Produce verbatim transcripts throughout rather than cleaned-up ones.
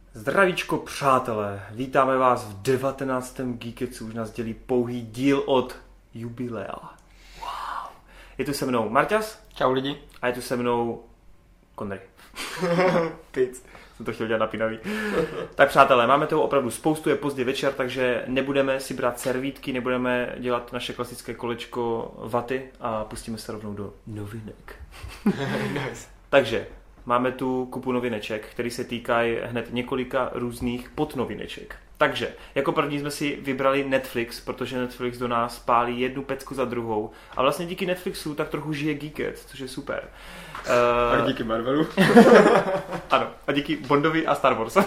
Zdravíčko přátelé, vítáme vás v devatenáctém Geeketsu, už nás dělí pouhý díl od jubilea. Wow. Je tu se mnou Marťas. Čau lidi. A je tu se mnou Konry. Pic. Jsem to chtěl dělat napínavý. Tak přátelé, máme toho opravdu spoustu, je pozdě večer, takže nebudeme si brát servítky, nebudeme dělat naše klasické kolečko vaty a pustíme se rovnou do novinek. Nice. Takže máme tu kupu novineček, který se týkají hned několika různých podnovineček. Takže, jako první jsme si vybrali Netflix, protože Netflix do nás pálí jednu pecku za druhou. A vlastně díky Netflixu tak trochu žije Geeket, což je super. Uh... A díky Marvelu. Ano, a díky Bondovi a Star Wars.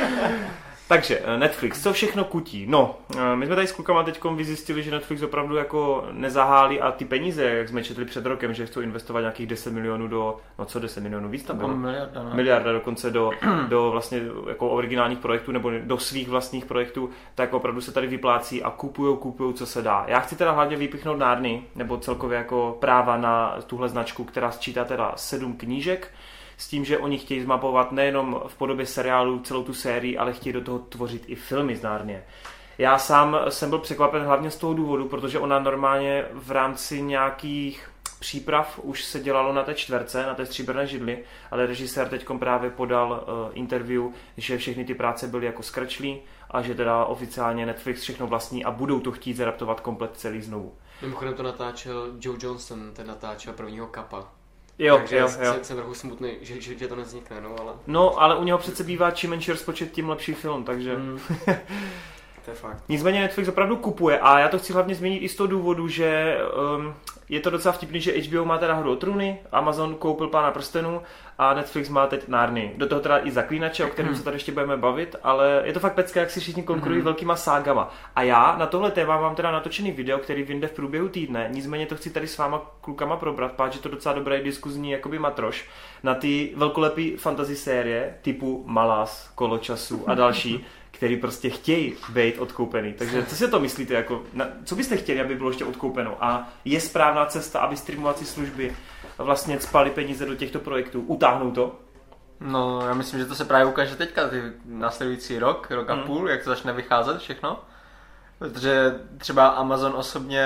Takže Netflix, co všechno kutí? No, my jsme tady s klukama teďkom vyzjistili, že Netflix opravdu jako nezahálí a ty peníze, jak jsme četli před rokem, že chcou investovat nějakých deset milionů do, no co deset milionů, víc tam bylo? Miliarda, no. Miliarda dokonce do, do vlastně jako originálních projektů nebo do svých vlastních projektů, tak opravdu se tady vyplácí a kupujou, kupujou, co se dá. Já chci teda hlavně vypichnout Narni, nebo celkově jako práva na tuhle značku, která sčítá teda sedm knížek, s tím, že oni chtějí zmapovat nejenom v podobě seriálu celou tu sérii, ale chtějí do toho tvořit i filmy z Narnie. Já sám jsem byl překvapen hlavně z toho důvodu, protože ona normálně v rámci nějakých příprav už se dělalo na té čtverce, na té stříbrné židli, ale režisér teďkom právě podal uh, interview, že všechny ty práce byly jako skrčlí a že teda oficiálně Netflix všechno vlastní a budou to chtít zaraptovat komplet celý znovu. Mimochodem to natáčel Joe Johnston, ten natáčel prvního Kappa. Jo, Takže jo, jo. jsem trochu smutný, že, že, že to nevznikne, no ale... No, ale u něho přece bývá čím menší rozpočet, tím lepší film, takže... Mm. To je fakt. Nicméně Netflix opravdu kupuje a já to chci hlavně změnit i z toho důvodu, že um, je to docela vtipný, že H B O má teda Hru o trůny, Amazon koupil Pána prstenů a Netflix má teď Narni. Do toho teda i Zaklínače, o kterém se tady ještě budeme bavit, ale je to fakt pecka, jak si všichni konkurují mm-hmm. velkýma ságama. A já na tohle téma mám teda natočený video, který vyjde v průběhu týdne, nicméně to chci tady s váma klukama probrat, páč, že to docela dobrý diskuzní jakoby matroš na ty velkolepý fantasy série typu Malas, Koločasu a další, který prostě chtějí být odkoupený. Takže co si to myslíte, jako, na, co byste chtěli, aby bylo ještě odkoupeno? A je správná cesta, aby streamovací služby vlastně cpali peníze do těchto projektů? Utáhnou to? No, já myslím, že to se právě ukáže teďka, ty následující rok, rok a mm. půl, jak to začne vycházet všechno. Protože třeba Amazon osobně,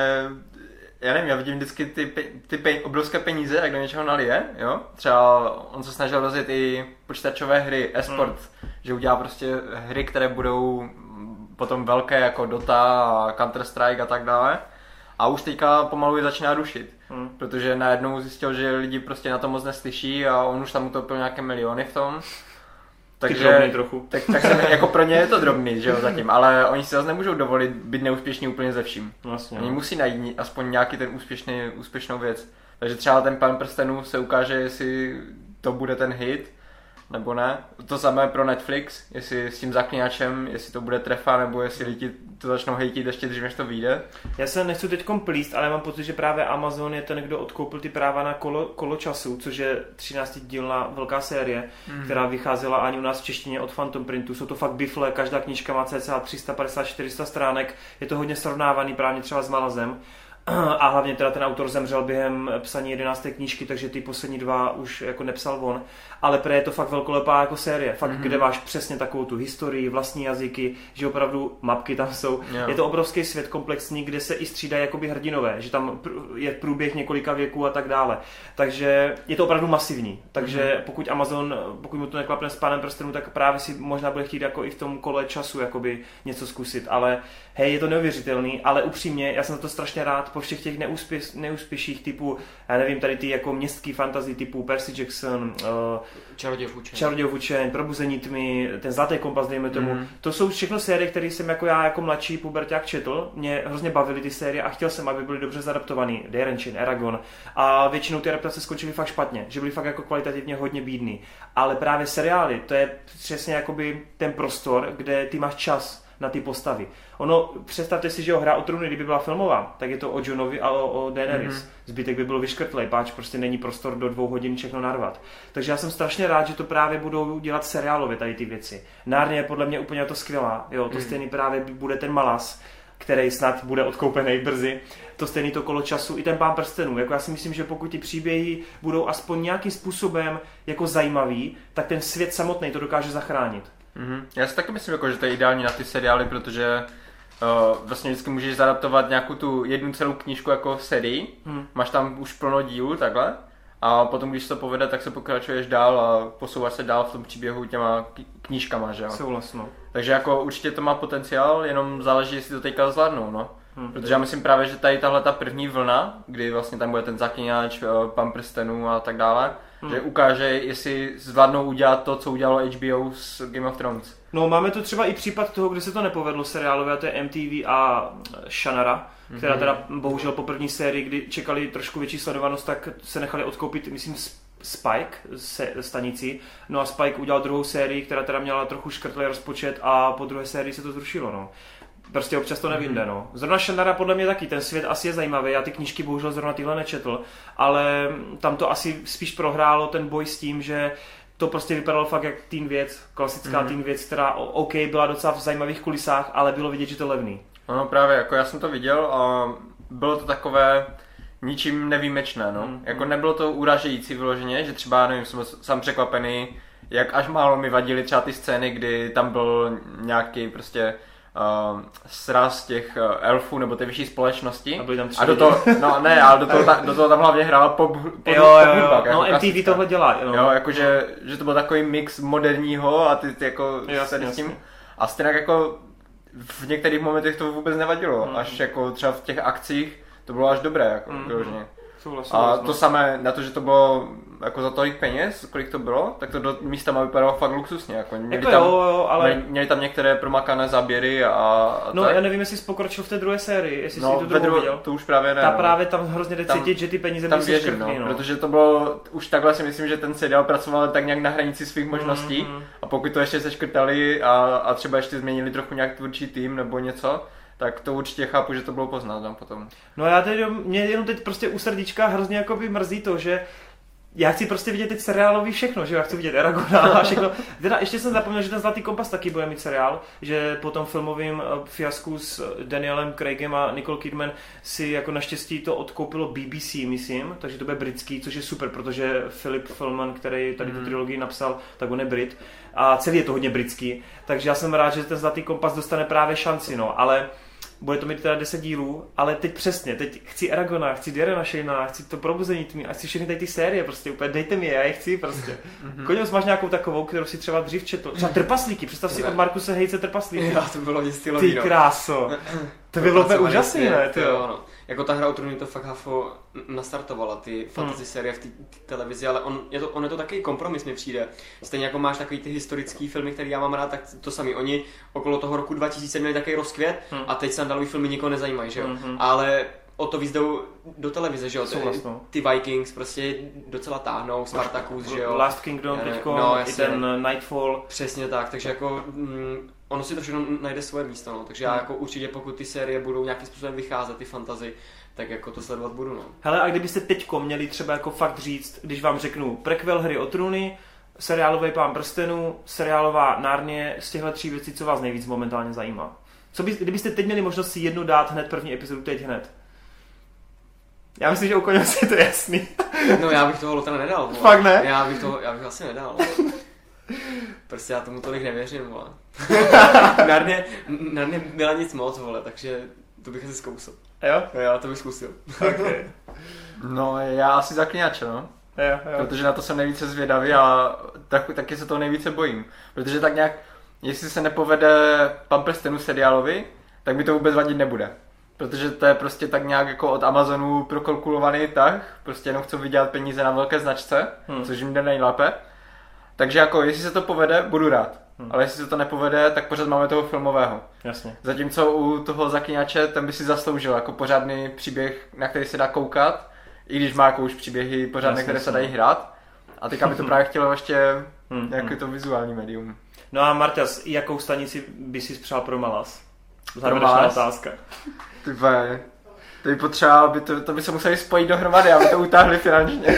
já nevím, já vidím vždycky ty, ty pe, obrovské peníze, jak do něčeho nalije, jo? Třeba on se snažil rozjet i počítačové hry, e-sport, mm. že udělá prostě hry, které budou potom velké jako Dota a Counter-Strike a tak dále. A už teďka pomalu je začíná rušit, mm. protože najednou zjistil, že lidi prostě na to moc neslyší a on už tam utopil nějaké miliony v tom. Takže drobný trochu. Tak, tak se, jako pro ně je to drobný, že jo, zatím, ale oni si zase nemůžou dovolit být neúspěšní úplně ze vším. Vlastně, oni no. musí najít aspoň nějaký ten úspěšný, úspěšnou věc. Takže třeba ten Pán prstenů se ukáže, jestli to bude ten hit, nebo ne. To samé pro Netflix, jestli s tím Zaklínačem, jestli to bude trefa, nebo jestli lidi to začnou hejtit ještě dřív, než to vyjde. Já se nechci teďkom plíst, ale mám pocit, že právě Amazon je ten, kdo odkoupil ty práva na kolo, Koločasu, což je třináctidílná velká série, mm. která vycházela ani u nás v češtině od Phantom Printu. Jsou to fakt bifle, každá knížka má cca tři sta padesát až čtyři sta stránek, je to hodně srovnávaný právě třeba s Malazem. A hlavně teda ten autor zemřel během psaní jedenácté knížky, takže ty poslední dva už jako nepsal on. Ale pre je to fakt velkolepá jako série, fakt, mm-hmm. kde máš přesně takovou tu historii, vlastní jazyky, že opravdu mapky tam jsou. Yeah. Je to obrovský svět komplexní, kde se i střídají jakoby hrdinové, že tam je průběh několika věků a tak dále. Takže je to opravdu masivní. Takže mm-hmm. pokud Amazon, pokud mu to neklapne s Pánem prstenů, tak právě si možná bude chtít jako i v tom kole času jakoby něco zkusit. Ale hej, je to neuvěřitelný, ale upřímně, já jsem za to strašně rád po všech těch neúspěš, neúspěších typu, já nevím, tady ty jako městský fantasy typu Percy Jackson, uh, Čarodějův učeň. Čarodějův učeň, Probuzení tmy, ten Zlatý kompas, dejme tomu. Mm. To jsou všechno série, které jsem jako já jako mladší puberťák četl. Mě hrozně bavily ty série a chtěl jsem, aby byly dobře zadaptovaný. Derenčin, Eragon. A většinou ty adaptace skončily fakt špatně, že byly fakt jako kvalitativně hodně bídný. Ale právě seriály, to je přesně jakoby ten prostor, kde ty máš čas na ty postavy. Ono, představte si, že o Hra o trůny, kdyby byla filmová, tak je to o Jonovi a o, o Daenerys. Mm-hmm. Zbytek by byl vyškrtlej, páč prostě není prostor do dvou hodin všechno narvat. Takže já jsem strašně rád, že to právě budou dělat seriálově tady ty věci. Narnie je podle mě úplně to skvělá, jo, to mm. stejný právě bude ten Malas, který snad bude odkoupený brzy. To stejný to Kolo času i ten Pán prstenů. Jako já si myslím, že pokud ty příběhy budou aspoň nějakým způsobem jako zajímavý, tak ten svět samotný to dokáže zachránit. Mm-hmm. Já si taky myslím, jako, že to je ideální na ty seriály, protože uh, vlastně vždycky můžeš zadaptovat nějakou tu jednu celou knížku jako sérii, hmm. máš tam už plno dílů takhle a potom, když to povede, tak se pokračuješ dál a posouváš se dál v tom příběhu těma knížkama, že jo? Souhlasno. Takže jako určitě to má potenciál, jenom záleží, jestli to teďka zvládnou, no. Hmm. Protože já myslím právě, že tady tahle ta první vlna, kdy vlastně tam bude ten zaklínač, Pan prstenů a tak dále, hmm. že ukáže, jestli zvládnou udělat to, co udělalo H B O s Game of Thrones. No máme tu třeba i případ toho, kde se to nepovedlo seriálové, a to je M T V a Shannara, která teda bohužel po první sérii, kdy čekali trošku větší sledovanost, tak se nechali odkoupit, myslím, Spike se stanicí. No a Spike udělal druhou sérii, která teda měla trochu škrtlý rozpočet a po druhé sérii se to zrušilo, no. Prostě občas to nevinde, no. Zrovna Shannara podle mě taky, ten svět asi je zajímavý, já ty knížky bohužel zrovna tyhle nečetl, ale tam to asi spíš prohrálo ten boj s tím, že to prostě vypadalo fakt jak teen věc, klasická mm. teen věc, která OK, byla docela v zajímavých kulisách, ale bylo vidět, že to je levný. No právě, jako já jsem to viděl a bylo to takové ničím nevýjimečné, no. Mm. Jako nebylo to urážející vyloženě, že třeba, nevím, jsem sám překvapený, jak až málo mi vadily třeba ty scény, kdy tam byl nějaký prostě Uh, sraz těch uh, elfů nebo té vyšší společnosti. A, tam a do toho, no ne, ale do toho, ta, do toho tam hlavně hrála pop, pop, jo, jo, jo. hudba. No M T V tohle dělá. Jo, jo jakože, že to byl takový mix moderního a ty, ty jako jasně, s tím. A stejně jako v některých momentech to vůbec nevadilo. Mm. Až jako třeba v těch akcích to bylo až dobré. Jako, mm. Souhlasím, a to samé na to, že to bylo jako za tolik peněz, kolik to bylo, tak to do místa vypadalo fakt luxusně. Jako měli, jako tam, jo, jo, ale... měli tam některé promakané záběry a, a no tak. Já nevím, jestli jsi pokročil v té druhé sérii, jestli no, jsi tu druhou dru... viděl. To už právě ne. Ta no. právě tam hrozně jde cítit, že ty peníze tam byly věřím, škrtný, no, no. protože to bylo, už takhle si myslím, že ten seriál pracoval tak nějak na hranici svých možností mm-hmm. a pokud to ještě seškrtali a, a třeba ještě změnili trochu nějak tvůrčí tým nebo něco, tak to určitě chápu, že to bylo poznat tam potom. No já teď, mě jenom teď prostě u srdíčka hrozně jakoby mrzí to, že já chci prostě vidět teď seriálový všechno, že já chci vidět Aragona a všechno. Teda ještě jsem zapomněl, že ten Zlatý kompas taky bude mít seriál, že po tom filmovém fiasku s Danielem Craigem a Nicole Kidman si jako naštěstí to odkoupilo B B C, myslím, takže to bude britský, což je super, protože Philip Pullman, který tady tu mm. trilogii napsal, tak on je Brit a celý je to hodně britský, takže já jsem rád, že ten Zlatý kompas dostane právě šanci, no, ale bude to mít teda deset dílů, ale teď přesně, teď chci Aragona, chci Diana Shayna, chci to Probuzení tmy, a chci všechny tady ty série, prostě úplně dejte mi je, já je chci prostě. Mm-hmm. Koněc, máš nějakou takovou, kterou si třeba dřív četl, třeba Trpaslíky, představ si od Markuse Hejce Trpaslíky. Jo, to bylo nic stylový, ty kráso, to by bylo úplně úžasný, ne? To jo, no. Jako ta hra o trůny to fakt hafo nastartovala, ty fantasy hmm. série v té televizi, ale on je, to, on je to takový kompromis, mi přijde. Stejně jako máš takový ty historický filmy, které já mám rád, tak to samý. Oni okolo toho roku dva tisíce měli takový rozkvět hmm. a teď sandalový filmy nikoho nezajímají, že jo? Hmm. Ale o to víc jdou do televize, že jo? Ty Vikings prostě docela táhnou, Spartacus, že jo? Last Kingdom, teďko, no, i ten Nightfall. Přesně tak, takže jako mm, ono si to všechno najde svoje místo, no. Takže já jako určitě, pokud ty série budou nějakým způsobem vycházet, ty fantasy, tak jako to sledovat budu, no. Hele, a kdybyste teďko měli třeba jako fakt říct, když vám řeknu prequel Hry o trůny, seriálový Pán prstenů, seriálová Narnie, z těchto tří věcí, co vás nejvíc momentálně zajímá? Co by, kdybyste teď měli možnost si jednu dát hned první epizodu, teď hned? Já myslím, že u Koněvce je to jasný. No já bych toho Lotra nedal. Vole. Fakt ne? Já bych to, já bych asi nedal. Prostě já tomu tolik nevěřím, vole. Narnie, Narnie byla nic moc, vole, takže to bych asi zkousil. Jo? Jo, to bych zkusil. Okay. No já asi Zaklínače, no. Jo, jo. Protože na to jsem nejvíce zvědavý a tak, taky se toho nejvíce bojím. Protože tak nějak, jestli se nepovede Pan prstenů seriálovi, tak mi to vůbec vadit nebude. Protože to je prostě tak nějak jako od Amazonu prokalkulovaný tah, prostě jenom chcou vydělat peníze na velké značce, hmm. což jim jde nejlépe. Takže jako, jestli se to povede, budu rád. Hmm. Ale jestli se to nepovede, tak pořád máme toho filmového. Jasně. Zatímco u toho Zaklínače, ten by si zasloužil jako pořádný příběh, na který se dá koukat, i když má jako už příběhy pořádné, které se dají hrát. A teďka by to právě chtělo ještě hmm. nějaké to vizuální médium. No a Marťas, jakou stanici by si spřál pro Malas? Závěrečná otázka. Ty vole, to by potřeba, by to, to by se museli spojit dohromady, aby to utáhli finančně.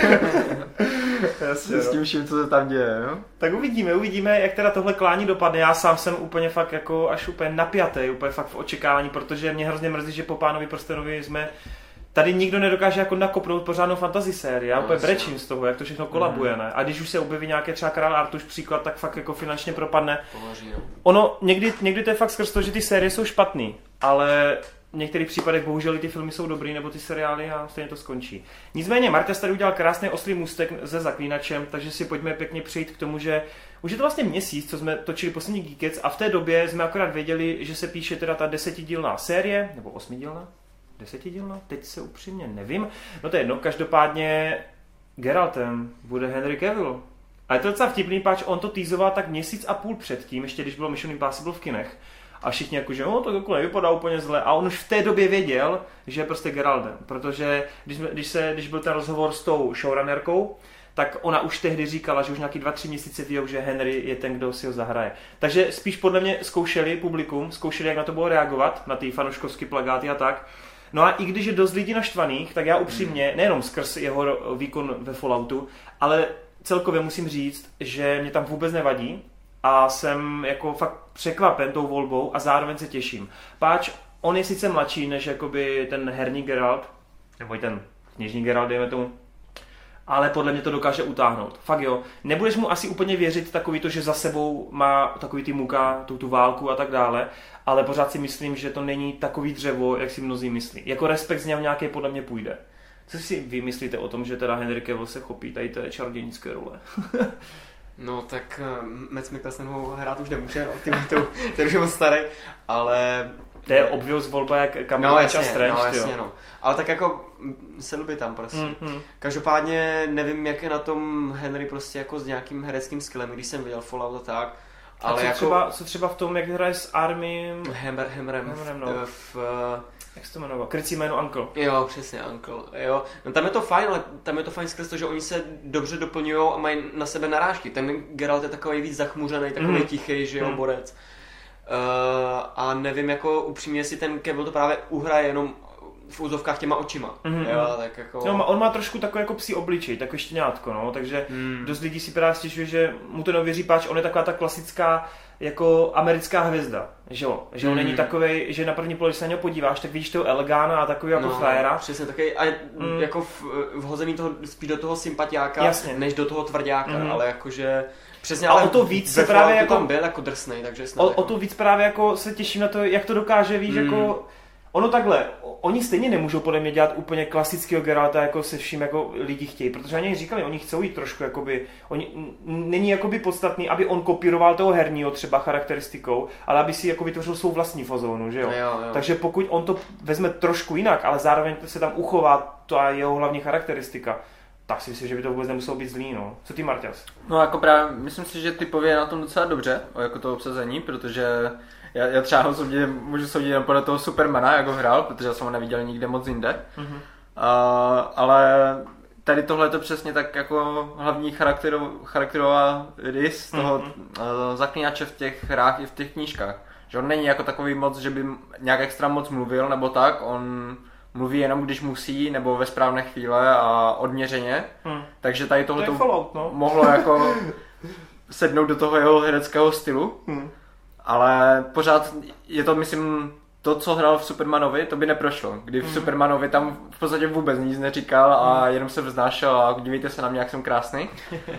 Jasně, s tím vším, co se tam děje, no? Tak uvidíme, uvidíme, jak teda tohle klání dopadne. Já sám jsem úplně fakt jako až úplně napjatý, úplně fakt v očekávání, protože mě hrozně mrzí, že po Pánovi prstenovi jsme tady nikdo nedokáže jako nakopnout pořádnou fantasy sérii. Já No, úplně jasně. brečím z toho, jak to všechno kolabuje, ne? A když už se objeví nějaké třeba Král Artuš příklad, tak fakt jako finančně propadne. Povaří, no. Ono, někdy, někdy to je fakt skrz to, že ty série jsou špatný, ale v některých případech bohužel ty filmy jsou dobrý, nebo ty seriály a stejně to skončí. Nicméně Marťas tady udělal krásný oslý můstek se Zaklínačem, takže si pojďme pěkně přejít k tomu, že už je to vlastně měsíc, co jsme točili poslední Geekec a v té době jsme akorát věděli, že se píše teda ta desetidílná série, nebo osmidílná? Desetidílná? Teď se upřímně nevím. No to je jedno, každopádně Geraltem bude Henry Cavill. A je to docela vtipný, páč on to teasoval tak měsíc a půl předtím, ještě když bylo Mission Impossible v kinech. A všichni jakože, no to jako nevypadá úplně zle. A on už v té době věděl, že je prostě Geraltem. Protože když, jsme, když, se, když byl ten rozhovor s tou showrunnerkou, tak ona už tehdy říkala, že už nějaký dva, tři měsíce ví, že Henry je ten, kdo si ho zahraje. Takže spíš podle mě zkoušeli publikum, zkoušeli, jak na to bylo reagovat, na ty fanouškovské plakáty a tak. No a i když je dost lidí naštvaných, tak já upřímně, nejenom skrz jeho výkon ve Falloutu, ale celkově musím říct, že mě tam vůbec nevadí a jsem jako fakt překvapen tou volbou a zároveň se těším. Páč, on je sice mladší než jakoby ten herní Geralt, nebo i ten kněžní Geralt, dejme tomu, ale podle mě to dokáže utáhnout. Fakt jo. Nebudeš mu asi úplně věřit takový to, že za sebou má takový ty muka, tu, tu válku a tak dále, ale pořád si myslím, že to není takový dřevo, jak si mnozí myslí. Jako respekt z něm nějaký podle mě půjde. Co si vy myslíte o tom, že teda Henry Cavill se chopí tady té čarodějnické role? No tak uh, Mads Mikkelsen ho hrát už nemůže, no, tím to, ten už je moc starý, ale... To je obvious volba jak Cameron no, a jasně, Strange, no, jasně, jo. no. Ale tak jako se lubí tam prostě. Mm, mm. Každopádně nevím, jak je na tom Henry prostě jako s nějakým hereckým skillem, když jsem viděl Fallout a tak. A Ale co, jako... třeba, co třeba v tom, jak hraje s Army... Hammer, Hammerem, Hammerem, no. v, v, Jak se to jmenuje? Krycí jméno Uncle. Jo, přesně, Uncle. Jo. No, tam je to fajn, ale tam je to fajn skrz to, že oni se dobře doplňují a mají na sebe narážky. Ten Geralt je takový víc zachmuřený, takový Mm. tichý, že jo, Mm. borec. Uh, a nevím, jako upřímně, jestli ten Cavill to právě uhraje jenom v úzovkách těma očima. Mm-hmm. Jo, tak jako... No, on má trošku takový jako psí obličej, takový štěňátko, no, takže Mm. dost lidí si právě stěžuje, že mu to neuvěří, páč, on je taková ta klasická jako americká hvězda, že jo, že on Mm. není takovej, že na první pohled, když se na něho podíváš, tak vidíš toho Elgána a takový jako no, frajera. Přesně, takový, a Mm. jako v, vhozený toho, spíš do toho sympatiáka, Jasně. než do toho tvrdáka, Mm. ale jakože... Přesně, A ale o to víc se ve právě Falloutu jako- tam byl jako drsnej, takže snad O, jako... o to víc právě jako se těším na to, jak to dokáže, víš, Mm. jako... Ono takhle, oni stejně nemůžou podle mě dělat úplně klasického Geralta, jako se vším jako lidi chtějí, protože oni říkali, oni chcou jít trošku jakoby, oni, n- není jakoby podstatný, aby on kopíroval toho herního třeba charakteristikou, ale aby si jako vytvořil svou vlastní fazónu, že jo? No, jo, jo. Takže pokud on to vezme trošku jinak, ale zároveň se tam uchová ta jeho hlavní charakteristika, tak si myslím, že by to vůbec nemuselo být zlý, no. Co ty, Marťas? No jako právě, myslím si, že typově je na tom docela dobře, o jako to obsazení, protože já, já třeba soudím, můžu soudit jen podle toho Supermana, jak ho hrál, protože já jsem ho neviděl nikde moc jinde. Mhm. Uh, ale tady tohle je to přesně tak jako hlavní charakterov, charakterová rys toho Mhm. uh, zaklínače v těch hrách i v těch knížkách. Že on není jako takový moc, že by nějak extra moc mluvil nebo tak, on mluví jenom když musí nebo ve správné chvíle a odměřeně. Hm. Takže tady To tohle je Fallout, no. mohlo jako sednout do toho jeho hereckého stylu. Hm. Ale pořád je to, myslím, to, co hrál v Supermanovi, to by neprošlo. Kdy v Mm. Supermanovi tam v podstatě vůbec nic neříkal a jenom se vznášel a dívejte se na mě, jak jsem krásný.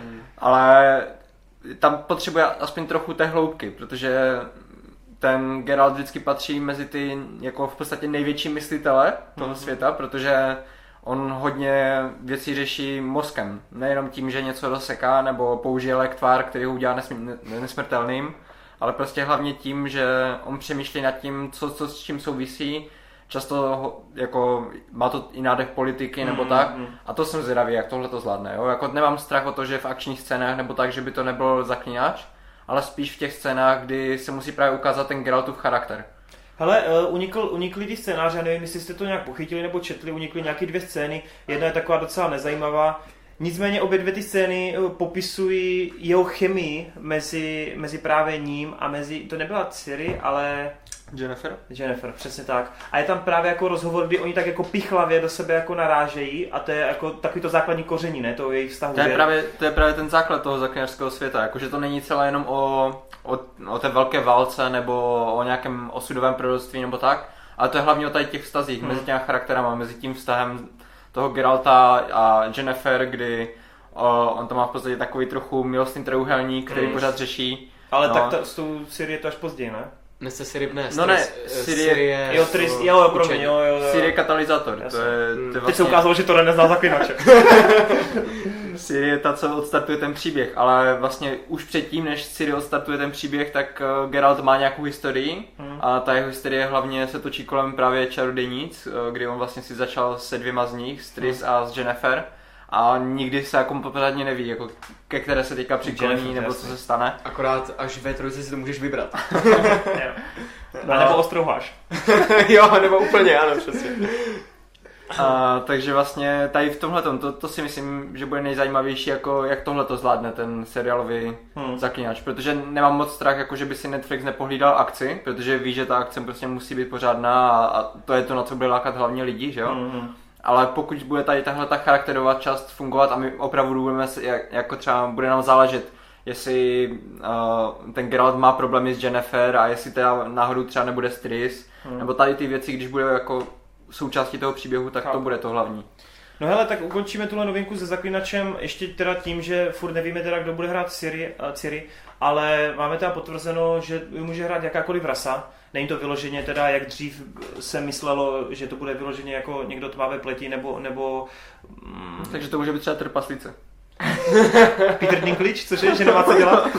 Ale tam potřebuje aspoň trochu té hloubky, protože ten Geralt vždycky patří mezi ty jako v podstatě největší myslitele toho Mm. světa, protože on hodně věcí řeší mozkem. Nejenom tím, že něco doseká nebo použije lék tvár, který ho udělá nesmí, nesmrtelným, ale prostě hlavně tím, že on přemýšlí nad tím, co, co s čím souvisí. Často ho, jako, má to i nádech politiky nebo Mm, tak. mm. A to jsem zvědavý, jak tohle to zvládne. Jo? Jako, nemám strach o to, že v akčních scénách nebo tak, že by to nebyl zaklínač, ale spíš v těch scénách, kdy se musí právě ukázat ten Geraltův charakter. Hele, uh, unikl, unikly ty scénáře, nevím, jestli jste to nějak pochytili nebo četli, unikly nějaké dvě scény, jedna je taková docela nezajímavá, nicméně obě dvě ty scény uh, popisují jeho chemii mezi, mezi právě ním a mezi, to nebyla Ciri, ale Jennifer? Jennifer, přesně tak. A je tam právě jako rozhovor, kdy oni tak jako pichlavě do sebe jako narážejí a to je jako takový to základní koření, ne, toho jejich vztahu. To je, že- právě, to je právě ten základ toho zaklínačského světa, jakože to není celé jenom o, o, o té velké válce nebo o nějakém osudovém proroctví nebo tak, Ale to je hlavně o tady těch vztazích hmm. mezi těmi charakterama, mezi tím vztahem toho Geralta a Yennefer, kdy o, on to má v podstatě takový trochu milostný trojúhelník, který hmm. pořád řeší. Ale no. tak ta, s tou Ciri je to až později, ne? Neste Ciri, ne, no ne, Ciri jo, Tris, jo, jo, promiň, jo, jo, jo. Ciri je katalyzátor, to je, to je Teď vlastně... se ukázalo, že to nezná zaklinače. Ciri je ta, co odstartuje ten příběh, ale vlastně už předtím, než Ciri odstartuje ten příběh, tak Geralt má nějakou historii hmm. a ta jeho historie hlavně se točí kolem právě čarodějnic, kdy on vlastně si začal se dvěma z nich, s Tris hmm. a s Yennefer. A nikdy se jako pořádně neví, jako ke které se teďka přikloní, nebo co se stane. Akorát až ve trojce si to můžeš vybrat. No. A nebo ostrouháš. Jo, nebo úplně, ano, přesně. A, takže vlastně tady v tomhletom, to, to si myslím, že bude nejzajímavější, jako jak tohleto zvládne ten seriálový hmm. zaklínač, protože nemám moc strach, jako že by si Netflix nepohlídal akci, protože ví, že ta akce prostě musí být pořádná a, a to je to, na co bude lákat hlavně lidi, že jo? Hmm. Ale pokud bude tady tahle ta charakterová část fungovat a my opravdu budeme, jako třeba bude nám záležet, jestli uh, ten Geralt má problémy s Yennefer a jestli teda náhodou třeba nebude s Tris, hmm. nebo tady ty věci, když bude jako součástí toho příběhu, tak Chápu. To bude to hlavní. No hele, tak ukončíme tuhle novinku se Zaklinačem ještě teda tím, že furt nevíme teda, kdo bude hrát Ciri, uh, Ciri, ale máme teda potvrzeno, že může hrát jakákoliv rasa. Není to vyloženě teda, jak dřív se myslelo, že to bude vyloženě jako někdo tmavé pleti, nebo... nebo mm, takže to může být třeba trpaslice. Peter Dinklage, což je, že nemá co dělat.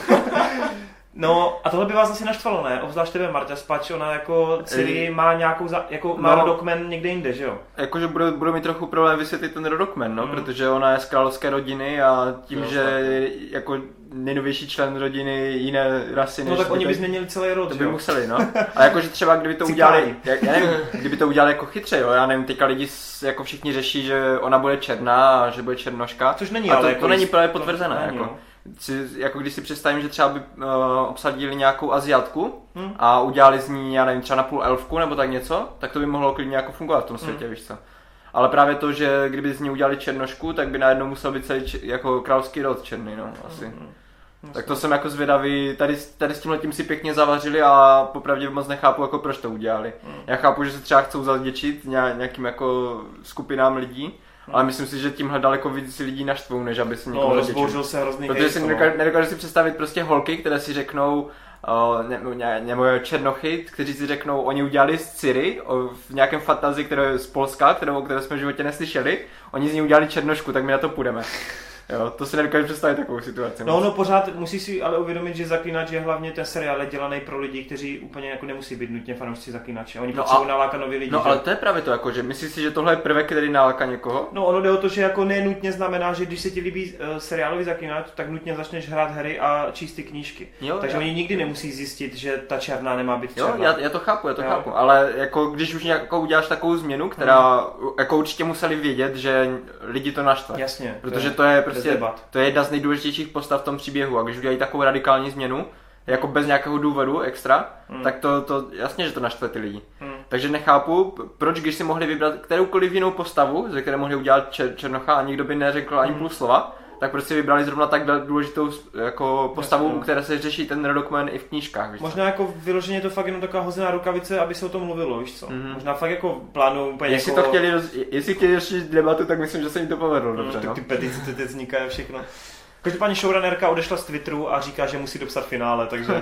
No a tohle by vás asi naštvalo, ne? Obzvlášť tebe, Marta, spač, ona jako Ciri má nějakou, za, jako má no, rodokmen někde jinde, že jo? Jakože budu, budu mít trochu problém vysvětlit ten rodokmen, no, mm. protože ona je z královské rodiny a tím, no, že je jako nejnovější člen rodiny jiné rasy než... No tak oni by změnili celý rod, to by jo? museli, no. A jakože třeba kdyby to udělali, jak, já nevím, kdyby to udělali jako chytře, jo, já nevím, teďka lidi jako všichni řeší, že ona bude černá a že bude černoška. Což není, a to, ale to, jako to není právě potvrzené, to, jako. Si, jako když si představím, že třeba by uh, obsadili nějakou Asiatku hmm. a udělali z ní, já nevím, třeba na půl elfku nebo tak něco, tak to by mohlo klidně jako fungovat v tom světě, hmm. víš co. Ale právě to, že kdyby z ní udělali černošku, tak by najednou musel být celý č- jako královský rod černý, no, asi. Hmm. Tak to jsem jako zvědavý, tady, tady s tímhletím si pěkně zavařili a popravdě moc nechápu, jako proč to udělali. Hmm. Já chápu, že se třeba chcou zavděčit nějakým jako skupinám lidí, ale myslím si, že tímhle daleko víc lidí naštvou, než aby se někomu no, rozbouřil se hrozný Protože si nedokážu, nedokážu si představit prostě holky, které si řeknou, o, ne, ne, nebo černochy, kteří si řeknou, oni udělali z Ciri o, v nějakém fantazii, které je z Polska, kterou, o které jsme v životě neslyšeli, oni z ní udělali černošku, tak my na to půjdeme. Jo, to si nedokážu představit takovou situaci. No, no pořád musí si ale uvědomit, že Zaklínač je hlavně ten seriál dělaný pro lidi, kteří úplně jako nemusí být nutně fanoušci Zaklínače. Oni no potřebují nalákat nový lidi. No, že? Ale to je právě to, jako, že myslíš si, že tohle je prvek, který naláká někoho? No, ono jde o to, že jako nenutně znamená, že když se ti líbí uh, seriálový Zaklínač, tak nutně začneš hrát hry a číst ty knížky. Jo, takže já. Oni nikdy nemusí zjistit, že ta černá nemá být černá. Jo, já, já to chápu, já to jo. chápu, ale jako když už nějakou uděláš takovou změnu, která hmm. jako určitě museli vědět, že lidi to naštve. Jasně. Protože to je prostě to je jedna z nejdůležitějších postav v tom příběhu a když udělají takovou radikální změnu, jako bez nějakého důvodu extra, hmm. tak to, to jasně, že to naštve ty lidi. Hmm. Takže nechápu, proč když si mohli vybrat kteroukoliv jinou postavu, ze které mohli udělat čer, Černocha a nikdo by neřekl ani hmm. půl slova, tak proč si vybrali zrovna tak důležitou jako postavu, jasně, u které se řeší ten rodokmen i v knížkách. Víš možná co? Jako vyloženě to fakt jenom taková hozená rukavice, aby se o tom mluvilo, víš co? Mm-hmm. Možná fakt jako plánují úplně jestli jako... to chtěli, roz... jestli chtěli rozšířit debatu, tak myslím, že se jim to povedlo, dobře, mm, no. Tak ty petice, ty teď vznikají všechno. Každopádně showrunnerka odešla z Twitteru a říká, že musí dopsat finále, takže,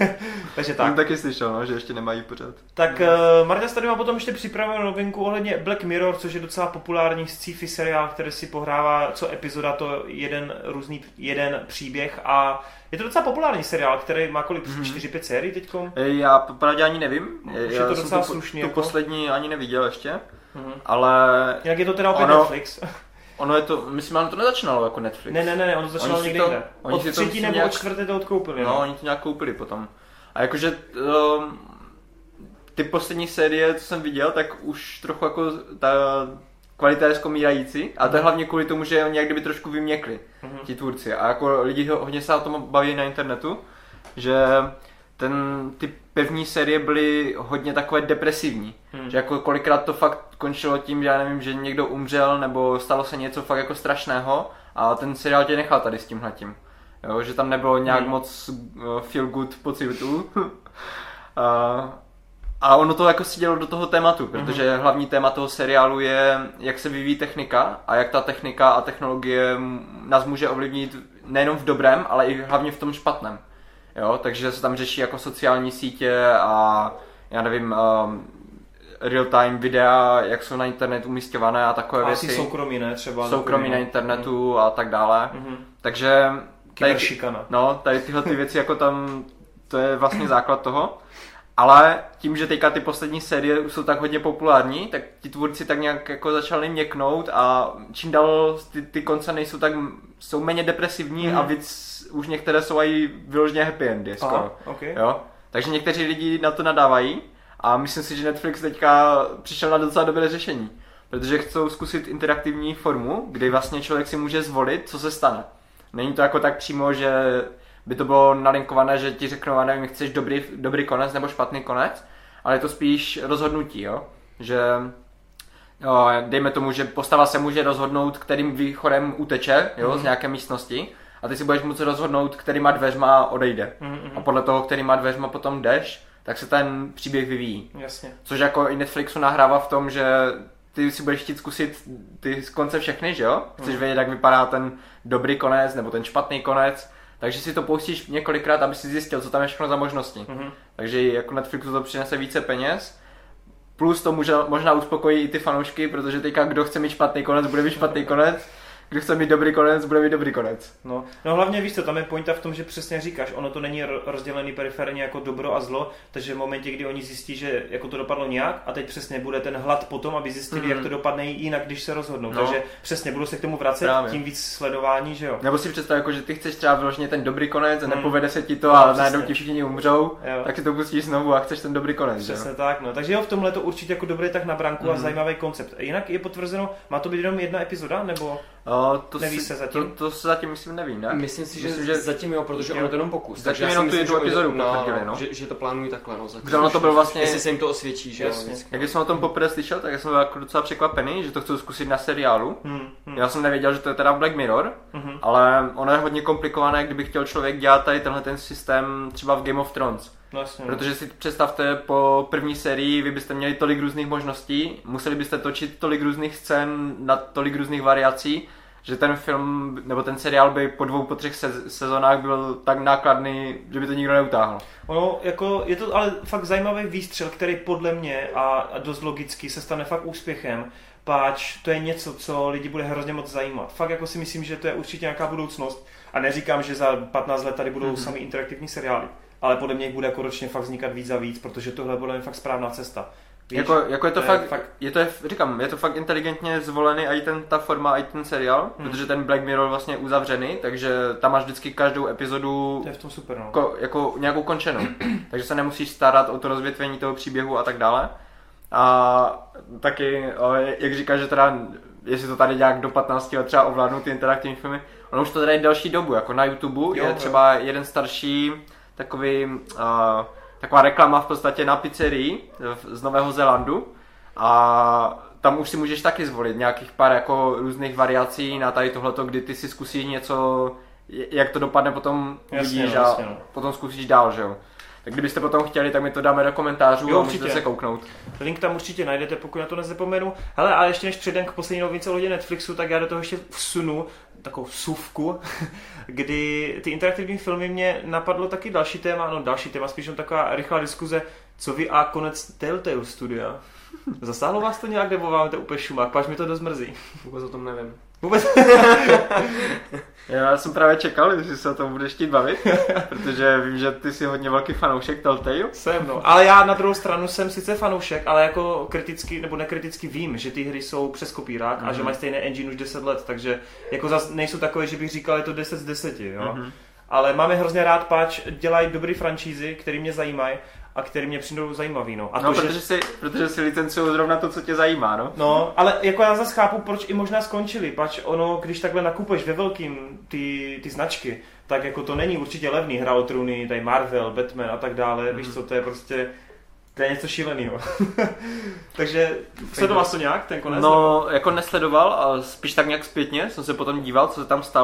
takže tak. Jsem taky slyšel, no, že ještě nemají pořád. Tak uh, Marta tady má potom ještě připravenou novinku ohledně Black Mirror, což je docela populární sci-fi seriál, který si pohrává co epizoda to jeden různý jeden příběh a je to docela populární seriál, který má kolik mm-hmm. čtyři pět sérií teďkom? Já popravdě ani nevím. Už je to docela tu, slušný. Tu jako? poslední ani neviděl ještě, mm-hmm. ale... Jak je to teda opět ono... Netflix? Ono je to, myslím, že to nezačínalo jako Netflix. Ne, ne, ne, ono to začínalo někde jinde. Od třetí nebo nějak, od čtvrté to odkoupili. No, no, oni to nějak koupili potom. A jakože um, ty poslední série, co jsem viděl, tak už trochu jako ta kvalita je zkomírající. A to je hlavně kvůli tomu, že oni jak kdyby trošku vyměkli, mm-hmm. ti tvůrci. A jako lidi hodně se o tom baví na internetu, že ten, ty první série byly hodně takové depresivní. Hmm. Že jako kolikrát to fakt končilo tím, že já nevím, že někdo umřel nebo stalo se něco fakt jako strašného a ten seriál tě nechal tady s tímhletím. Jo, že tam nebylo nějak hmm. moc uh, feel good pocitů. uh, A ono to jako si dělalo do toho tématu, protože mm-hmm. hlavní téma toho seriálu je, jak se vyvíjí technika a jak ta technika a technologie nás může ovlivnit nejenom v dobrém, ale i hlavně v tom špatném. Jo, takže se tam řeší jako sociální sítě a já nevím, um, real-time videa, jak jsou na internetu umístěvané a takové a věci. Asi soukromí, ne? Třeba soukromí na internetu mm. a tak dále. Mm-hmm. Takže tady, šikana. No, tady tyhle ty věci jako tam, to je vlastně základ toho. Ale tím, že teďka ty poslední série už jsou tak hodně populární, tak ti tvůrci tak nějak jako začali měknout a čím dál ty, ty konce nejsou tak, jsou méně depresivní mm. a víc už některé jsou i vyloženě happy endy skoro. Aha, okay. Jo? Takže někteří lidi na to nadávají a myslím si, že Netflix teďka přišel na docela dobré řešení. Protože chcou zkusit interaktivní formu, kdy vlastně člověk si může zvolit, co se stane. Není to jako tak přímo, že by to bylo nalinkované, že ti řeknou, nevím, chceš dobrý, dobrý konec nebo špatný konec, ale je to spíš rozhodnutí, jo? Že jo, dejme tomu, že postava se může rozhodnout, kterým východem uteče, jo, mm-hmm. z nějaké místnosti a ty si budeš moci rozhodnout, kterýma dveřma odejde. Mm-hmm. A podle toho, kterýma dveřma potom jdeš, tak se ten příběh vyvíjí. Jasně. Což jako i Netflixu nahrává v tom, že ty si budeš chtít zkusit ty konce všechny, že jo? Chceš mm. vědět, jak vypadá ten dobrý konec nebo ten špatný konec. Takže si to pustíš několikrát, aby si zjistil, co tam je všechno za možnosti. Mm-hmm. Takže jako Netflixu to přinese více peněz. Plus to může, možná uspokojí i ty fanoušky, protože teďka kdo chce mít špatný konec, bude mít špatný konec. Kdo chce mít dobrý konec, bude mít dobrý konec. No, no hlavně víš co, tam je pointa v tom, že přesně říkáš, ono to není rozdělený periferně jako dobro a zlo, takže v momentě, kdy oni zjistí, že jako to dopadlo nějak a teď přesně bude ten hlad potom, aby zjistili, mm-hmm. jak to dopadne jinak, když se rozhodnou. No. Takže přesně budou se k tomu vracet, Právě. tím víc sledování, že jo. Nebo si představ, jako, že ty chceš třeba vyloženě ten dobrý konec a mm. nepovede se ti to no, a najednou ti všichni umřou, jo. tak si to pustíš znovu a chceš ten dobrý konec. Přesně jo? tak, no. Takže jo, v tomhle to určitě jako dobrý tak na branku mm. a zajímavý koncept. Jinak je potvrzeno, má to být jenom jedna epizoda, nebo o, to neví si, se zatím? To, to se zatím myslím neví, ne? Myslím si, že, myslím, že zatím jo, protože ono je to jenom pokus. Zatím jenom tu jednu epizodu potvrdili, no. Že, že to plánují takhle, no. Protože ono to bylo vlastně... Jestli se jim to osvědčí, že jasně. Jak jsem o tom poprvé slyšel, tak jsem byl jako docela překvapený, že to chcou zkusit na seriálu. Hmm, hmm. Já jsem nevěděl, že to je teda Black Mirror, hmm. ale ono je hodně komplikované, kdyby chtěl člověk dělat tady tenhle ten systém třeba v Game of Thrones. Vlastně, protože si představte, po první sérii vy byste měli tolik různých možností, museli byste točit tolik různých scén na tolik různých variací, že ten film, nebo ten seriál by po dvou, po třech se- sezónách byl tak nákladný, že by to nikdo neutáhl. Ono, jako, je to ale fakt zajímavý výstřel, který podle mě a, a dost logicky se stane fakt úspěchem, páč to je něco, co lidi bude hrozně moc zajímat. Fakt jako si myslím, že to je určitě nějaká budoucnost a neříkám, že za patnáct let tady budou mm-hmm. sami interaktivní seriály, ale podle mě jich bude jako ročně fakt vznikat víc a víc, protože tohle podle mě fakt správná cesta. Víš, jako, jako je to, to fakt, je fakt, je to, říkám, je to fakt inteligentně zvolený i ten, ta forma, i ten seriál, hmm. protože ten Black Mirror vlastně uzavřený, takže tam máš vždycky každou epizodu to je v tom super, no. ko, jako nějakou končenou, takže se nemusíš starat o to rozvětvení toho příběhu a tak dále. A taky, jak říkáš, že teda, jestli to tady nějak do patnácti let třeba ovládnou ty interaktivní filmy, ono už to tady delší dobu, jako na YouTube jo, je třeba jo. jeden starší takový... Uh, taková reklama v podstatě na pizzerii z Nového Zélandu a tam už si můžeš taky zvolit nějakých pár jako různých variací na tady tohleto, kdy ty si zkusíš něco, jak to dopadne, potom uvidíš a no. potom zkusíš dál, že jo. Tak kdybyste potom chtěli, tak mi to dáme do komentářů jo, a můžete se kouknout. Link tam určitě najdete, pokud na to nezapomenu. Hele, ale ještě než přejdem k poslední novince o lodě Netflixu, tak já do toho ještě vsunu takovou vsuvku, kdy ty interaktivní filmy mě napadlo taky další téma, no další téma, spíš jen taková rychlá diskuze, co vy a konec Telltale Studia. Zasáhlo vás to nějak, nebo vám to úplně šumák? Páč mi to dost mrzí. Vůbec o tom nevím. Vůbec? Já jsem právě čekal, jestli se o tom budeš chtít bavit, protože vím, že ty jsi hodně velký fanoušek Telltale. Jsem, no. Ale já na druhou stranu jsem sice fanoušek, ale jako kriticky, nebo nekriticky vím, že ty hry jsou přes kopírák mm-hmm. a že mají stejný engine už deset let, takže jako zas nejsou takové, že bych říkal, je to deset z deseti, jo. Mm-hmm. Ale máme hrozně rád, páč dělají dobrý franšízy, který mě zajímají a který mě přijdou zajímavý, no. A no, to, protože, že... si, protože si licencují zrovna to, co tě zajímá, no. No, ale jako já zase chápu, proč i možná skončili, pač ono, když takhle nakupuješ ve velkým ty, ty značky, tak jako to není určitě levný, hra o trůny, tady Marvel, Batman a tak dále, mm. víš co, to je prostě, to je něco šílenýho. Takže sledoval jsi to nějak, ten konec? No, nebo? Jako nesledoval, ale spíš tak nějak zpětně jsem se potom díval, co se tam stalo.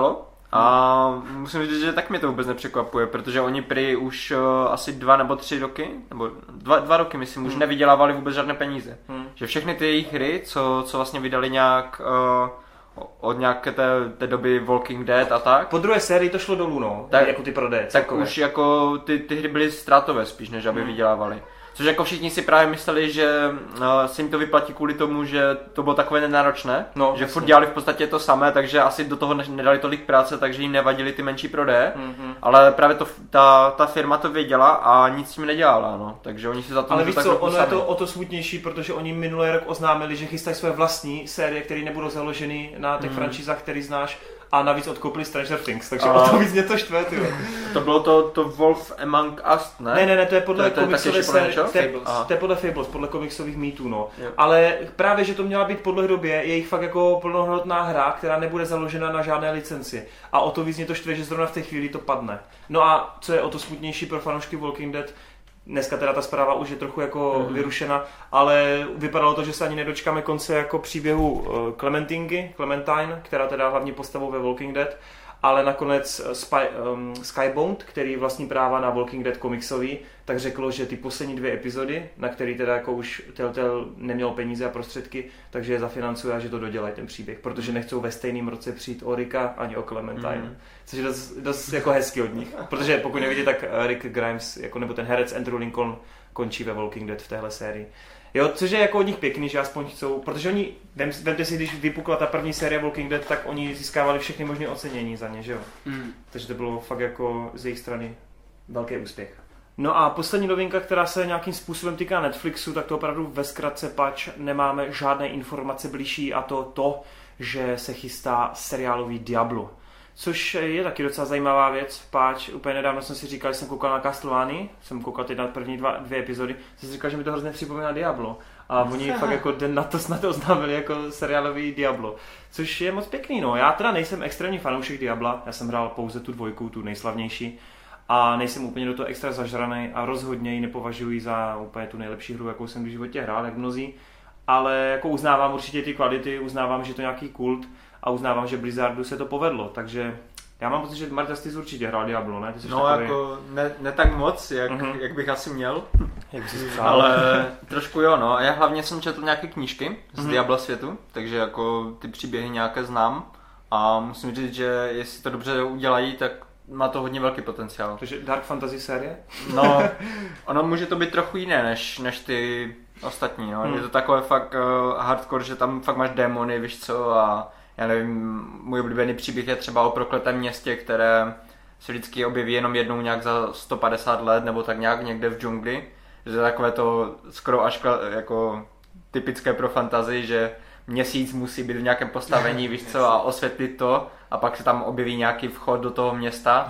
A musím říct, že tak mě to vůbec nepřekvapuje, protože oni prý už uh, asi dva nebo tři roky, nebo dva, dva roky myslím, už hmm. nevydělávali vůbec žádné peníze. Hmm. Že všechny ty jejich hry, co, co vlastně vydali nějak uh, od nějaké té, té doby Walking Dead a tak. Po druhé sérii to šlo dolů, no, tak, jako ty prodeje. Tak už jako ty, ty hry byly ztrátové spíš, než aby hmm. vydělávali. Což jako všichni si právě mysleli, že uh, se jim to vyplatí kvůli tomu, že to bylo takové nenáročné, no, že jasně. furt dělali v podstatě to samé, takže asi do toho nedali tolik práce, takže jim nevadily ty menší prodeje, mm-hmm. ale právě to, ta, ta firma to věděla a nic s tím nedělala, no, takže oni si za to ale víš co, ono je to o to smutnější, protože oni minulý rok oznámili, že chystají své vlastní série, které nebudou založeny na těch mm. franšízách, který znáš. A navíc odkoupili Stranger Things, takže a... o to víc mě to štve, ty. To bylo to, to Wolf Among Us, ne? Ne, ne, ne, to je podle komiksové série, to, je, to je podle Fables, podle komiksových mýtů, no. Jo. Ale právě, že to měla být po dlouhé době jejich fakt jako plnohodnotná hra, která nebude založena na žádné licenci. A o to víc mě to štve, že zrovna v té chvíli to padne. No a co je o to smutnější pro fanoušky Walking Dead, dneska teda ta zpráva už je trochu jako mm. vyrušena, ale vypadalo to, že se ani nedočkáme konce jako příběhu Clementinky, Clementine, která teda hlavní postavou ve Walking Dead, ale nakonec Spy, um, Skybound, který vlastní práva na Walking Dead komiksový, tak řeklo, že ty poslední dvě epizody, na který teda jako už Telltale neměl peníze a prostředky, takže je zafinancuje a že to dodělají ten příběh, protože nechcou ve stejném roce přijít o Ricka ani o Clementine. Mm. Což je dost, dost jako hezky od nich, protože pokud nevidíte, tak Rick Grimes, jako nebo ten herec Andrew Lincoln končí ve Walking Dead v téhle sérii. Jo, což je jako od nich pěkný, že aspoň chcou, protože oni, vemte si, když vypukla ta první série Walking Dead, tak oni získávali všechny možné ocenění za ně, že jo. Mm. Takže to bylo fakt jako z jejich strany velký úspěch. No a poslední novinka, která se nějakým způsobem týká Netflixu, tak to opravdu ve zkratce pač nemáme žádné informace blížší, a to to, že se chystá seriálový Diablo. Což je taky docela zajímavá věc, páč úplně nedávno jsem si říkal, že jsem koukal na Castlevanii, jsem koukal teď na první dva, dvě epizody, jsem si říkal, že mi to hrozně připomíná Diablo. A oni fakt jako den na to snad oznámili jako seriálový Diablo, což je moc pěkný, no. Já teda nejsem extrémní fanoušek Diabla, já jsem hrál pouze tu dvojku, tu nejslavnější, a nejsem úplně do toho extra zažraný a rozhodně ji nepovažuji za úplně tu nejlepší hru, jakou jsem v životě hrál, jak mnozí, ale jako uznávám určitě ty kvality, uznávám, že to je nějaký kult, a uznávám, že Blizzardu se to povedlo, takže já mám pocit, že Marta, ty jsi určitě hrál Diablo, ne? Ty jsi no takový... jako ne, ne tak moc, jak, uh-huh. jak bych asi měl, jak ale trošku jo, no. Já hlavně jsem četl nějaké knížky z uh-huh. Diabla světu, takže jako ty příběhy nějaké znám a musím říct, že jestli to dobře udělají, tak má to hodně velký potenciál. Takže Dark Fantasy série? No, ono může to být trochu jiné než, než ty ostatní, no. Hmm. Je to takové fakt uh, hardcore, že tam fakt máš démony, víš co, a já nevím, můj oblíbený příběh je třeba o prokletém městě, které se vždycky objeví jenom jednou nějak za sto padesát let, nebo tak nějak někde v džungli. Že to je takové to skoro až jako typické pro fantazii, že měsíc musí být v nějakém postavení, víš co, a osvětlit to, a pak se tam objeví nějaký vchod do toho města.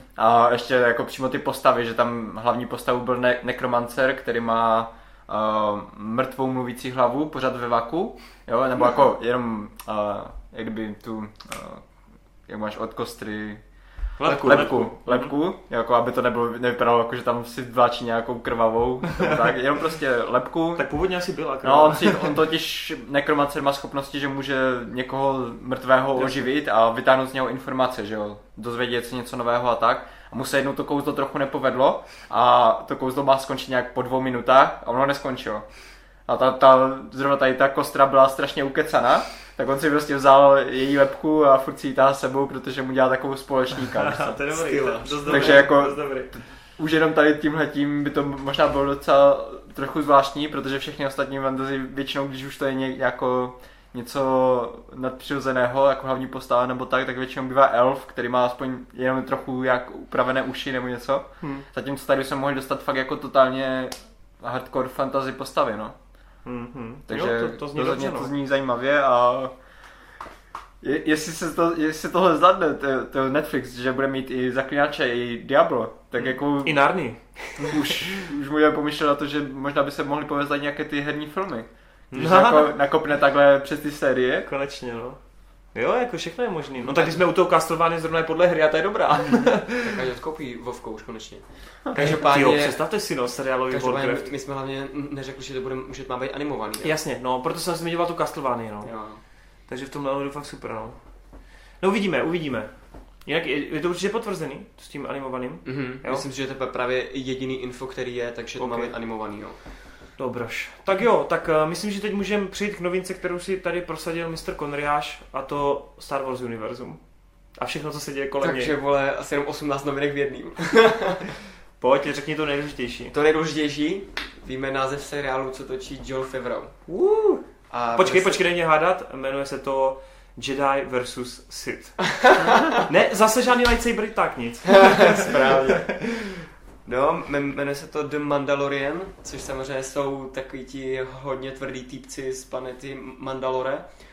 A ještě jako přímo ty postavy, že tam hlavní postavu byl ne- nekromancer, který má uh, mrtvou mluvící hlavu, pořád ve vaku, jo, nebo jako jenom, uh, jak kdyby tu, uh, jak máš od kostry, Lepku, lepku, lepku, lepku, jako aby to nebylo, nevypadalo jako, že tam si vláčí nějakou krvavou, tak, jenom prostě lepku. Tak původně asi byla krvavá. No, on, si, on totiž, nekromancer má schopnosti, že může někoho mrtvého oživit a vytáhnout z něho informace, že jo, dozvědět si něco nového a tak. A mu se jednou to kouzlo trochu nepovedlo a to kouzlo má skončit nějak po dvou minutách a ono neskončilo. A ta, ta, zrovna tady ta kostra byla strašně ukecaná, tak on si prostě vzal její lepku a furt si ji táhl sebou, protože mu dělá takovou společníka. To je dobrý, to, takže jako už jenom tady tímhletím by to možná bylo docela trochu zvláštní, protože všechny ostatní fantasy většinou, když už to je nějako něco nadpřirozeného, jako hlavní postava nebo tak, tak většinou bývá elf, který má aspoň jenom trochu jak upravené uši nebo něco. Hmm. Zatímco tady jsme mohli dostat fakt jako totálně hardcore fantasy postavy, no. Mm-hmm. Takže jo, to, to, zní dobře, no. to zní zajímavě a je, jestli se to, jestli tohle zvládne, to, to Netflix, že bude mít i Zaklínače, i Diablo, tak jako... I Narny. Už, už můžeme pomýšlet na to, že možná by se mohli povést nějaké ty herní filmy. Když no. jako nakopne takhle přes ty série. Konečně, no. Jo, jako všechno je možný. No tak když jsme u toho Castlevania zrovna je podle hry a to je dobrá. Tak ať odkoupí Vovko už konečně. Každopádně... Tyjo, představte si, no, seriálový Warcraft. My jsme hlavně neřekli, že to bude, že to má být animovaný. Ne? Jasně, no, proto jsem zmiňoval tu Castlevania, no. Jo. Takže v tomhle je fakt super, no. No uvidíme, uvidíme. Jinak je, je to určitě potvrzený s tím animovaným? Mm-hmm. Myslím si, že to je právě jediný info, který je, takže to okay. máme animovaný, jo. Dobroš. Tak jo, tak uh, myslím, že teď můžeme přijít k novince, kterou si tady prosadil mister Konriáš, a to Star Wars univerzum. A všechno, co se děje kolem něj. Takže, vole, asi jenom osmnáct novinek v jedným. Pojď, řekni to nejdůležitější. To nejdůležitější, víme název seriálu, co točí Jon Favreau. Uh. A počkej, počkej, dej mě hádat, jmenuje se to Jedi versus Sith. Ne, zase žádný lightsaber, tak nic. Správně. No, jmenuje se to The Mandalorian, což samozřejmě jsou takový ti hodně tvrdý týpci z planety Mandalore.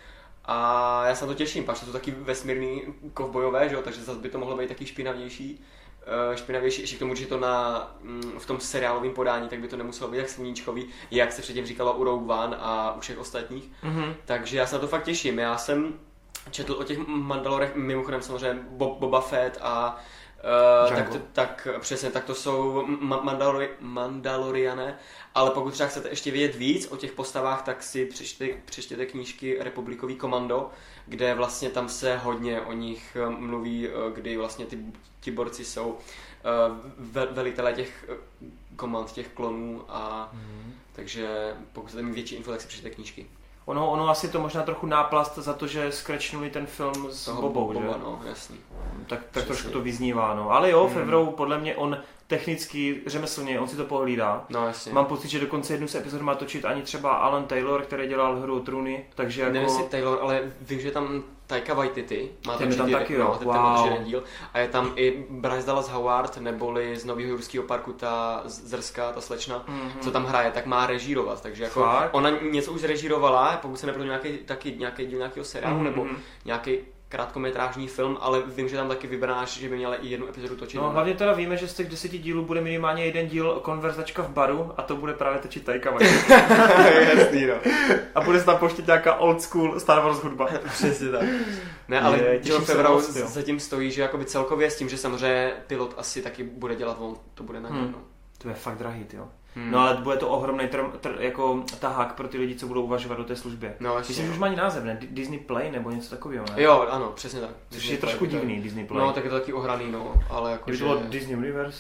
A já se na to těším, protože to jsou taky vesmírný kovbojové, že jo, takže zase by to mohlo být taky špinavější. špinavější, ještě k tomu, že to na, v tom seriálovém podání, tak by to nemuselo být tak sluníčkový, jak se předtím říkalo u Rogue One a u všech ostatních. Mm-hmm. Takže já se na to fakt těším. Já jsem četl o těch Mandalorech, mimochodem samozřejmě Bob, Boba Fett a uh, tak, to, tak přesně, tak to jsou ma- Mandalori- Mandaloriané, ale pokud třeba chcete ještě vědět víc o těch postavách, tak si přečtěte, přečtěte knížky Republikový komando, kde vlastně tam se hodně o nich mluví, kdy vlastně ty, ti borci jsou uh, ve, velitelé těch komand, těch klonů a mm. takže pokud chcete mít větší info, tak si přečtěte knížky. Ono, ono asi to možná trochu náplast za to, že skrečnuli ten film s Toho Bobou, Boba, že? No, jasný. Tak, tak trošku to vyznívá, no. Ale jo, mm. Favreau, podle mě on technicky, řemeslně, on si to pohlídá. No, jasně. Mám pocit, že dokonce jednu z epizod má točit ani třeba Alan Taylor, který dělal Hru o trůny, takže jako... Nevím si Taylor, ale vím, že tam Taika Waititi, má ten tam taky, jo. No, ten, wow. ten jeden díl. A je tam i Bryce Dallas Howard, neboli z Nového Jurského parku ta Zrská, ta slečna, mm-hmm. co tam hraje, tak má režírovat. Takže jako Fakt? ona něco už režírovala, pokud se neprodl nějaký, taky nějaký díl nějakého seriálu, mm-hmm. nebo nějaký krátkometrážní film, ale vím, že tam taky vybranáš, že by měla i jednu epizodu točit. No hlavně teda víme, že z těch deseti dílů bude minimálně jeden díl konverzačka v baru a to bude právě točit Taika Waititi. Jasný, no. A bude se tam pouštět nějaká old school Star Wars hudba. Přesně tak. Ne, ale Jon Favreau zatím stojí, že jakoby celkově s tím, že samozřejmě pilot asi taky bude dělat on, to bude na něm. Hmm. No. To je fakt drahý, tyjo. Hmm. No ale bude to ohromný tr- tr- jako tahák pro ty lidi, co budou uvažovat do té službě. No, myslím, že už má ani název, ne? Disney Play nebo něco takového, ne? Jo, ano, přesně tak. Což Disney je trošku Play, divný, Disney Play. No, tak je to taky ohraný, no, ale jako že... bylo Disney Universe?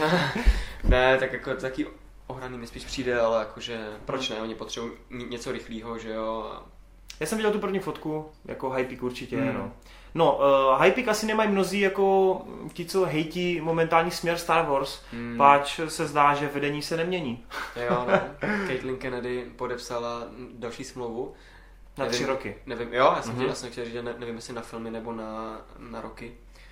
Ne, tak jako taky ohraný mi spíš přijde, ale jakože proč ne, oni potřebují něco rychlého, že jo. Já jsem viděl tu první fotku, jako Hypeek určitě, hmm. no. No, uh, Hypeek asi nemají mnozí jako ti, co hejtí momentální směr Star Wars, hmm. páč se zdá, že vedení se nemění. Jo, no. Caitlin Kennedy podepsala další smlouvu. Na nevím, tři roky. Nevím, jo, já jsem, mm-hmm. chtěl, chtěl říct, že ne, nevím, jestli na filmy nebo na, na roky.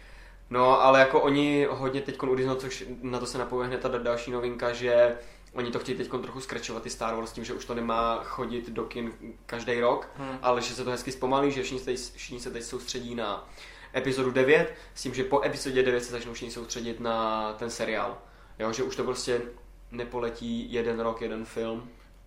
No, ale jako oni hodně teď udiznou, což na to se napojuje hned ta další novinka, že oni to chtějí teď trochu skračovat, ty Star Wars, tím, že už to nemá chodit do kin každý rok, hmm. ale že se to hezky zpomalí, že všichni se, teď, všichni se teď soustředí na epizodu devět, s tím, že po epizodě devět se začnou všichni soustředit na ten seriál. Jo, že už to prostě nepoletí jeden rok, jeden film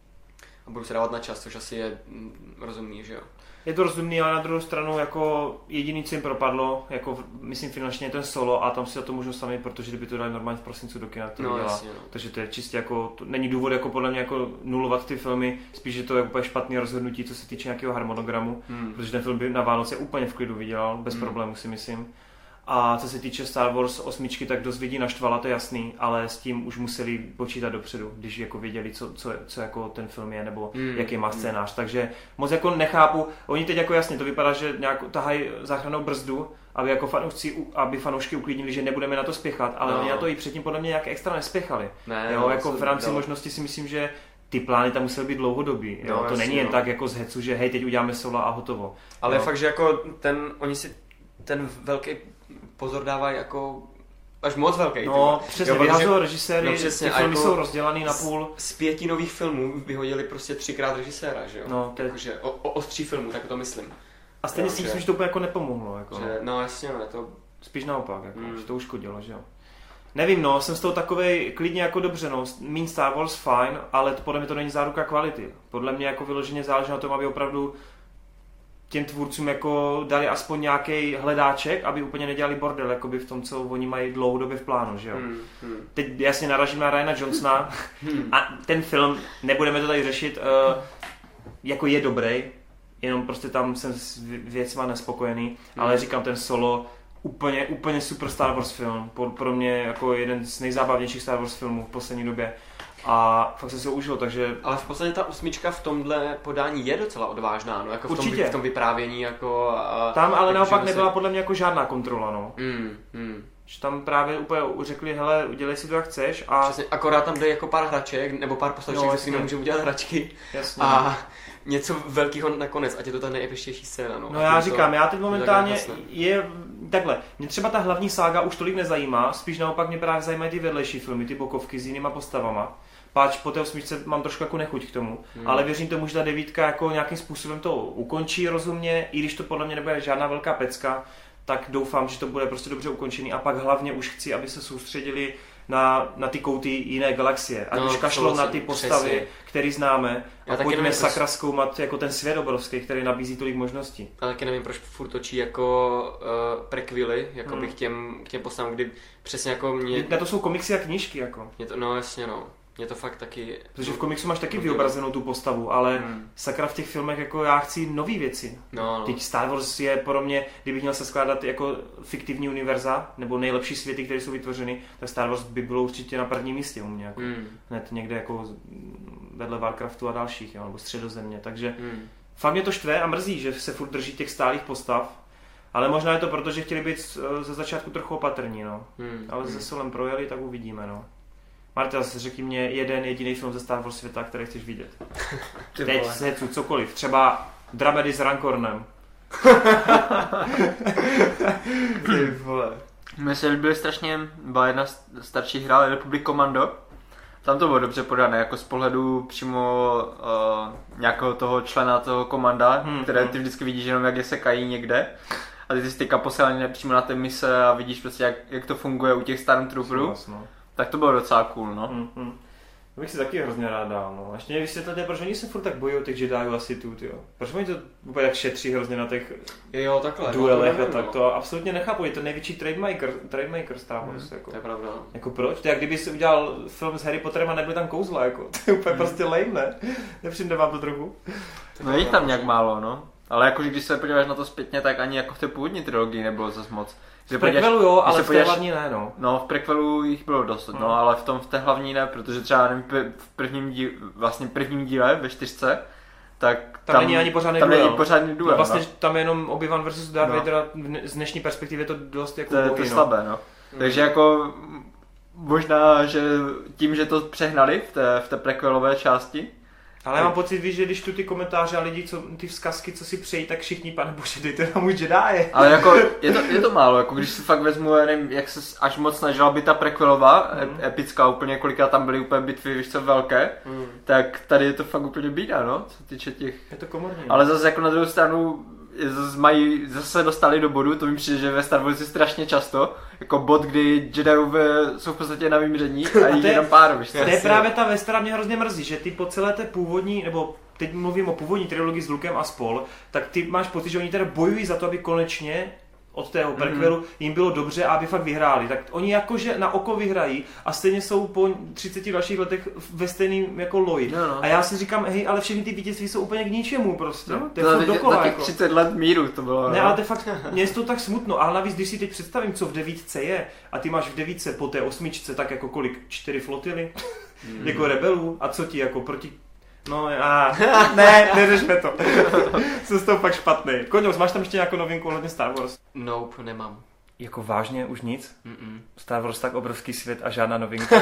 a budu se dávat na čas, což asi je mm, rozumný, že jo. Je to rozumný, ale na druhou stranu jako jediný, co jim propadlo, jako myslím finančně ten Solo a tam si za to můžou sami, protože kdyby to dali normálně v prosincu do kina, to no, dělá. Jasně, no. Takže to je čistě jako, to není důvod jako podle mě jako nulovat ty filmy, spíš, že to je úplně špatný rozhodnutí, co se týče nějakého harmonogramu, hmm. protože ten film by na Vánoce úplně v klidu vydělal, bez hmm. problémů si myslím. A co se týče Star Wars osmičky, tak dost lidí naštvala, to je jasný, ale s tím už museli počítat dopředu, když jako věděli, co, co, co jako ten film je, nebo mm, jaký má scénář. Mm. Takže moc jako nechápu, oni teď jako jasně, to vypadá, že nějak tahají záchrannou brzdu, aby jako fanoušci, aby fanoušky uklidnili, že nebudeme na to spěchat, ale no. oni na to i předtím podle mě nějak extra nespěchali. Ne, jo, no, jako v rámci dalo. možnosti si myslím, že ty plány tam musely být dlouhodobý. Jo? No, to jasný, není jen no. tak jako z hecu, že hej, teď uděláme Sola a hotovo. Ale jo? fakt, že jako ten, oni si ten velký pozor dávají jako až moc velký. No, přesně, vyhazují režiséry, no, přesně, ty filmy jako jsou rozdělaný na půl. Z, z pěti nových filmů vyhodili prostě třikrát režiséra, že jo? No, teď... Jakože o, o ostří filmů, tak to myslím. A stejně si myslím, že to úplně jako nepomohlo. Jako, že, no jasně, no, to... Spíš naopak, jako, mm. že to uškodilo, že jo? Nevím, no, jsem z toho takovej klidně jako dobře, no, míň Star Wars fajn, ale to, podle mě to není záruka kvality. Podle mě jako vyloženě záleží na tom, aby opravdu těm tvůrcům jako dali aspoň nějaký hledáček, aby úplně nedělali bordel jakoby v tom, co oni mají dlouhodobě v plánu, že jo. Hmm, hmm. Teď jasně narážím na Ryana Johnsona hmm. a ten film, nebudeme to tady řešit, uh, jako je dobrý, jenom prostě tam jsem s věcma nespokojený, hmm. ale říkám, ten Solo úplně, úplně super Star Wars film. Pro mě jako jeden z nejzábavnějších Star Wars filmů v poslední době. A fakt se si ho užil, takže... Ale v podstatě ta osmička v tomhle podání je docela odvážná, no, jako v tom, Určitě. v tom vyprávění, jako... A, tam ale jako, naopak že nebyla se... podle mě jako žádná kontrola, no. Mm, mm. Že tam právě úplně řekli, hele, udělej si to, jak chceš a... Přesně, akorát tam jde jako pár hraček, nebo pár postaviček, No, že si nemůžou udělat hračky. Jasně. A něco velkého nakonec, ať je to ta nejepeštější scéna, no. No já to, říkám, já teď momentálně vlastně. je takhle, mě třeba ta hlavní sága už tolik nezajímá, spíš naopak mě právě zajímají ty vedlejší filmy, ty bokovky s jinýma postavama. Páč po té osmičce mám trošku jako nechuť k tomu, hmm. ale věřím tomu, že ta devítka jako nějakým způsobem to ukončí rozumně, i když to podle mě nebude žádná velká pecka, tak doufám, že to bude prostě dobře ukončený a pak hlavně už chci, aby se soustředili na, na ty kouty jiné galaxie. Ať no, už kašlou na ty postavy, které známe Já a pojďme nevím, sakra proč... zkoumat jako ten svět obrovský, který nabízí tolik možností. Já taky nevím, proč furt točí jako uh, prequely, jako hmm. k těm, k těm postavám, kdy přesně jako mě... Na to jsou komiksy a knížky jako. Mě to, no jasně no. Mě to fakt taky... Protože v komiksu máš taky vyobrazenou tu postavu, ale hmm. sakra v těch filmech jako já chci nový věci. No, no. Teď Star Wars je pro mě, kdybych měl se skládat jako fiktivní univerza, nebo nejlepší světy, které jsou vytvořeny, tak Star Wars by bylo určitě na prvním místě u mě. Jako. Hmm. Hned někde jako vedle Warcraftu a dalších, jo, nebo Středozemě. Takže hmm. fakt mě to štve a mrzí, že se furt drží těch stálých postav. Ale možná je to proto, že chtěli být ze začátku trochu opatrní, no. Hmm. Ale hmm. se Solem projeli, tak uvidíme, no. Marta, řekni mě jeden jediný film ze Star Wars světa, který chceš vidět. Teď se hecu cokoliv, třeba Dramedy s Rancornem. Ty vole. Mně se líbily strašně, byla jedna starší hra, Republic Commando. Tam to bylo dobře podané, jako z pohledu přímo uh, nějakého toho člena toho komanda, hmm, které ty vždycky vidíš jenom, jak je sekají někde. A ty jsi teďka posílaný přímo na té mise a vidíš prostě, jak, jak to funguje u těch Stormtrooperů. Tak to bylo docela cool, no. Hmm, hmm. To bych si taky hrozně rád dal, no. Ještě mě vysvětlete, proč oni se furt tak bojí o těch Jediů a Sithů, tyjo. Proč oni to úplně tak šetří hrozně na těch jo, takhle, duelech no, a tak, to absolutně nechápu, je to největší trademaker, trademaker Star Wars, hmm, jako. To je pravda. Jako proč? To je jak kdyby si udělal film s Harry Potterem a nebyly tam kouzla, jako. To je úplně hmm. prostě lame, ne? Nepřijde vám to trochu? No je tam nějak málo, no. Ale jako když se podíváš na to zpětně, tak ani jako v té původní trilogii nebylo zas moc. V prequelu jo, ale v té hlavní ne, no. No, v prequelu jich bylo dost, no, no ale v tom v té hlavní ne, protože třeba nevím, v prvním díle, vlastně prvním díle ve čtyřce, tak tam, tam není ani pořádný tam duel. Není pořádný duel, no, vlastně no. Tam je jenom Obi-Wan versus Darth no. Vader a z dnešní perspektivy je to dost jako to, bohy, to je no. slabé, no. Mm. Takže jako možná, že tím, že to přehnali v té, v té prequelové části. Ale já mám pocit, víš, že když tu ty komentáře a lidi, co, ty vzkazky, co si přejí, tak všichni, pane bože, dejte nám můj Jedi. Ale jako, je to, je to málo, jako když si fakt vezmu, nevím, jak se až moc snažila být ta prequelová, mm. epická úplně, kolikrát tam byly úplně bitvy, víš co, velké, mm. tak tady je to fakt úplně bída, no, co týče těch. Je to komorní. Ale zase jako na druhou stranu, zase mají, zase dostali do bodu, to mi přijde, že ve Star Wars je strašně často, jako bod, kdy Jediové jsou v podstatě na vymření a jich jenom pár, víš co? To je právě ta Vestra mě hrozně mrzí, že ty po celé té původní, nebo teď mluvím o původní trilogii s Lukem a spol, tak ty máš pocit, že oni teda bojují za to, aby konečně od tého prequelu mm-hmm. jim bylo dobře a aby fakt vyhráli. Tak oni jakože na oko vyhrají a stejně jsou po třiceti dalších letech ve stejným jako loji. No, no. A já si říkám, hej, ale všechny ty vítězství jsou úplně k ničemu prostě. No, to je fakt dokola. Za těch jako. třicet let míru to bylo. Ne, no. ale to fakt, mě je to tak smutno. A navíc, když si teď představím, co v devítce je, a ty máš v devítce po té osmičce tak jako kolik? Čtyři flotily? Mm. Jako rebelů? A co ti jako proti... No a ne, neřešme to. Jsem z toho fakt špatný. Koňos, máš tam ještě nějakou novinku ohledně Star Wars? Nope, nemám. Jako vážně už nic? Mm-mm. Star Wars tak obrovský svět a žádná novinka.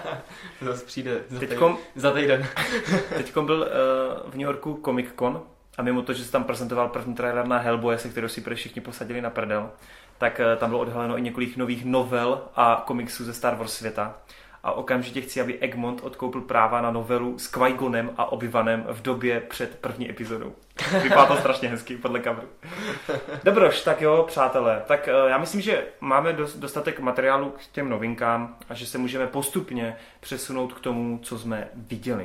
Zase přijde za, Teďkom, týden. za týden. Teďkom byl uh, v New Yorku Comic Con a mimo to, že se tam prezentoval první trailer na Hellboye, se kterou si všichni posadili na prdel, tak uh, tam bylo odhaleno i několik nových novel a komiksů ze Star Wars světa. A okamžitě chci, aby Egmont odkoupil práva na novelu s Qui-Gonem a Obi-Wanem v době před první epizodou. Vypadá to strašně hezky podle kamery. Dobroš, tak jo, přátelé. Tak uh, já myslím, že máme dostatek materiálu k těm novinkám a že se můžeme postupně přesunout k tomu, co jsme viděli.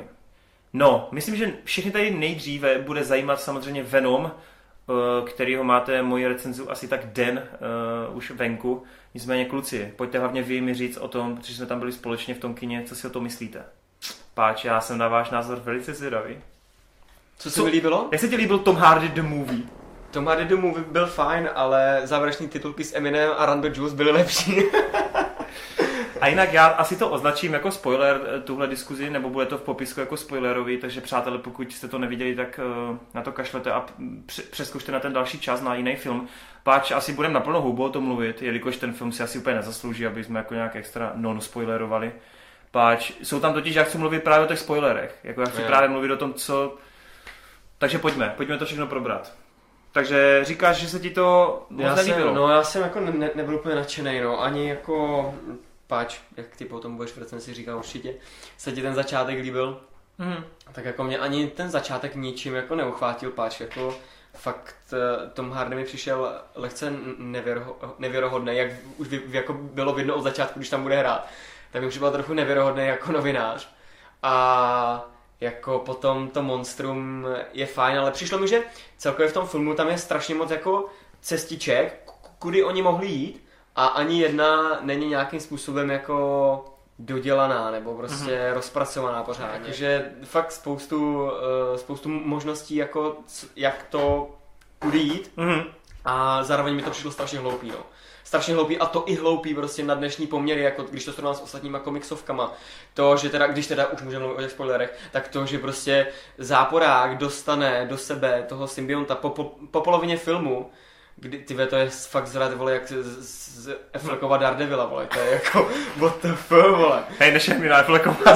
No, myslím, že všechny tady nejdříve bude zajímat samozřejmě Venom, uh, kterýho máte moji recenzu asi tak den uh, už venku. Nicméně kluci, pojďte hlavně vy mi říct o tom, protože jsme tam byli společně v tom kině, co si o tom myslíte. Páč, já jsem na váš názor velice zvědavý. Co se mi líbilo? Jak se ti líbil Tom Hardy The Movie? Tom Hardy The Movie byl fajn, ale závěrečný titulky s Eminem a Run the Juice byly lepší. A jinak já asi to označím jako spoiler, tuhle diskuzi, nebo bude to v popisku jako spoilerový, takže přátelé, pokud jste to neviděli, tak na to kašlete a přeskočte na ten další čas, na jiný film. Páč asi budeme naplno hubou o tom mluvit, jelikož ten film si asi úplně nezaslouží, aby jsme jako nějak extra non-spoilerovali. Páč, jsou tam totiž, já chci mluvit právě o těch spoilerech, jako já chci yeah. právě mluvit o tom, co... Takže pojďme, pojďme to všechno probrat. Takže říkáš, že se ti to moc nelíbilo? No já jsem jako ne, nebyl úplně nadšenej, no, ani jako... Páč, jak ty potom budeš v recenzi říká určitě, se ti ten začátek líbil, mm. tak jako mě ani ten začátek ničím jako neuchvátil, páč, jako fakt Tom Hardy mi přišel lehce nevěro, nevěrohodný, jak už jako bylo vidno od začátku, když tam bude hrát, tak mi přišel trochu nevěrohodný jako novinář a jako potom to monstrum je fajn, ale přišlo mi, že celkově v tom filmu tam je strašně moc jako cestiček, kudy oni mohli jít, a ani jedna není nějakým způsobem jako dodělaná nebo prostě mm-hmm. rozpracovaná pořádně. Takže fakt spoustu, uh, spoustu možností, jako jak to kudy jít mm-hmm. a zároveň mi to přišlo strašně hloupý. No. Strašně hloupý a to i hloupý prostě na dnešní poměry, jako když to srovnám s ostatníma komiksovkama. To, že teda, když teda už můžeme mluvit o těch spoilerech, tak to, že prostě záporák dostane do sebe toho symbionta po, po, po polovině filmu, kdy, tyve, to je fakt zrad, vole, jak z, z Affleckova Daredevila, vole, to je jako, what the fuck, vole. Hej, nešel mi na Affleckova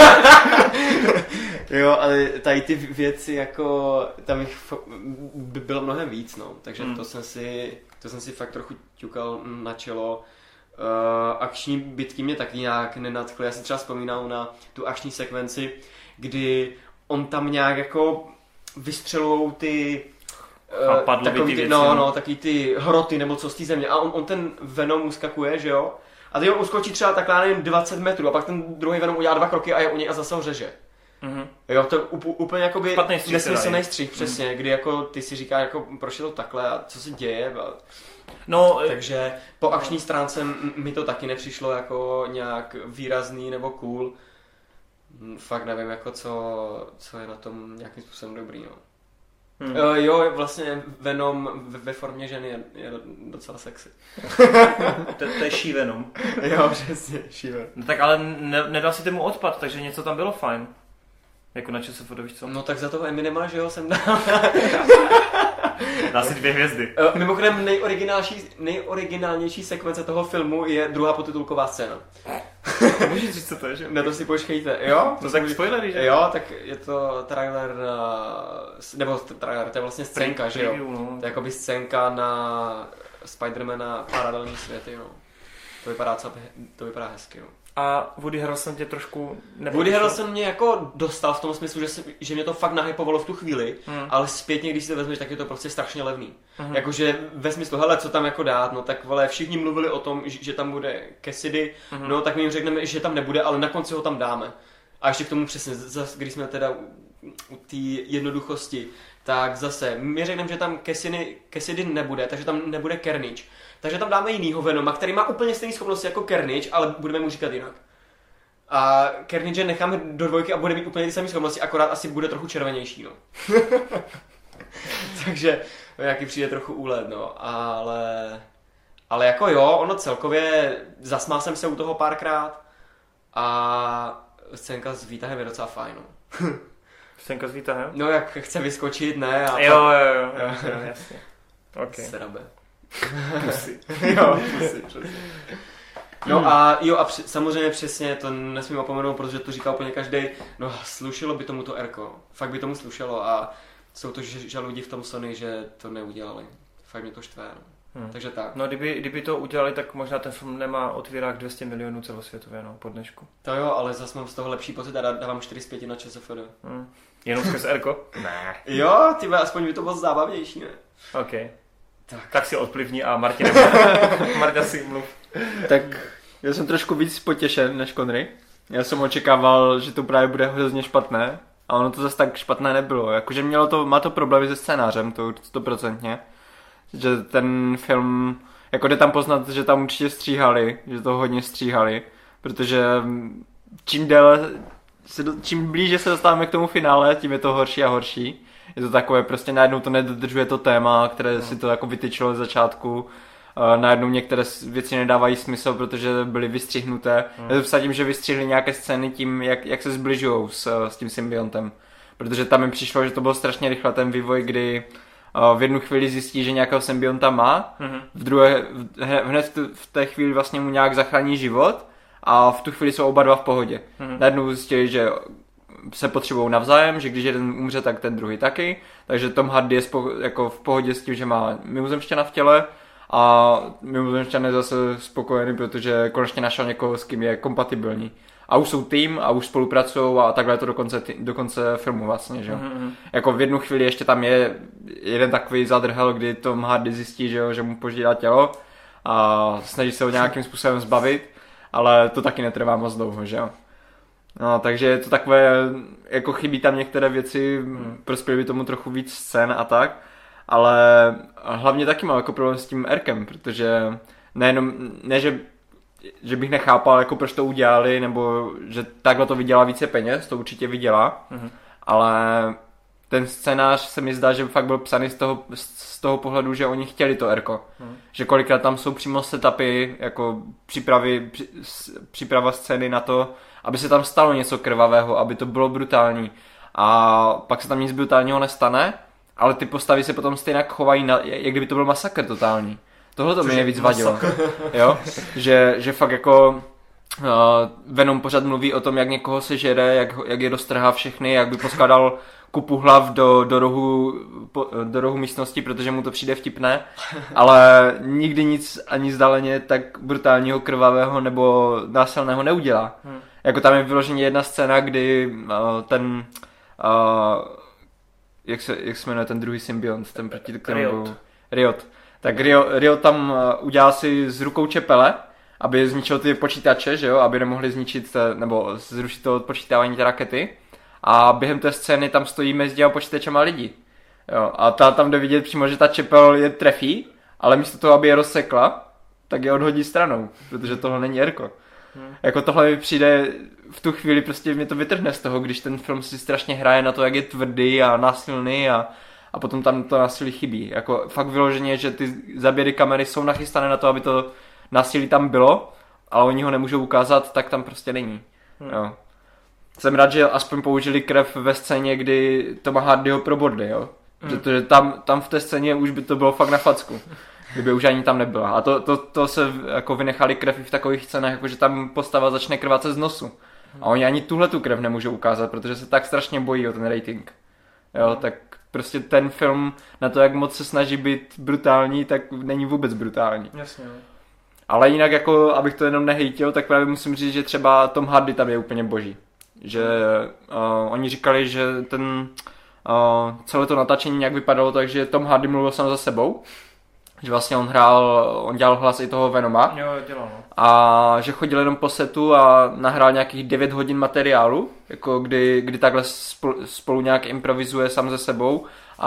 Jo, ale tady ty věci, jako, tam jich by bylo mnohem víc, no, takže hmm. to jsem si, to jsem si fakt trochu ťukal na čelo. Uh, akční bitky mě taky nějak nenadchly, já si třeba vzpomínám na tu akční sekvenci, kdy on tam nějak jako vystřelujou ty a takový ty, no, no, taky ty hroty nebo co z té země a on, on ten Venom uskakuje, že jo? A teď on uskočí třeba takhle, nevím, dvacet metrů a pak ten druhý Venom udělá dva kroky a je u něj a zase ho řeže. Mm-hmm. Jo, to je úplně jakoby nesmyslný střih, přesně, mm. kdy jako ty si říkáš, jako proč je to takhle a co se děje. No, takže po akční stránce mi to taky nepřišlo jako nějak výrazný nebo cool. Fakt nevím, jako co, co je na tom nějakým způsobem dobrý, no. Hmm. Uh, jo, vlastně Venom ve formě ženy je, je docela sexy. to, to je She Venom. Jo, přesně, She Venom. No tak ale ne, nedal si tomu odpad, takže něco tam bylo fajn. Jako na ČSFD, víš co? No tak za toho Eminema, že jo, jsem dal. Dá si dvě hvězdy. Uh, mimochodem nejoriginálnější, nejoriginálnější sekvence toho filmu je druhá potitulková scéna. Můžeš říct, co to je, že? Na to si počkejte, jo? To tak spoilery, že? Jo, tak je to trailer na... Nebo trailer, to je vlastně scénka, že jo? No. To je jakoby scénka na Spidermana Paralelní světy, no. To vypadá, co, to vypadá hezky, no. A Woody Harrelson tě trošku nepočil? Woody Harrelson mě jako dostal v tom smyslu, že, se, že mě to fakt nahypovalo v tu chvíli, hmm. ale zpětně, když si to vezmeš, tak je to prostě strašně levný. Hmm. Jakože ve smyslu, hele, co tam jako dát, no tak vole, všichni mluvili o tom, že, že tam bude Cassidy, hmm. no tak my jim řekneme, že tam nebude, ale na konci ho tam dáme. A ještě k tomu přesně, zase, když jsme teda u, u té jednoduchosti, tak zase, my řekneme, že tam Cassidy, Cassidy nebude, takže tam nebude Carnage. Takže tam dáme jinýho Venoma, který má úplně stejné schopnosti jako Carnage, ale budeme mu říkat jinak. A Carnage necháme do dvojky a bude mít úplně ty samé schopnosti, akorát asi bude trochu červenější, no. Takže jaký přijde trochu úlet, no, ale... Ale jako jo, ono celkově, zasmál jsem se u toho párkrát a scénka s výtahem je docela fajn, no. Scénka s výtahem? No, jak chce vyskočit, ne? A jo, jo, jo, jo, jo, jasně. Okay. Srabe. Pusy. Jo, pusy, přesně. No hmm. a jo, a při, samozřejmě přesně, to nesmím opomenout, protože to říká úplně každý. No, slušelo by tomu to Erko. Fakt by tomu slušelo a jsou to žaludi v tom Sony, že to neudělali. Fakt mě to štve, no. Hmm. Takže tak. No, kdyby, kdyby to udělali, tak možná ten film nemá otvírák dvě stě milionů celosvětově, no, po dnešku. To jo, ale zase mám z toho lepší pocit a dávám čtyři z pěti na ČSFD. Hmm. Jenom skrz Erko? Ne. Jo, ty aspoň by to bylo zábavnější, ne? OK. Tak, tak si odplivni a Martin, Marta si mluv. Tak já jsem trošku víc potěšen než Connery. Já jsem očekával, že to právě bude hrozně špatné a ono to zase tak špatné nebylo. Jakože mělo to, má to problémy se scénářem, to stoprocentně. Že ten film, jako jde tam poznat, že tam určitě stříhali, že to hodně stříhali, protože čím déle se do, čím blíže se dostáváme k tomu finále, tím je to horší a horší. Je to takové, prostě najednou to nedodržuje to téma, které no. si to jako vytyčilo z začátku. Uh, najednou některé věci nedávají smysl, protože byly vystřihnuté. Mm. Je to vsadím, tím, že vystřihli nějaké scény tím, jak, jak se zbližují s, s tím symbiontem. Protože tam mi přišlo, že to bylo strašně rychle ten vývoj, kdy uh, v jednu chvíli zjistí, že nějakého symbionta má, mm. v druhé, v, hned v té chvíli vlastně mu nějak zachrání život a v tu chvíli jsou oba dva v pohodě. Mm. Najednou zjistili, že se potřebují navzájem, že když jeden umře, tak ten druhý taky. Takže Tom Hardy je spo, jako v pohodě s tím, že má mimozemšťana v těle a mimozemšťan je zase spokojený, protože konečně našel někoho, s kým je kompatibilní. A už jsou tým a už spolupracují a takhle je to do konce, do konce filmu vlastně, že jo. Mm-hmm. Jako v jednu chvíli ještě tam je jeden takový zadrhel, kdy Tom Hardy zjistí, že, jo, že mu požírá tělo a snaží se ho nějakým způsobem zbavit, ale to taky netrvá moc dlouho, že jo. No, takže je to takové, jako chybí tam některé věci, hmm. prospěly by tomu trochu víc scén a tak, ale hlavně taky mám jako problém s tím Erkem, protože nejenom, ne, že, že bych nechápal, jako proč to udělali, nebo že takhle to vydělá více peněz, to určitě vydělá, hmm. ale ten scénář se mi zdá, že fakt byl psaný z toho, z toho pohledu, že oni chtěli to Erko. Hmm. Že kolikrát tam jsou přímo setupy, jako přípravy, při, příprava scény na to, aby se tam stalo něco krvavého, aby to bylo brutální. A pak se tam nic brutálního nestane, ale ty postavy se potom stejně chovají, na, jak kdyby to byl masakr totální. Tohle to mi nejvíc vadilo. Jo? Že, že fakt jako uh, Venom pořád mluví o tom, jak někoho se žere, jak, jak je roztrhá všechny, jak by poskládal kupu hlav do, do, rohu, po, do rohu místnosti, protože mu to přijde vtipné, ale nikdy nic ani zdáleně tak brutálního, krvavého nebo násilného neudělá. Hmm. Jako tam je vyloženě jedna scéna, kdy uh, ten uh, jak se, jak se jmenuje ten druhý symbiont, ten proti kterému Riot. Riot. Tak Riot, Riot tam uh, udělá si s rukou čepele, aby zničil ty počítače, že jo, aby nemohli zničit nebo zrušit to odpočítávání té rakety. A během té scény tam stojí mezi těma počítačema lidi. Jo, a ta tam jde vidět přímo, že ta čepel je trefí, ale místo toho, aby je rozsekla, tak je odhodí stranou, protože tohle není Erko. Hmm. Jako tohle mi přijde v tu chvíli, prostě mě to vytrhne z toho, když ten film si strašně hraje na to, jak je tvrdý a násilný a, a potom tam to násilí chybí. Jako fakt vyloženě, že ty záběry kamery jsou nachystané na to, aby to násilí tam bylo, ale oni ho nemůžou ukázat, tak tam prostě není. Hmm. Jo. Jsem rád, že aspoň použili krev ve scéně, kdy Toma Hardyho probodli, jo. Mm. Protože tam, tam v té scéně už by to bylo fakt na facku, kdyby už ani tam nebyla. A to, to, to se jako vynechali krev v takových scénách, jako že tam postava začne krvácet z nosu. A oni ani tuhle tu krev nemůžou ukázat, protože se tak strašně bojí o ten rating. Jo, mm. tak prostě ten film na to, jak moc se snaží být brutální, tak není vůbec brutální. Jasně. Ale jinak jako, abych to jenom nehejtil, tak právě musím říct, že třeba Tom Hardy tam je úplně boží. Že uh, oni říkali, že ten uh, celé to natáčení nějak vypadalo tak, že Tom Hardy mluvil sám za sebou, že vlastně on hrál, on dělal hlas i toho Venoma. Jo, dělal, no. A že chodil jenom po setu a nahrál nějakých devět hodin materiálu, jako kdy, kdy takhle spolu, spolu nějak improvizuje sám ze sebou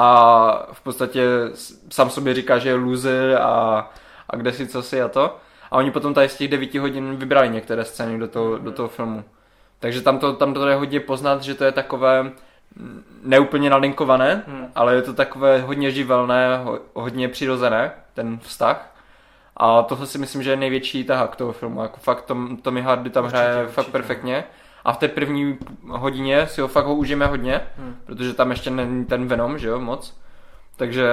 a v podstatě sám sobě říká, že je loser a, a kde si co si a to. A oni potom tady z těch devíti hodin vybrali některé scény do toho, do toho filmu. Takže tam to, tam to je hodně poznat, že to je takové neúplně nalinkované, hmm. ale je to takové hodně živelné, hodně přirozené, ten vztah. A tohle si myslím, že je největší tahák toho filmu. Jako fakt Tom, Tommy Hardy tam určitě, hraje určitě. Fakt perfektně. A v té první hodině si ho fakt ho užijeme hodně, hmm. protože tam ještě není ten Venom, že jo, moc. Takže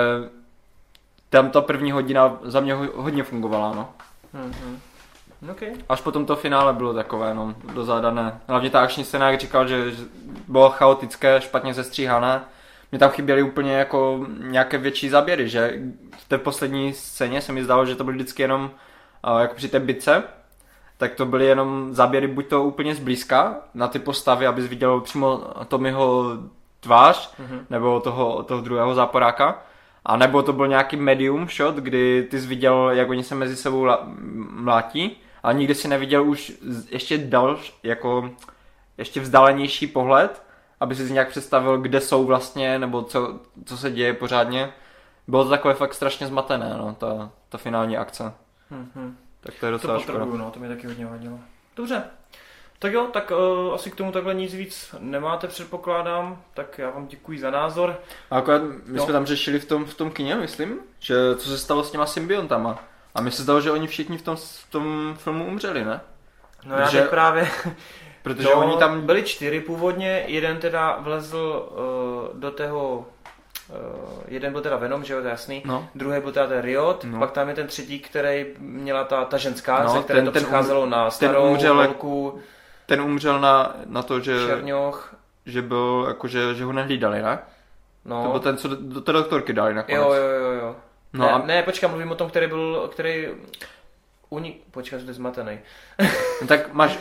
tam ta první hodina za mě hodně fungovala, no. Hmm, hmm. Okay. Až potom to finále bylo takové, no, dozádané. Hlavně ta akční scéna, jak říkal, že, že bylo chaotické, špatně sestříhané. Mně tam chyběly úplně jako nějaké větší záběry, že v té poslední scéně se mi zdálo, že to byly vždycky jenom uh, jako při té bitce, tak to byly jenom záběry buď to úplně zblízka na ty postavy, abys viděl přímo Tommyho tvář, mm-hmm. nebo toho, toho druhého záporáka, a nebo to byl nějaký medium shot, kdy ty jsi viděl, jak oni se mezi sebou mlátí, a nikdy si neviděl už ještě další, jako ještě vzdálenější pohled, aby si nějak představil, kde jsou vlastně, nebo co, co se děje pořádně. Bylo to takové fakt strašně zmatené, no, ta, ta finální akce. Hmm, hmm. Tak to je docela škoda. To potřebuju, no, to mi taky hodně vadilo. Dobře. Tak jo, tak uh, asi k tomu takhle nic víc nemáte, předpokládám, tak já vám děkuji za názor. A akorát my no. jsme tam řešili v tom, v tom kině, myslím, že co se stalo s těma symbiontama. A mi se zdalo, že oni všichni v tom, v tom filmu umřeli, ne? No já teď právě... Protože no, oni tam... byli čtyři původně, jeden teda vlezl uh, do tého... Uh, jeden byl teda Venom, že jo, to je jasný. No. Druhý byl teda ten Riot, no. pak tam je ten třetí, který měla ta, ta ženská, no, se které ten, to ten přicházelo um, na starou umřel, velkou... Ten umřel na, na to, že... Černoch. Že byl, jakože, že ho nehlídali, ne? No. To byl ten, co do, do té doktorky dali nakonec. Jo, jo, jo, jo. No ne, a... ne, počkej, mluvím o tom, který byl, který... Unik... Počkej, že to je zmatený. No, tak máš...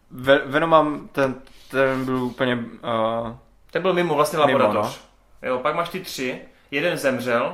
Venom, ten, ten byl úplně... Uh... Ten byl mimo vlastně laboratoř. Mimo, no. Jo, pak máš ty tři. Jeden zemřel.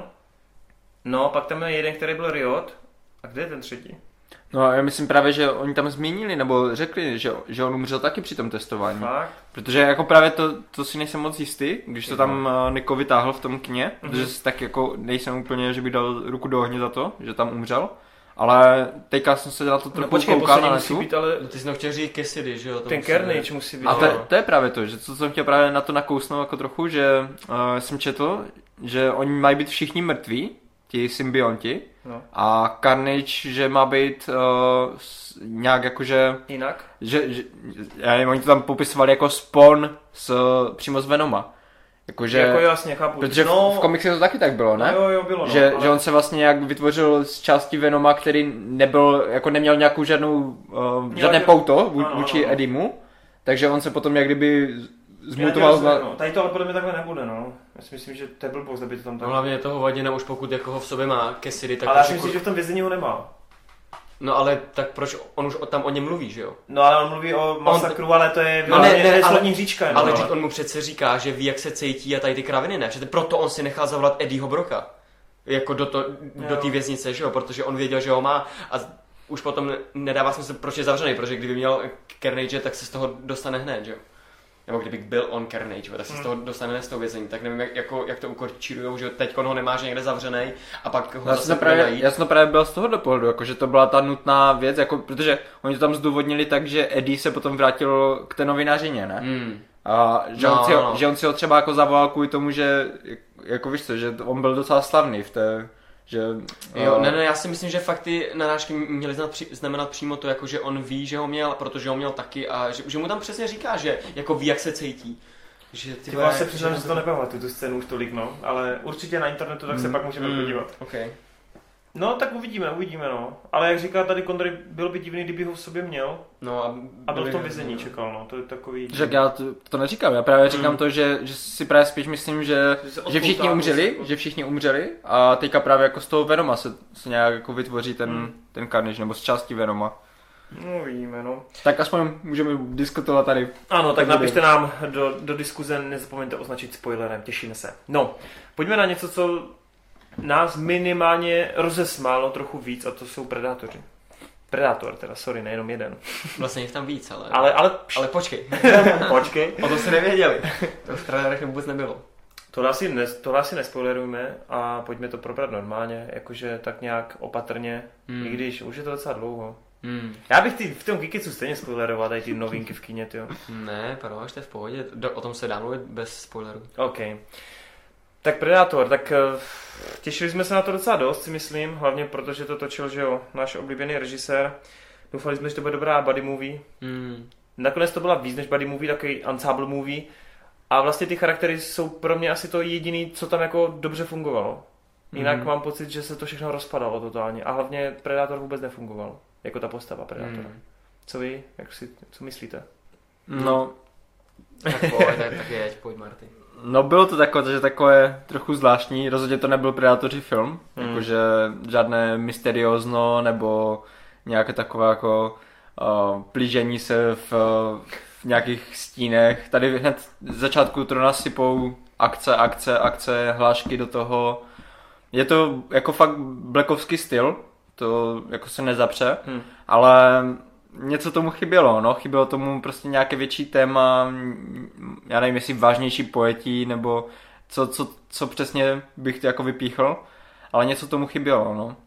No, pak tam je jeden, který byl Riot. A kde je ten třetí? No já myslím právě, že oni tam zmínili, nebo řekli, že, že on umřel taky při tom testování. Fakt? Protože jako právě to, to si nejsem moc jistý, když to tam Nico vytáhl v tom kině, mm-hmm. protože tak jako nejsem úplně, že bych dal ruku do ohně za to, že tam umřel. Ale teďka jsem se na to trochu no, počkej, koukal na musí být, ale... No, ty jsi chtěl říct Cassidy, že jo? Ten Carnage musí být. A to, to je právě to, že co jsem chtěl právě na to nakousnout jako trochu, že uh, jsem četl, že oni mají být všichni mrtví, ti symbionti, no. A Carnage, že má být uh, nějak jakože... Jinak? Že, že, já nevím, oni to tam popisovali jako spawn s, přímo z Venoma. Jakože, jako jasně, chápu. Protože no, v, v komiksech to taky tak bylo, ne? No, jo, jo, bylo, no, že, ale... že on se vlastně nějak vytvořil z části Venoma, který nebyl, jako neměl nějakou žádnou, uh, žádné jak... pouto no, vůči no, no. Edimu, takže on se potom jak kdyby zmutoval. Na... No. Tady to ale podle mě takhle nebude, no. Já si myslím, že to je blbost, aby to tam tak... No hlavně je toho vadina, už pokud jako ho v sobě má Cassidy, tak... Ale já si jako... myslím, že v tom vězení ho nemá. No ale tak proč on už tam o něm mluví, že jo? No ale on mluví o masakru, on... ale to je no, ne, ne, slovní hříčka. Ale, ale on mu přece říká, že ví, jak se cítí a tady ty kraviny, ne? Že proto on si nechal zavolat Eddieho Brocka. Jako do, to, do té věznice, že jo? Protože on věděl, že ho má a už potom nedává smysl, proč je zavřený, protože kdyby měl Carnage, tak se z toho dostane hned, že jo? Nebo kdyby byl on Carnage, tak se hmm. z toho dostane z toho vězení, tak nevím, jak, jako, jak to ukočírujou, že teď on ho nemá, že někde zavřený a pak ho já zase právě, najít. Já jsem to právě byl z tohohle pohledu, jako, že to byla ta nutná věc, jako, protože oni to tam zdůvodnili tak, že Eddie se potom vrátil k té novinářině, ne? Hmm. A že, no, on si ho, no. že on si ho třeba jako zavolal kvůli tomu, že jako víš co, že on byl docela slavný v té... Že, jo, uh... ne, ne, já si myslím, že fakt ty narážky měly znamenat přímo to, jako že on ví, že ho měl, protože ho měl taky a že, že mu tam přesně říká, že jako ví, jak se cítí. Že ty vás se přiznám, že si to nepamatuju, tu scénu už tolik, no, ale určitě na internetu, tak se mm. pak můžeme mm. podívat. Okay. No, tak uvidíme, uvidíme, no. Ale jak říká tady Kondry, bylo by divný, kdyby ho v sobě měl. No a, a byl v tom vězení čekal, no, to je takový... Že já to, to neříkám, já právě říkám mm. to, že, že si právě spíš myslím, že, že všichni umřeli, že všichni umřeli a teďka právě jako z toho Venoma se, se nějak jako vytvoří ten, mm. ten Carnage, nebo z části Venoma. No vidíme, no. Tak aspoň můžeme diskutovat tady. Ano, tak napište nám do, do diskuze, nezapomeňte označit spoilerem, těšíme se. No, pojďme na něco, co nás minimálně rozesmálo trochu víc, a to jsou Predátoři. Predátor, teda, sorry, nejenom jeden. Vlastně jich tam víc, ale... Ale, ale... ale počkej. počkej. O tom si nevěděli. To v trailerech vůbec nebylo. Tohle asi, ne, tohle asi nespoilerujme a pojďme to probrat normálně, jakože tak nějak opatrně, hmm. i když už je to docela dlouho. Hmm. Já bych ty v tom Kikicu stejně spoileroval, tady ty novinky v kině, tyjo. Ne, proč, to je v pohodě, o tom se dá mluvit bez spoilerů. OK. Tak Predátor, tak uh, těšili jsme se na to docela dost, si myslím, hlavně protože to točil, že jo, náš oblíbený režisér. Doufali jsme, že to bude dobrá buddy movie. Hmm. Nakonec to byla víc než buddy movie, takový ensemble movie. A vlastně ty charaktery jsou pro mě asi to jediný, co tam jako dobře fungovalo. Jinak hmm. mám pocit, že se to všechno rozpadalo totálně. A hlavně Predátor vůbec nefungoval. Jako ta postava Predátora. Hmm. Co vy? Jak si, co myslíte? No. Tak pojď, tak, tak jeď, pojď Marty. No bylo to takové, že takové trochu zvláštní, rozhodně to nebyl Predátoři film, hmm. jakože žádné mysteriózno nebo nějaké takové jako uh, plížení se v, v nějakých stínech. Tady hned z začátku to nasypou akce, akce, akce, hlášky do toho. Je to jako fakt blackovský styl, to jako se nezapře, hmm. ale něco tomu chybělo, no, chybělo tomu prostě nějaké větší téma, já nevím, jestli vážnější pojetí, nebo co, co, co přesně bych to jako vypíchl, ale něco tomu chybělo, no.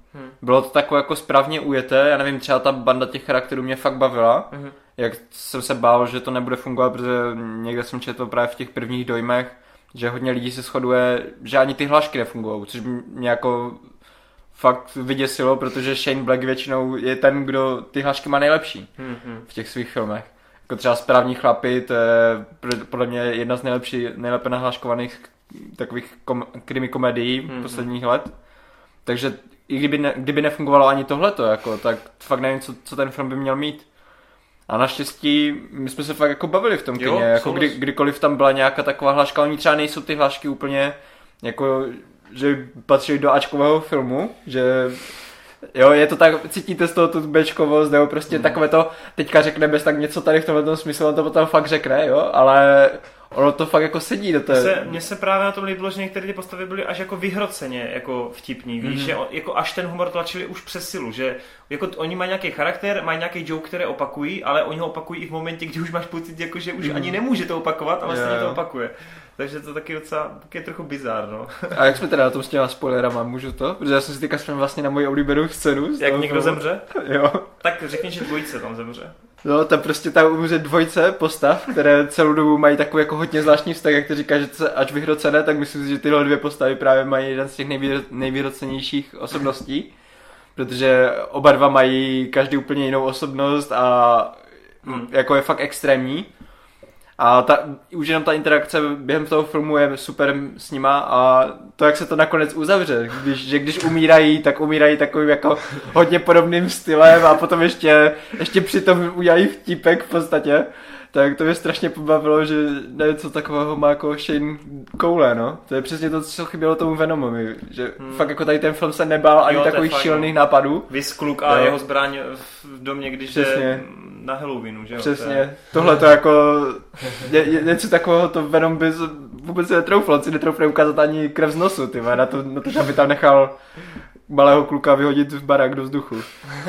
Hmm. Bylo to takové jako správně ujeté, já nevím, třeba ta banda těch charakterů mě fakt bavila. Hmm. Jak jsem se bál, že to nebude fungovat, protože někde jsem četl právě v těch prvních dojmech, že hodně lidí se shoduje, že ani ty hlášky nefungují, což mě jako fakt vyděsilo, protože Shane Black většinou je ten, kdo ty hlášky má nejlepší hmm. v těch svých filmech. Jako třeba Správní chlapi, to je podle mě jedna z nejlepší, nejlépe nahláškovaných takových kom, krimi komedií hmm. posledních let. Takže i kdyby, ne, kdyby nefungovalo ani tohleto, jako, tak fakt nevím, co, co ten film by měl mít. A naštěstí my jsme se fakt jako bavili v tom kině, jako kdy, kdykoliv tam byla nějaká taková hláška, oni třeba nejsou ty hlášky úplně jako, že patří do ačkového filmu, že jo, je to tak, cítíte z toho tu béčkovost, nebo prostě mm. takové to, teďka řekne bez tak něco tady v tomhle smyslu, on to potom fakt řekne, jo, ale ono to fakt jako sedí do té... Mně se, mně se právě na tom líbilo, že některé ty postavy byly až jako vyhroceně jako vtipný, víš, mm. že jako až ten humor tlačili už přes silu, že jako oni mají nějaký charakter, mají nějaký joke, které opakují, ale oni ho opakují i v momentě, kdy už máš pocit, jako, že už mm. ani nemůže to opakovat, ale stejně to opakuje. Takže to taky docela taky je trochu bizár, no. A jak jsme teda na tom s těma spoilerama, můžu to? Protože já jsem si teďka vzpomněl vlastně na moji oblíbenou scénu. Jak někdo zemře? Jo. Tak řekni, že dvojice tam zemře. No, tam prostě tam umře dvojce postav, které celou dobu mají takový jako hodně zvláštní vztah, jak to říká, že to se ač vyhrocené, tak myslím si, že tyhle dvě postavy právě mají jeden z těch nejvýro, nejvyhrocenějších osobností, protože oba dva mají každý úplně jinou osobnost a hmm. jako je fakt extrémní. A ta, už jenom ta interakce během toho filmu je super s nima a to, jak se to nakonec uzavře, když, že když umírají, tak umírají takovým jako hodně podobným stylem a potom ještě, ještě přitom udělají vtípek v podstatě, tak to mě strašně pobavilo, že něco takového má jako Shane Coule, no. To je přesně to, co chybělo tomu Venomovi, že hmm. fakt jako tady ten film se nebál ani jo, takových šílených no. nápadů. Vyskluk a jo. jeho zbraň v domě, když je na Halloweenu, že jo? Přesně. Je... Tohle to jako je, je, něco takového to Venom by vůbec netrouflo, si netroufne ukázat ani krev z nosu, tyma, na to, na to, aby tam nechal malého kluka vyhodit v barák do vzduchu.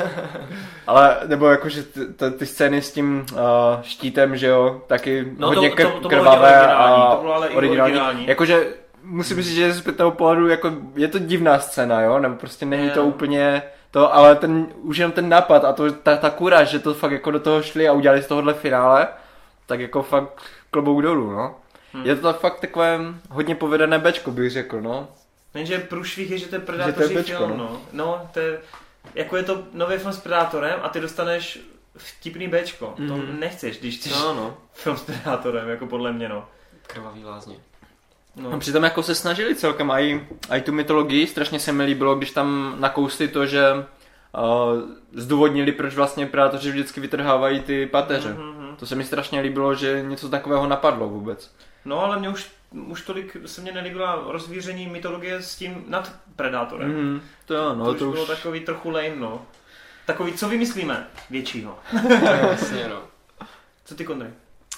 Ale, nebo jakože ty, ty, ty scény s tím uh, štítem, že jo, taky no hodně to, to, to krvavé a to bylo ale originální. originální. Jakože musím říct, že z zpětného pohledu jako, je to divná scéna, jo, nebo prostě není je. to úplně to, ale ten, už jenom ten nápad a to, ta, ta kuraž, že to fakt jako do toho šli a udělali z tohohle finále, tak jako fakt klobouk dolů, no. Hmm. Je to fakt takové hodně povedené bečko, bych řekl, no. Jenže průšvih je, že to je predátoří film, no. No, to je, jako je to nový film s Predátorem a ty dostaneš vtipný béčko. Mm. To nechceš, když chceš no, no. film s Predátorem, jako podle mě, no. Krvavý lázně. No. A přitom jako se snažili celkem i, i tu mytologii, strašně se mi líbilo, když tam nakousli to, že uh, zdůvodnili, proč vlastně predátoři vždycky vytrhávají ty pateře. Mm-hmm. To se mi strašně líbilo, že něco takového napadlo vůbec. No ale mě už, už tolik se mně nelíbila rozvíření mytologie s tím nad Predátorem. Mm, to jo, no to, to už bylo už... takový trochu lame, no. Takový, co vymyslíme? Většího. Jasně, no. Co ty, Kondry?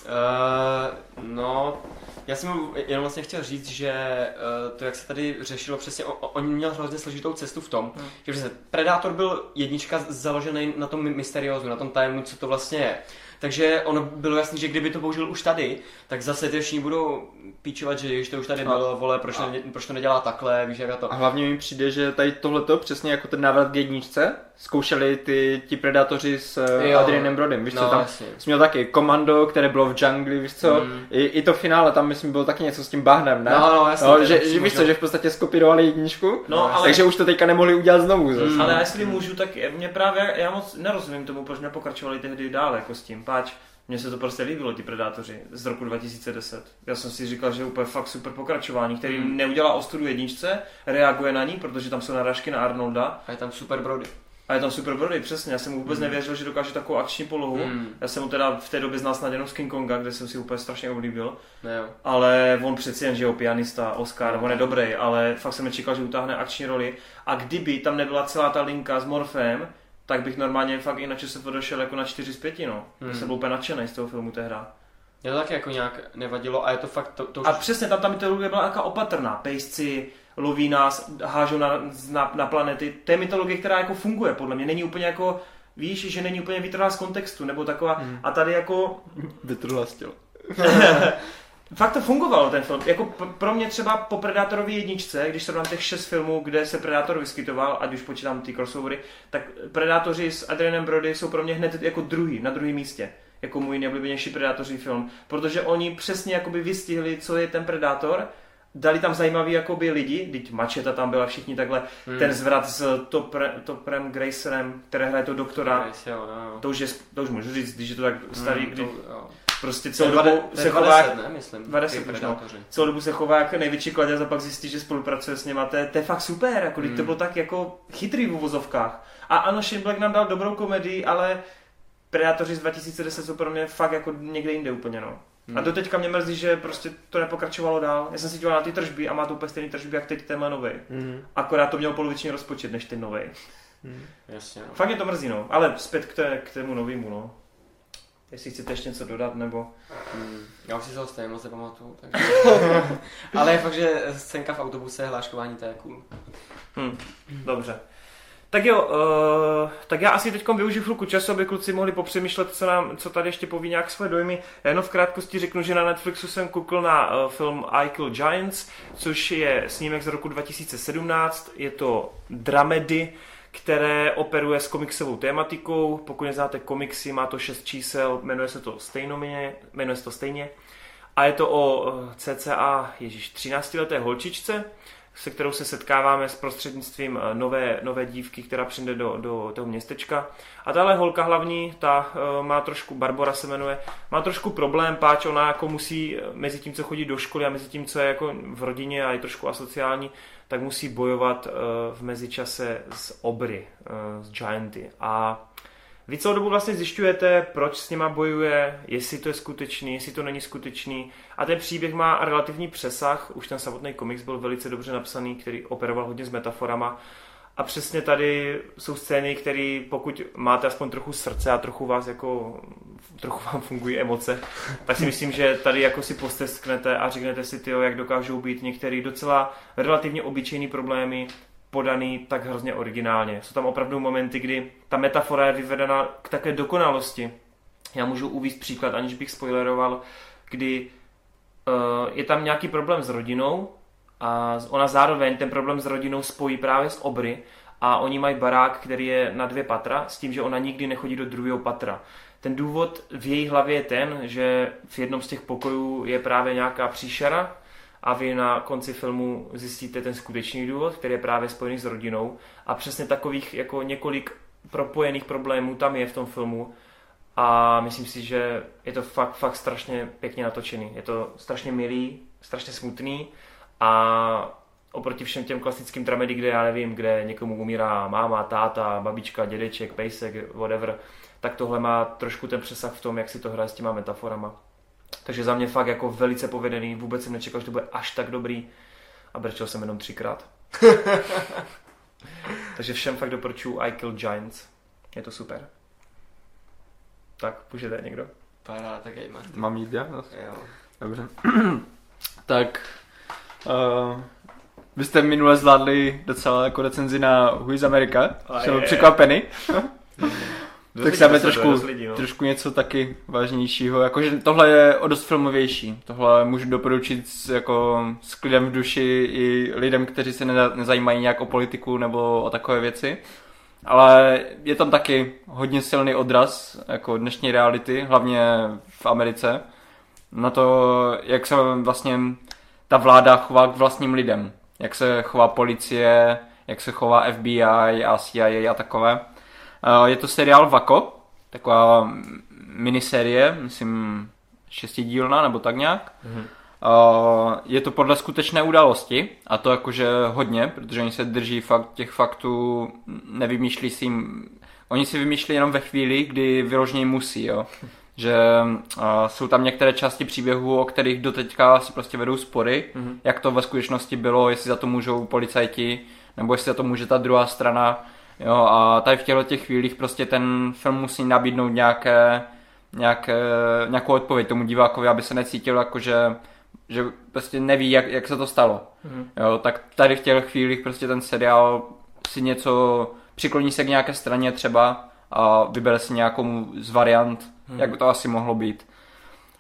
Uh, no, já jsem jenom vlastně chtěl říct, že uh, to, jak se tady řešilo přesně, on, on měl hrozně složitou cestu v tom, hmm. že přesně Predátor byl jednička založený na tom mysteriózu, na tom tajemnu, co to vlastně je. Takže ono bylo jasný, že kdyby to použil už tady, tak zase ty všichni budou píčovat, že když to už tady bylo, vole, proč, ne, proč to nedělá takhle, víš jak to. A hlavně mi přijde, že tady tohleto, přesně jako ten návrat k jedničce, zkoušeli ty, ti predátoři s jo. Adrianem Brodym, víš no, co tam, jsi měl taky Komando, které bylo v džungli, víš co, mm. I, i to finále, tam myslím bylo taky něco s tím bahnem, ne? No, no, jasně. No, že, že víš co, že v podstatě skopírovali jedničku, no, ale... takže už to teďka nemohli udělat znovu zase. Mm. Ale jestli můžu, tak mě právě, já moc nerozumím tomu, proč nepokračovali tehdy dál jako s tím, páč. Mně se to prostě líbilo, ti Predátoři z roku dva tisíce deset. Já jsem si říkal, že je úplně fakt super pokračování, který mm. neudělá ostudu jedničce, reaguje na ní, protože tam jsou narážky na Arnolda. A je tam Super Brody. A je tam Super Brody, přesně. Já jsem vůbec mm. nevěřil, že dokáže takovou akční polohu. Mm. Já jsem mu teda v té době znal snad jenom z King Konga, kde jsem si úplně strašně oblíbil. Ne, ale on přeci jen, že jo, pianista, Oscar, no, on je dobrý, ale fakt jsem nečekal, že utáhne akční roli. A kdyby tam nebyla celá ta linka s Morfem, tak bych normálně fakt i na ČSFD došel jako na čtyři z pěti, no. Hmm. Já jsem byl úplně nadšenej z toho filmu tehda. Mě to taky jako nějak nevadilo a je to fakt... To, to už... A přesně, tam ta mytologie byla taková opatrná. Pejsci, loví nás, hážou na, na, na planety. To je mytologie, která jako funguje, podle mě. Není úplně jako, víš, že není úplně vytrhlá z kontextu, nebo taková... Hmm. A tady jako... Vytrhlá z těla. fakt to fungovalo ten film. Jako pro mě třeba po Predátorovi jedničce, když se dám těch šest filmů, kde se Predátor vyskytoval, ať už počítám ty crossovery, tak Predátoři s Adrianem Brody jsou pro mě hned jako druhý, na druhém místě. Jako můj nejoblíbenější Predátoří film. Protože oni přesně jakoby vystihli, co je ten Predátor, dali tam zajímavý jakoby lidi, teď Macheta tam byla, všichni takhle, hmm. ten zvrat s Topre, Toprem Gracerem, který hraje to doktora, Grace, jo, jo. To, už je, to už můžu říct, když je to tak starý, hmm, kdy to, prostě celou dobu se chová dvacet, ne, myslím, dvacet, možná. Celou dobu se chová jako největší kladěz a pak zjistí, že spolupracuje s něma, to je, to je fakt super, jako hmm. to bylo tak jako chytrý v uvozovkách. A ano, Shane Black nám dal dobrou komedii, ale Predátoři z dva tisíce deset jsou pro mě fakt jako někde jinde úplně, no. Hmm. A doteďka mě mrzí, že prostě to nepokračovalo dál. Já jsem si díval na ty tržby a má to úplně stejný tržby, jak teď tenhle novej. Hmm. Akorát to měl poloviční rozpočet než ten novej. Hmm. Jasně, no. Fakt mě to mrzí, no. Ale zpět k, té, k tému novému, no. Jestli chcete ještě něco dodat, nebo... Hmm. Já už si toho stejně moc nepamatuju, takže... Ale je fakt, že scénka v autobuse, hláškování, to je cool. Hmm. Dobře. Tak jo, uh, tak já asi teď využiju chvilku času, aby kluci mohli popřemýšlet, co, nám, co tady ještě poví nějak své dojmy. Já jenom v krátkosti řeknu, že na Netflixu jsem koukl na uh, film I Kill Giants, což je snímek z roku dva tisíce sedmnáct. Je to dramedy, které operuje s komiksovou tématikou. Pokud neznáte komiksy, má to šest čísel, jmenuje se to stejnomě, jmenuje se to stejně. A je to o uh, cca ježiš, třináctileté holčičce, se kterou se setkáváme s prostřednictvím nové, nové dívky, která přijde do, do toho městečka. A tahle holka hlavní, ta uh, má trošku, Barbara se jmenuje, má trošku problém, páč ona jako musí mezi tím, co chodí do školy a mezi tím, co je jako v rodině a je trošku asociální, tak musí bojovat uh, v mezičase s obry, uh, s gianty. A vy celou dobu vlastně zjišťujete, proč s nima bojuje, jestli to je skutečný, jestli to není skutečný. A ten příběh má relativní přesah, už ten samotný komiks byl velice dobře napsaný, který operoval hodně s metaforama. A přesně tady jsou scény, které pokud máte aspoň trochu srdce a trochu vás jako, trochu vám fungují emoce, tak si myslím, že tady jako si postesknete a řeknete si, tyjo, jak dokážou být některé docela relativně obyčejný problémy podaný tak hrozně originálně. Jsou tam opravdu momenty, kdy ta metafora je vyvedena k také dokonalosti. Já můžu uvést příklad, aniž bych spoileroval, kdy uh, je tam nějaký problém s rodinou a ona zároveň ten problém s rodinou spojí právě s obry a oni mají barák, který je na dvě patra, s tím, že ona nikdy nechodí do druhého patra. Ten důvod v její hlavě je ten, že v jednom z těch pokojů je právě nějaká příšera, a vy na konci filmu zjistíte ten skutečný důvod, který je právě spojený s rodinou. A přesně takových jako několik propojených problémů tam je v tom filmu. A myslím si, že je to fakt, fakt strašně pěkně natočený. Je to strašně milý, strašně smutný. A oproti všem těm klasickým dramedy, kde já nevím, kde někomu umírá máma, táta, babička, dědeček, pejsek, whatever, tak tohle má trošku ten přesah v tom, jak si to hraje s těma metaforama. Takže za mě fakt jako velice povedený, vůbec jsem nečekal, že to bude až tak dobrý a brečel jsem jenom třikrát. Takže všem fakt doporučuji I Kill Giants, je to super. Tak, můžete někdo? Paráda, tak jej máš. Mám jít já? Jo. Dobře. Tak, uh, vy jste minule zvládli docela jako recenzi na Who is America, jsem byl překvapený. Tak si dáme trošku, lidí, no. trošku něco taky vážnějšího, jakože tohle je o dost filmovější, tohle můžu doporučit s, jako, s klidem v duši i lidem, kteří se neza, nezajímají nějak o politiku nebo o takové věci, ale je tam taky hodně silný odraz jako dnešní reality, hlavně v Americe, na to, jak se vlastně ta vláda chová k vlastním lidem, jak se chová policie, jak se chová F B I a C I A a takové. Je to seriál Waco, taková miniserie, myslím šestidílná nebo tak nějak. Mm-hmm. Je to podle skutečné události a to jakože hodně, protože oni se drží fakt těch faktů, nevymýšlí si jim, oni si vymýšlí jenom ve chvíli, kdy vyloženě musí, jo. Že uh, jsou tam některé části příběhů, o kterých doteďka si prostě vedou spory, mm-hmm. jak to ve skutečnosti bylo, jestli za to můžou policajti, nebo jestli za to může ta druhá strana. Jo, a tady v těchto těch chvílích prostě ten film musí nabídnout nějaké, nějaké, nějakou odpověď tomu divákovi, aby se necítil jako, že, že prostě neví, jak, jak se to stalo. Mm. Jo, tak tady v těch chvílích prostě ten seriál si něco, přikloní se k nějaké straně třeba a vybere si nějakou z variant, mm. jak by to asi mohlo být.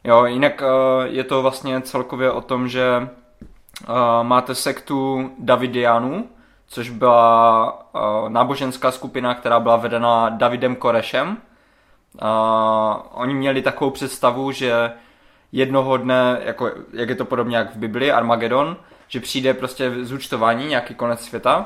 Jo, jinak uh, je to vlastně celkově o tom, že uh, máte sektu Davidianů, což byla uh, náboženská skupina, která byla vedena Davidem Korešem. Uh, oni měli takovou představu, že jednoho dne, jako, jak je to podobně jak v Biblii, Armagedon, že přijde prostě zúčtování, nějaký konec světa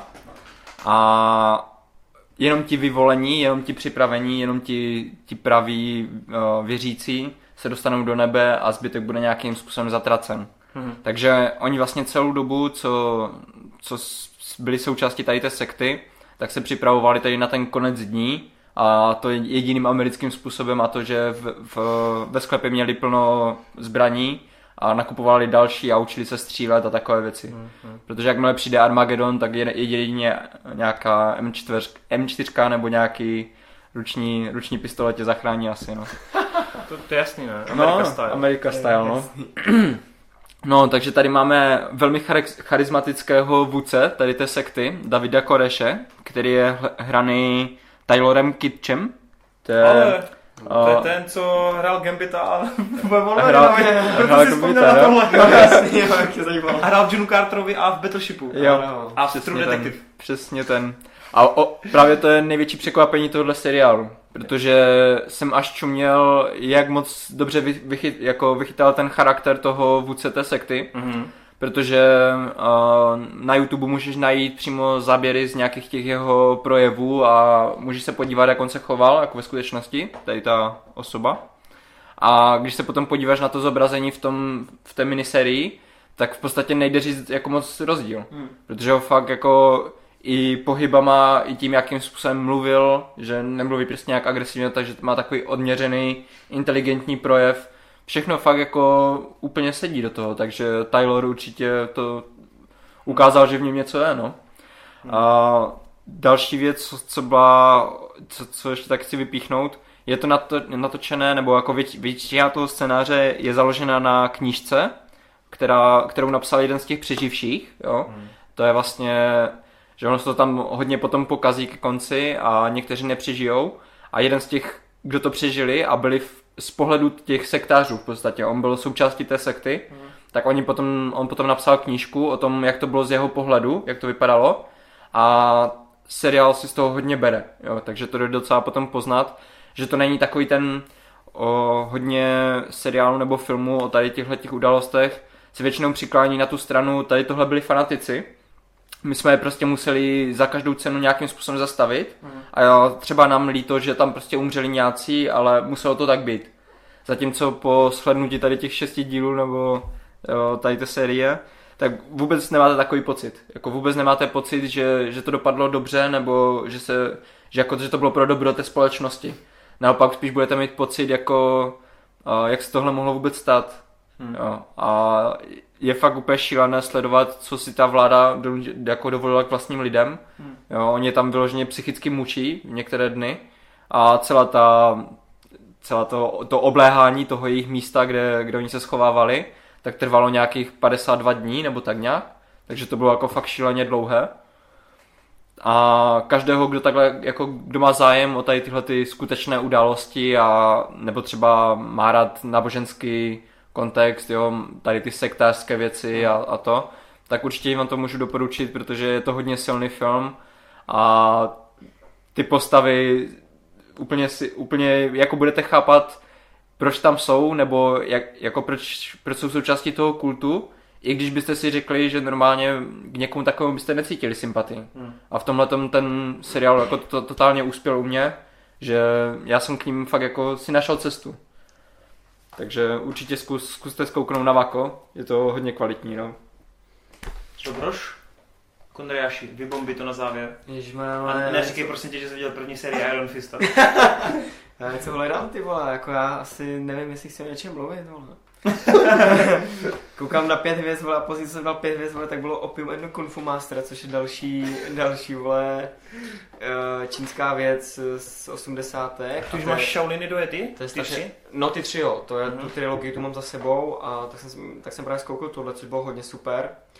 a jenom ti vyvolení, jenom ti připravení, jenom ti, ti praví uh, věřící se dostanou do nebe a zbytek bude nějakým způsobem zatracen. Hmm. Takže oni vlastně celou dobu, co, co byli součástí tady té sekty, tak se připravovali tady na ten konec dní a to je jediným americkým způsobem a to, že v, v, ve sklepě měli plno zbraní a nakupovali další a učili se střílet a takové věci. Hmm. Protože jakmile přijde Armagedon, tak je jedině nějaká em čtyři, em čtyři nebo nějaký ruční, ruční pistole tě zachrání asi, no. To, to je jasný, ne? America no, style. America style, no. No, takže tady máme velmi charismatického vůdce tady té sekty, Davida Koreše, který je hraný Taylorem Kitschem. To je, ale to je ten, co hrál Gambita a ve Wolverinovi. Hrál Gambita, jo. Jasně, jo, jak tě zajímalo. A hrál v Johnu Carterovi a v Battleshipu. Jo, a v True Detective. Přesně ten. A o, právě to je největší překvapení tohohle seriálu, protože jsem až čuměl, jak moc dobře vy, vychyt, jako vychytal ten charakter toho vůdce té sekty, mm-hmm. protože uh, na YouTube můžeš najít přímo záběry z nějakých těch jeho projevů a můžeš se podívat, jak on se choval, jako ve skutečnosti, tady ta osoba. A když se potom podíváš na to zobrazení v, tom, v té miniserii, tak v podstatě nejde říct jako moc rozdíl, mm. protože ho fakt jako i pohybama, i tím, jakým způsobem mluvil, že nemluví prostě nějak agresivně, takže má takový odměřený, inteligentní projev. Všechno fakt jako úplně sedí do toho, takže Taylor určitě to ukázal, že v něm něco je, no. Hmm. A další věc, co byla, co, co ještě tak chci vypíchnout, je to nato, natočené, nebo jako věč, většina toho scénáře je založena na knížce, která, kterou napsal jeden z těch přeživších, jo. Hmm. To je vlastně, že ono se to tam hodně potom pokazí ke konci a někteří nepřežijou a jeden z těch, kdo to přežili a byli v, z pohledu těch sektářů v podstatě, on byl součástí té sekty, mm. tak oni potom, on potom napsal knížku o tom, jak to bylo z jeho pohledu, jak to vypadalo a seriál si z toho hodně bere, jo, takže to jde docela potom poznat, že to není takový ten o, hodně seriálu nebo filmu o tady těchto událostech se většinou přiklání na tu stranu, tady tohle byli fanatici. My jsme je prostě museli za každou cenu nějakým způsobem zastavit mm. a jo, třeba nám líto, že tam prostě umřeli nějací, ale muselo to tak být. Zatímco po shlednutí tady těch šesti dílů nebo jo, tady té série, tak vůbec nemáte takový pocit. Jako vůbec nemáte pocit, že, že to dopadlo dobře nebo že, se, že, jako, že to bylo pro dobro té společnosti. Naopak spíš budete mít pocit, jako, jak se tohle mohlo vůbec stát. Hmm. Jo, a je fakt úplně šílené sledovat, co si ta vláda do, jako dovolila k vlastním lidem. Hmm. Jo, oni tam vyloženě psychicky mučí některé dny a celá ta, celá to, to obléhání toho jejich místa, kde, kde oni se schovávali, tak trvalo nějakých padesát dva dní nebo tak nějak. Takže to bylo jako fakt šíleně dlouhé. A každého, kdo takhle, jako kdo má zájem o tady tyhle ty skutečné události a nebo třeba má rád náboženský kontext, jo, tady ty sektářské věci a, a to, tak určitě vám to můžu doporučit, protože je to hodně silný film a ty postavy úplně, si, úplně jako budete chápat, proč tam jsou, nebo jak, jako proč, proč jsou součástí toho kultu, i když byste si řekli, že normálně k někomu takovému byste necítili sympatii. Hmm. A v tomhletom ten seriál jako to, totálně uspěl u mě, že já jsem k ním fakt jako si našel cestu. Takže určitě zkus, zkuste zkouknout na Vako, je to hodně kvalitní, no. Dobroš? Kondriáši, vybombi to na závěr. Ježmane, no, a neříkej prosím tě, že jsi viděl první sérii Iron Fista. Já něco hledám, ty vole, jako já asi nevím, jestli chci o něčem mluvit, vole. Koukám na pět hvězd, vole, a později jsem dal pět hvězd, vole, tak bylo Opium and Kung Fu Master, což je další, další, vole, čínská věc z osmdesátek. Ty už máš Shaoliny dojety? To je strašně, no ty tři jo, to je, mm-hmm. tu trilogii tu mám za sebou a tak jsem, tak jsem právě zkoukl tohle, což bylo hodně super.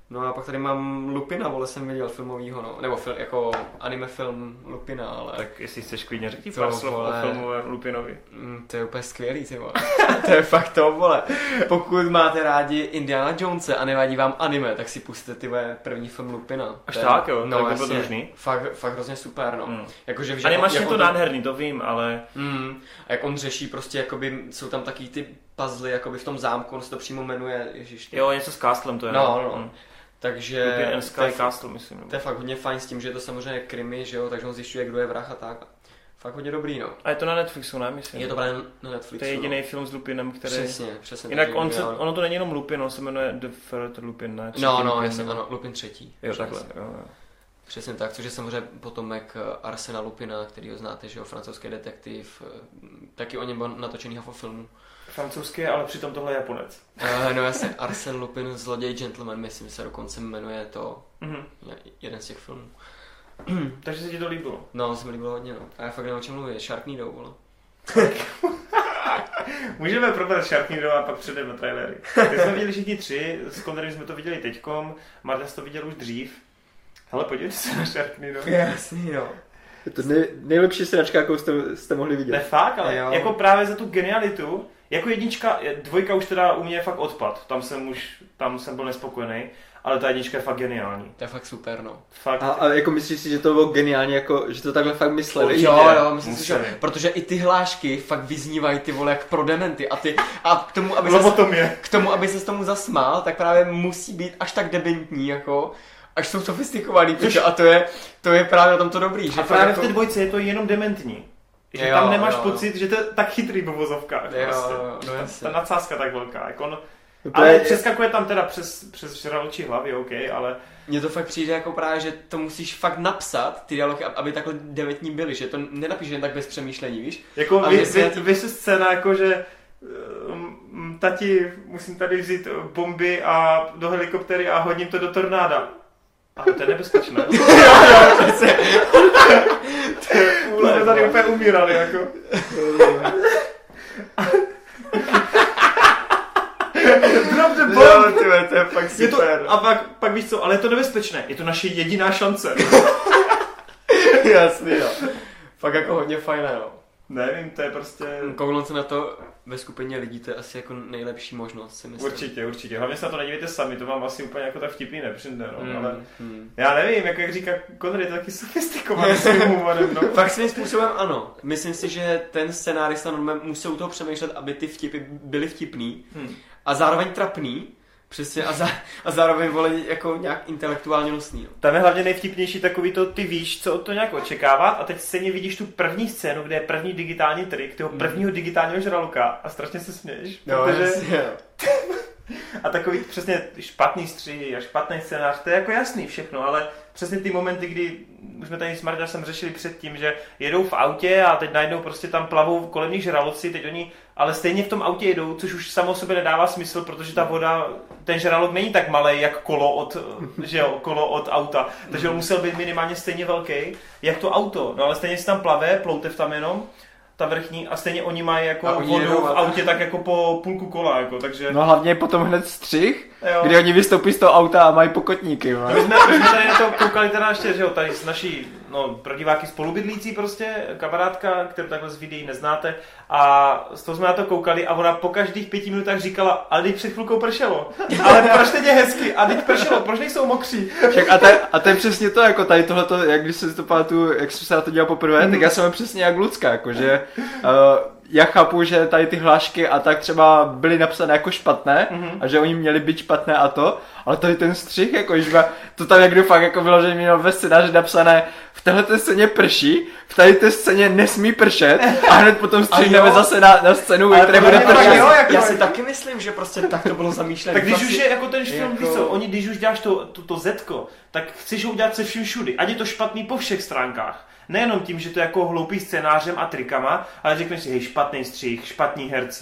No a pak tady mám Lupina, vole, jsem viděl filmovýho, no. Nebo fil, jako anime film Lupina, ale... Tak jestli chceš klidně řekni pár slov o filmu Lupinovi. Mm, to je úplně skvělý, ty vole. To je fakt to, vole. Pokud máte rádi Indiana Jonese a nevadí vám anime, tak si pusťte, ty vole, první film Lupina. Až ten, tak, jo? No, tak jasně. Fakt, fakt hrozně super, no. Mm. Jakože, že animačně to nádherný, to vím, ale... Mm, a jak on řeší prostě, jakoby, jsou tam taky ty puzzle, jakoby v tom zámku, on se to přímo jmenuje, ježiš. Jo, něco s Castlem to je. No, no, no. Takže Lupin and Sky Castle, myslím. To je fakt hodně fajn s tím, že je to samozřejmě krimi, že jo, takže on zjišťuje, kdo je vrah a tak. Fakt hodně dobrý, no. A je to na Netflixu, ne, myslím. Je to právě na Netflixu. To je jediný no. film s Lupinem, který... Přesně, přesně. Jinak on se, ono to není jenom Lupin, on se jmenuje The Third Lupin, ne? Třetí no, no, Lupin, jasně, nebo... ano, Lupin třetí. Jo, takhle, jo, jo. Přesně tak, což je samozřejmě potomek Arsena Lupina, který ho znáte, že jo, francouzský detektiv, taky o něm byl natočený hafo filmu. Francouzský, ale přitom tohle je Japonec. Uh, no jasně, Arsen Lupin, Zloděj gentleman, myslím se dokonce jmenuje to, mm-hmm. jeden z těch filmů. Takže se ti to líbilo? No, se mi líbilo hodně, no. A já fakt nevím, o čem mluvit, Sharknado, vole. Můžeme probrat Sharknado a pak přejdeme na trailery. Teď jsme viděli všichni tři, s Connerem jsme to viděli teďkom, Marta to viděl už dřív. Hele, podívejte se na Sharknado. Jasný, jo. Je to nej, nejlepší sračka, jakou jste, jste mohli vidět. Ne, fakt, ale jo. Jako právě za tu genialitu, jako jednička, dvojka už teda u mě fakt odpad, tam jsem už, tam jsem byl nespokojený, ale ta jednička je fakt geniální. To je fakt super, no. Fakt. A, a jako myslíš si, že to bylo geniální, jako, že to takhle fakt mysleli? Jo, jo, myslím si, že, protože i ty hlášky fakt vyznívají ty vole jak pro dementy a ty, a k tomu, aby se k tomu, aby se s tomu zasmál, tak právě musí být až tak debentní, jako, až jsou sofistikovaný, Což... a to je, to je právě na tom to dobrý. Že a právě jako... v té dvojce je to jenom dementní. Že jo, tam nemáš jo, pocit, jo. že to je tak chytrý po vozovkách. Jo, vlastně. jo, no ta, ta nadsázka tak velká. Jako on, to ale je... přeskakuje tam teda přes, přes žraločí hlavy, OK, ale... Mně to fakt přijde jako právě, že to musíš fakt napsat, ty dialogy, aby takhle devetní byly, že to nenapíš jen tak bez přemýšlení, víš? Jako vy, vy, vy se scéna jako, že um, tati, musím tady vzít bomby a do helikoptery a hodím to do tornáda. Ale to je nebezpečné. Jo, jo, přesně. To je úle. Jsme tady úplně umírali, jako. Drop the bomb. Jo, tyhle, to je fakt super. Je to, a pak, pak víš co, ale je to nebezpečné. Je to naše jediná šance. Jasný, jo. Fakt jako hodně fajné, no. Nevím, to je prostě... Kouknout se na to ve skupině lidí, to je asi jako nejlepší možnost, si myslím. Určitě, určitě. Hlavně se na to nedívejte sami, to vám asi úplně jako tak vtipný nepřijde, no. Mm, ale mm. já nevím, jako jak říká Connery, je to taky sofistikovaný svým humorem, no. Fakt svým způsobem ano. Myslím si, že ten scénárista musí u toho přemýšlet, aby ty vtipy byly vtipný hmm. a zároveň trapný. Přesně a, za, a zároveň vole jako nějak intelektuálně nosný. No. Tam je hlavně nejvtipnější takový to, ty víš, co od to nějak očekávat a teď stejně vidíš tu první scénu, kde je první digitální trik, toho prvního digitálního žraloka a strašně se směješ. No, protože... jasně. A takový přesně špatný střih a špatný scénář, to je jako jasný všechno, ale přesně ty momenty, kdy už jsme tady s Marťasem řešili předtím, že jedou v autě a teď najednou prostě tam plavou kolem nich žraloci, teď oni, ale stejně v tom autě jedou, což už samo sobě nedává smysl, protože ta voda, ten žralok není tak malý, jak kolo od, že jo, kolo od auta, takže on musel být minimálně stejně velký, jak to auto, no ale stejně si tam plave, ploutev tam jenom, ta vrchní a stejně oni mají jako oni vodu jedou, v autě tak jako po půlku kola, jako, takže... No hlavně potom hned střih, jo. kdy oni vystoupí z toho auta a mají pokotníky. No. My, jsme, my jsme tady na to koukali teda ještě, že jo, tady s naší, no, pro diváky spolubydlící prostě, kamarádka, kterou takhle z videí neznáte a z toho jsme na to koukali a ona po každých pěti minutách říkala, ale teď před chvilkou pršelo, ale proč teď je hezky a teď pršelo, proč nejsou mokří? Však a, to, a to je přesně to, jako tady tohleto, jak když jsem to pamatuju, jak jsem se na to dělal poprvé, mm. tak já jsem přesně jak Lucka, jakože uh, já chápu, že tady ty hlášky a tak třeba byly napsané jako špatné mm-hmm. a že oni měli být špatné a to, ale tady ten střih, jako, že to tam někdo fakt jako bylo, že měl ve scénáři napsané v téhleté scéně prší, v tady té scéně nesmí pršet a hned potom stříhneme zase na, na scénu, které bude pršet. Jo, jako já si taky myslím, že prostě tak to bylo zamýšlené. Tak když už je jako ten film, jako... víš co, oni, když už děláš to, to, to zetko, tak chceš ho udělat se vším všudy, ať je to špatný po všech stránkách. Nejenom tím, že to je jako hloupý scénářem a trikama, ale řekneš si, hej, špatný střih, špatní herci,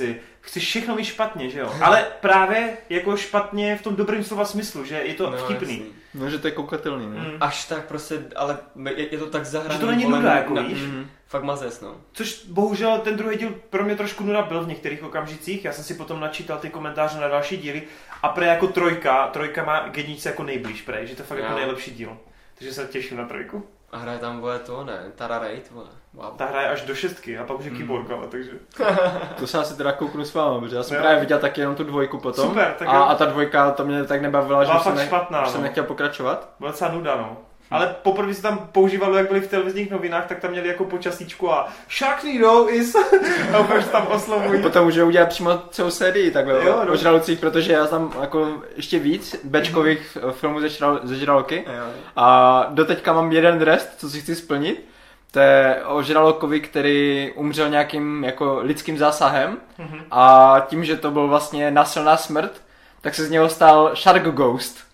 chceš všechno mít špatně, že jo? Ale právě jako špatně v tom dobrém slova smyslu, že je to No, vtipný. jasný. No, že to je koukatelný, ne? Mm. Až tak prostě, ale je, je to tak zahraný. Že to není vole, nuda, jako na- víš? Mhm. Fakt mazec, no. Což bohužel ten druhý díl pro mě trošku nuda byl v některých okamžicích. Já jsem si potom načítal ty komentáře na další díly a pre jako trojka, trojka má k jedničce jako nejblíž prej, že to je fakt Jo. jako nejlepší díl. Takže se těším na trojku. A hraje tam, vole, to, ne, Tara Reid, vole. Wow. Ta hra je až do šestky a pak už je keyboard, ale takže... To se asi teda kouknu s váma, protože já jsem Jo. právě viděl taky jenom tu dvojku potom. Super, tak a, jo. a ta dvojka, to mě tak nebavila, že Byla už jsem, fakt ne, špatná, už jsem no. nechtěl pokračovat. Byla docela nuda, no. Ale poprvé se tam používalo, jak byli v televizních novinách, tak tam měli jako počasíčku a Sharknado is... a úplně se tam oslovují. Potom může udělat přímo celou sérii takhle Jo, no. o žralocích, protože já tam jako ještě víc bečkových filmů ze, žral, ze žraloky. A doteďka mám jeden rest, co si chci splnit. To je o žralokovi, který umřel nějakým jako lidským zásahem Mhm. a tím, že to byl vlastně násilná smrt, tak se z něho stal Shark Ghost.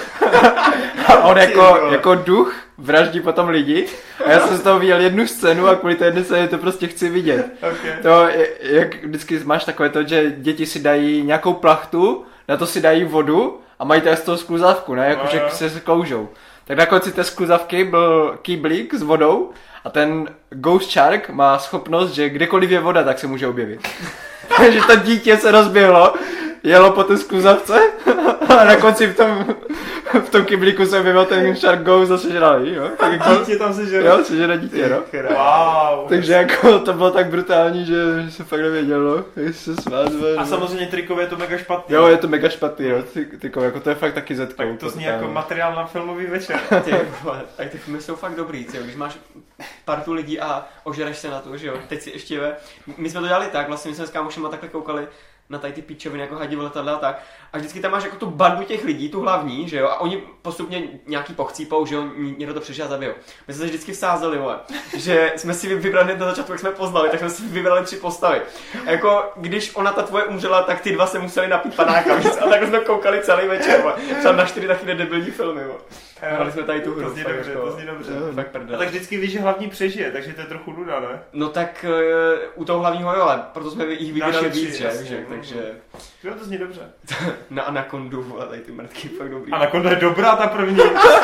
A on jako, jako duch vraždí potom lidi a já jsem z toho viděl jednu scénu a kvůli té jedné scéně to prostě chci vidět. Okay. To je, jak vždycky máš takové to, že děti si dají nějakou plachtu, na to si dají vodu a mají tady z toho skluzavku, ne? Jako, No, že jo. se kloužou. Tak na konci té skluzavky byl kýblík s vodou a ten Ghost Shark má schopnost, že kdekoliv je voda, tak se může objevit. Takže to dítě se rozběhlo, jelo po té skluzavce a na konci v tom, v tom kyblíku se objevil ten Shark Ghost a sežral jí, jo? Tak jako, Dítě tam se žere. jo, sežere dítě, no. Wow. Takže jako to bylo tak brutální, že se fakt nevěděl, no, jestli se svát. A samozřejmě trikově je to mega špatný. Jo, je to mega špatný, jo, ty, tyko, jako to je fakt taky zetkou. Tak to zní jako materiál na filmový večer. Ty, vole, a ty filmy jsou fakt dobrý, tyjo. Když máš partu lidí a ožereš se na to, že jo, teď si ještě ve... My jsme to dělali tak, vlastně my jsme s kámošema takhle koukali na tady ty píčoviny, jako hadivo letadla a tak. A vždycky tam máš jako tu bandu těch lidí, tu hlavní, že jo, a oni postupně nějaký pochcípou, že jo, někdo to přišel a zabijou. My jsme se vždycky vsázeli, vole, že jsme si vybrali na začátku, jak jsme poznali, tak jsme si vybrali tři postavy. A jako, když ona ta tvoje umřela, tak ty dva se museli napít panáka, víc, a tak jsme koukali celý večer, vole. Třeba na čtyři taky nedebilní filmy, vole. Hráli jsme tady tu hru. To zní fakt dobře, jako- to zní dobře. Fakt A prdel. tak vždycky víš, že hlavní přežije, takže to je trochu nuda, ne? No tak uh, u toho hlavního jo, ale proto jsme jich vybírali Další víc, tři, že? jasně, že no. takže Jo, to zní dobře. na Anakondu, vole, tady ty mrtky, fakt dobrý. A nakonec je dobrá ta první.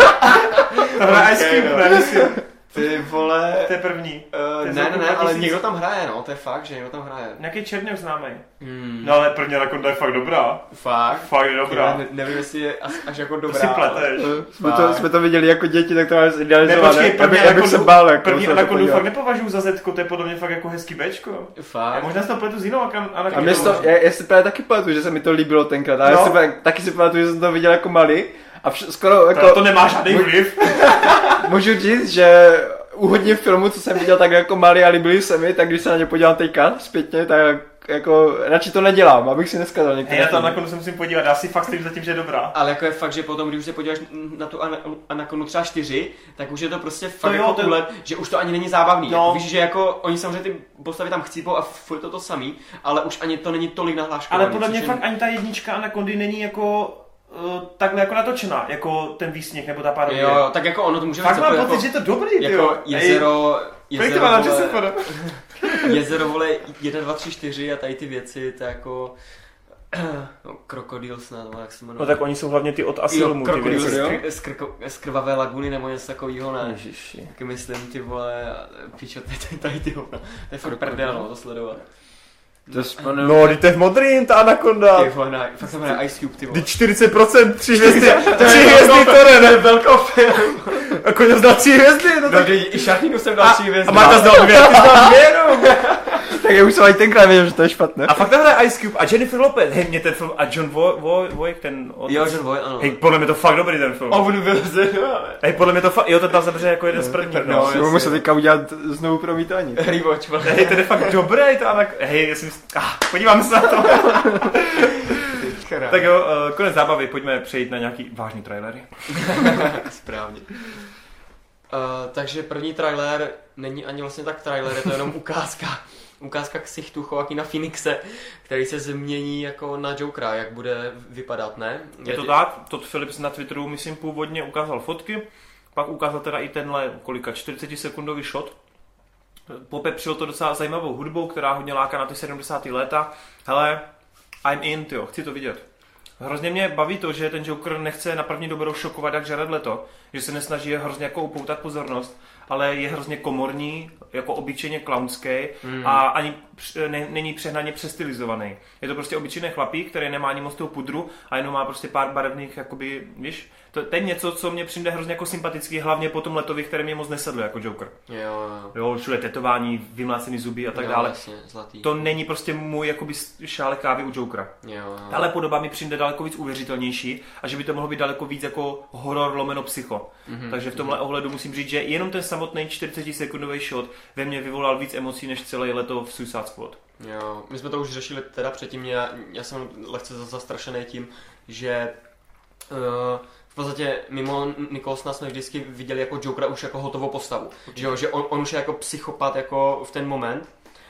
Ta hra Ice Cube, no. ne, myslím. Ty vole... To je první. Uh, To je z ne, roku ne, ne, ale dva tisíce. někdo tam hraje, no, to je fakt, že někdo tam hraje. Nějaký černý známý. Hmm. No ale první nakonec je fakt dobrá. Fakt? Fakt je dobrá. Ne, nevím, jestli je až, až jako To dobrá. si ale- pleteš. Jsme to, jsme to viděli jako děti, tak to máme Ne, idealizované. počkej, první Já bych se Anacondu- bál, jako První se na to Anacondu podívat. fakt nepovažuji za zetko, to je podle mě fakt jako hezký Bčko. Já Fakt? možná si to pletu s jinou Anacondu. A mě to, já, já si právě taky pamatuju, že se mi to líbilo tenkrát, ale No. já si, právě- taky si pamatuju, že jsem to viděl jako malý a vš- skoro jako, To, to nemá žádný vliv. můžu říct, že u hodně filmů, co jsem viděl tak jako malý a líbili se mi, tak když se na ně podívám teďka zpětně, tak jako radši to nedělám, abych si neskazal některé. Hej, na to filmy. Anacondu se musím podívat, já si fakt stojím za tím, že je dobrá. Ale jako je fakt, že potom, když už se podíváš na tu Ana- Anacondu třeba čtyři, tak už je to prostě fakt To jo, jako to- úlet, že už to ani není zábavný. No. Jako víš, že jako oni samozřejmě ty postavy tam chcípou a furt je to to samý, ale už ani to není tolik nahláškovaný. Ale podle mě což je- fakt ani ta jednička Anacondy není jako uh, takhle jako natočená, jako ten výsměch nebo ta parodie. Jo, jo, tak jako ono to může Fakt být mám jako, pocit, že je to dobrý, ty jako jo. jezero, Ej, kolik to jezero, má na vole, čase, jezero, vole, jedna, dva, tři, čtyři a tady ty věci, to je jako no, krokodýl snad, nebo jak se jmenuje. No tak oni jsou hlavně ty od Jo, Asylmu, ty krokodýl věci. z, jo? kr- z, krko, z krvavé laguny nebo něco takového, ne? Ježiši. Taky myslím, ty vole, pičo, tady, tady ty hovna. To je fakt prdel, no, to sledovat. To spanu... No, teď to je v modrým, ta Anaconda. Ty vole, ne, fakt jsem hraje Ice Cube, ty vole. Ty čtyřicet procent tři hvězdy, To tři je hvězdy, velkou- to ne, to je velkou film. A Koněz dal tři hvězdy, no tak... No, i Sharknado jsem dal tři hvězdy. A Marta zdal dvě, ty zdal dvě, no. Tak já už jsem ani tenkrát věděl, že to je špatné. A fakt tam hraje Ice Cube a Jennifer Lopez, hej, mě ten film, a John Voight, ten... otec. Jo, John Voight, ano. Hej, podle mě to fakt dobrý ten film. On vyleze, no, ale... Hej, podle mě to fakt, jo, to tam zabře jako jeden z prvních, No, no. Si jasně. musím teďka udělat znovu promítání. Rewatch, vole. Hej, ten je fakt dobrý, to Anak... Hej, já jsem... Ah, podíváme se na to. Tak jo, uh, konec zábavy, pojďme přejít na nějaký vážný trailery. Správně. Uh, takže první trailer není ani vlastně tak trailer, je to jenom ukázka. Ukázka ksichtu Joaquina Phoenixe, který se změní jako na Jokera, jak bude vypadat, ne? Je to tak, Todd Phillips na Twitteru, myslím, původně ukázal fotky, pak ukázal teda i tenhle, kolika, čtyřicet sekundový shot popepřil to docela zajímavou hudbou, která hodně láká na ty sedmdesátá léta. Hele, I'm in, tyjo, chci to vidět. Hrozně mě baví to, že ten Joker nechce na první dobrou šokovat jak Jared Leto, že se nesnaží hrozně jako upoutat pozornost, ale je hrozně komorní, jako obyčejně klaunský mm. a ani ne, není přehnaně přestylizovaný. Je to prostě obyčejný chlapík, který nemá ani moc toho pudru a jenom má prostě pár barevných, jakoby, víš, to, to je něco, co mě přijde hrozně jako sympatický, hlavně po tom Letovi, který mě moc nesedl jako Joker. Jo, jo. Jo, všude tetování, vymlácený zuby a tak jo, dále. Jasně, zlatý. To není prostě můj jakoby šálek kávy u Jokera. Jo, jo. Ale podoba mi přijde daleko víc uvěřitelnější a že by to mohlo být daleko víc jako horor lomeno psycho. Mm-hmm. Takže v tomhle mm-hmm. ohledu musím říct, že jenom ten samotný čtyřicetisekundový shot ve mně vyvolal víc emocí než celé Leto v Suicide Squad. Jo, my jsme to už řešili teda předtím, já, já jsem lehce zastrašený tím, že uh, v podstatě mimo Nicholsona jsme vždycky viděli jako Jokera už jako hotovou postavu. Že, jo, že on, on už je jako psychopat jako v ten moment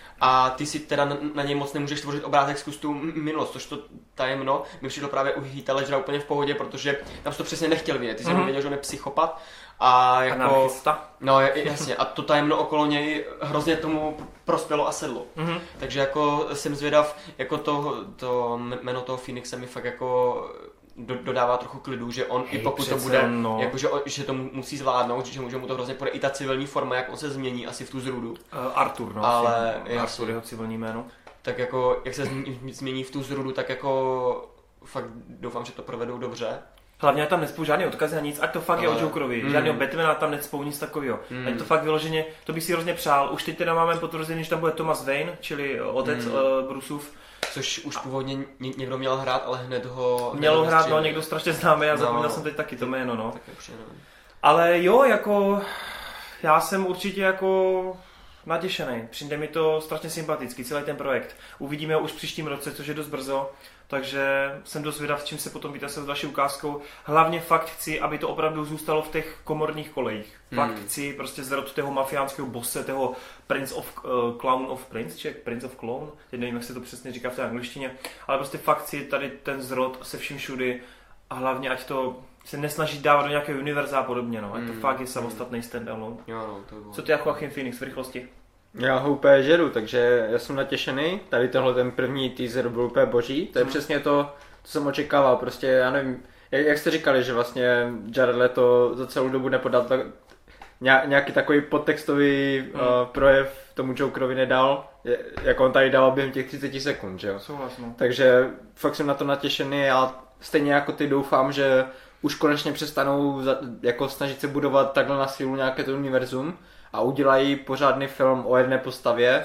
a ty si teda na, na něj moc nemůžeš tvořit obrázek zkus tu minulost, což to tajemno mi přišlo právě u Heatha Ledgera úplně v pohodě, protože tam jsi to přesně nechtěl vidět, ty jsi mm-hmm. věděl, že on je psychopat a jako... Anarchista. No jasně, a to tajemno okolo něj hrozně tomu prospělo a sedlo. Mm-hmm. Takže jako jsem zvědav, jako to, to jméno toho Phoenixe mi fakt jako do, dodává trochu klidu, že on Hej, i pokud to bude, no. jako, že, že to musí zvládnout, že mu to hrozně půjde i ta civilní forma, jak on se změní asi v tu zrůdu. Uh, Arthur, no. Ale Arthur, jeho civilní jméno. Tak jako, jak se změní v tu zrůdu, tak jako fakt doufám, že to provedou dobře. Hlavně tam necpou žádný odkazy a nic, ať to fakt ale... je o Jokerovi, mm. žádného Batmana tam necpou, nic takového. Mm. Ať to fakt vyloženě, to bych si hrozně přál. Už teď teda máme potvrzený, že tam bude Thomas Wayne, čili otec mm. uh, Bruceův. Což už původně někdo měl hrát, ale hned ho... Měl hrát, no, někdo strašně známý, já no, zapomněl no. jsem teď taky to jméno, no. Tak už ale jo, jako, já jsem určitě jako natěšený. Přijde mi to strašně sympatický, celý ten projekt. Uvidíme ho už v příštím roce, což je dost brzo. Takže jsem dost vydav, čím se potom víte se s vaší ukázkou. Hlavně fakt chci, aby to opravdu zůstalo v těch komorních kolejích. Fakt hmm. chci prostě zrod toho mafiánského bosse, toho Prince of uh, Clown of Prince, či Prince of Clown, teď nevím, jak se to přesně říká v té angličtině, ale prostě fakt chci tady ten zrod se vším všudy a hlavně ať to se nesnaží dávat do nějakého univerza a podobně, no. Ať to hmm. fakt je samostatný stand-alone. Jo, no, to bylo... Co ty jako Joaquin Phoenix v rychlosti? Já ho úplně žeru, takže já jsem natěšený. Tady tenhle ten první teaser byl úplně boží. To je mm. přesně to, co jsem očekával. Prostě já nevím, jak, jak jste říkali, že vlastně Jared Leto za celou dobu nepodal tak, nějaký takový podtextový mm. uh, projev tomu Jokerovi nedal, jako on tady dal během těch třicet sekund, že jo? Souhlasím. Takže fakt jsem na to natěšený a stejně jako ty doufám, že už konečně přestanou za, jako snažit se budovat takhle na sílu nějaké to univerzum a udělají pořádný film o jedné postavě.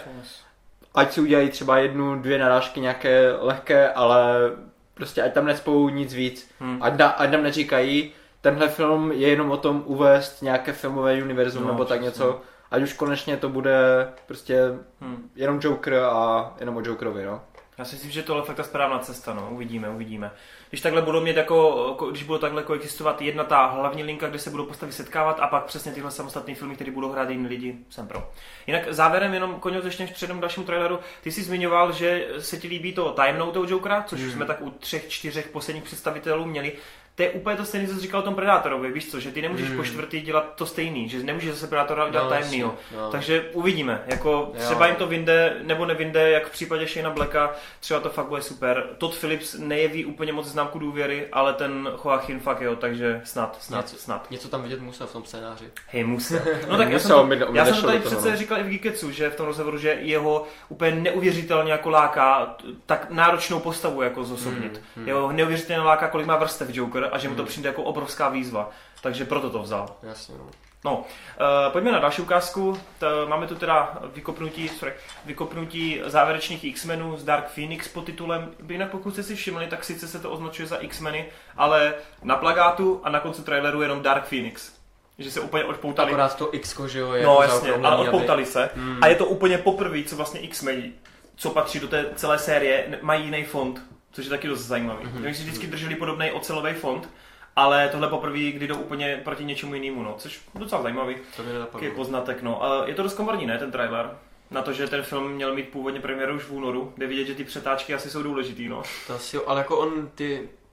Ať si udělají třeba jednu, dvě narážky nějaké lehké, ale prostě ať tam necpou nic víc. Hmm. Ať, da, ať nám neříkají, tenhle film je jenom o tom uvést nějaké filmové univerzum no, nebo tak přesně. Něco. Ať už konečně to bude prostě hmm. jenom Joker a jenom o Jokerovi, no. Já si myslím, že tohle je fakt ta správná cesta, no. Uvidíme, uvidíme. Když takhle budou mít jako, když budou takhle koexistovat jedna ta hlavní linka, kde se budou postavy setkávat a pak přesně tyhle samostatné filmy, které budou hrát jiní lidi, jsem pro. Jinak závěrem jenom Koňo, ještě než předem k dalšímu traileru, ty jsi zmiňoval, že se ti líbí to tajemnou toho Jokera, což hmm. jsme tak u třech, čtyřech posledních představitelů měli. To je úplně to stejné, co jsi říkal o tom Predátorovi, víš co, že ty nemůžeš hmm. po čtvrtý dělat to stejný, že nemůžeš zase Predátora dělat no, tajemnýho. No. Takže uvidíme, jako třeba jim to vyjde nebo nevyjde, jak v případě Shana Blacka, třeba to fakt bude super. Todd Phillips nejeví úplně moc známku důvěry, ale ten Joaquin fakt jo, takže snad, snad, něco, snad. Něco tam vidět musel v tom scénáři. Hej, musel. No tak já jsem to, já jsem to tady přece toho. říkal i v Geeketsu, že v tom rozhovoru, že jeho úplně neuvěřitelně jako láká tak náročnou postavu jako zosobnit. Hmm, hmm. Jeho neuvěřitelně láká, kolik má vrstev Joker a že mu to přijde jako obrovská výzva, takže proto to vzal. Jasně, no. No, uh, pojďme na další ukázku. T- máme tu teda vykopnutí, sorry, vykopnutí závěrečných X-menů z Dark Phoenix pod titulem. Jinak pokud jste si všimli, tak sice se to označuje za X-meny, ale na plakátu a na konci traileru jenom Dark Phoenix. Že se úplně odpoutali. Akorát to X-ko, že jo, je no jasně, ale odpoutali aby... se. Hmm. A je to úplně poprvé, co vlastně X-meni, co patří do té celé série, mají jiný fond. Což je taky dost zajímavý. Mm-hmm. Oni si vždycky drželi podobný ocelový fond, ale tohle poprvé, kdy jdou úplně proti něčemu jinému, no, což je docela zajímavý. To mi nenapadlo. Je poznatek, no. A je to dost komorní, ne, ten trailer? Na to, že ten film měl mít původně premiéru už v únoru, kde vidět, že ty přetáčky asi jsou důležitý, no. To asi jo, ale jako on ty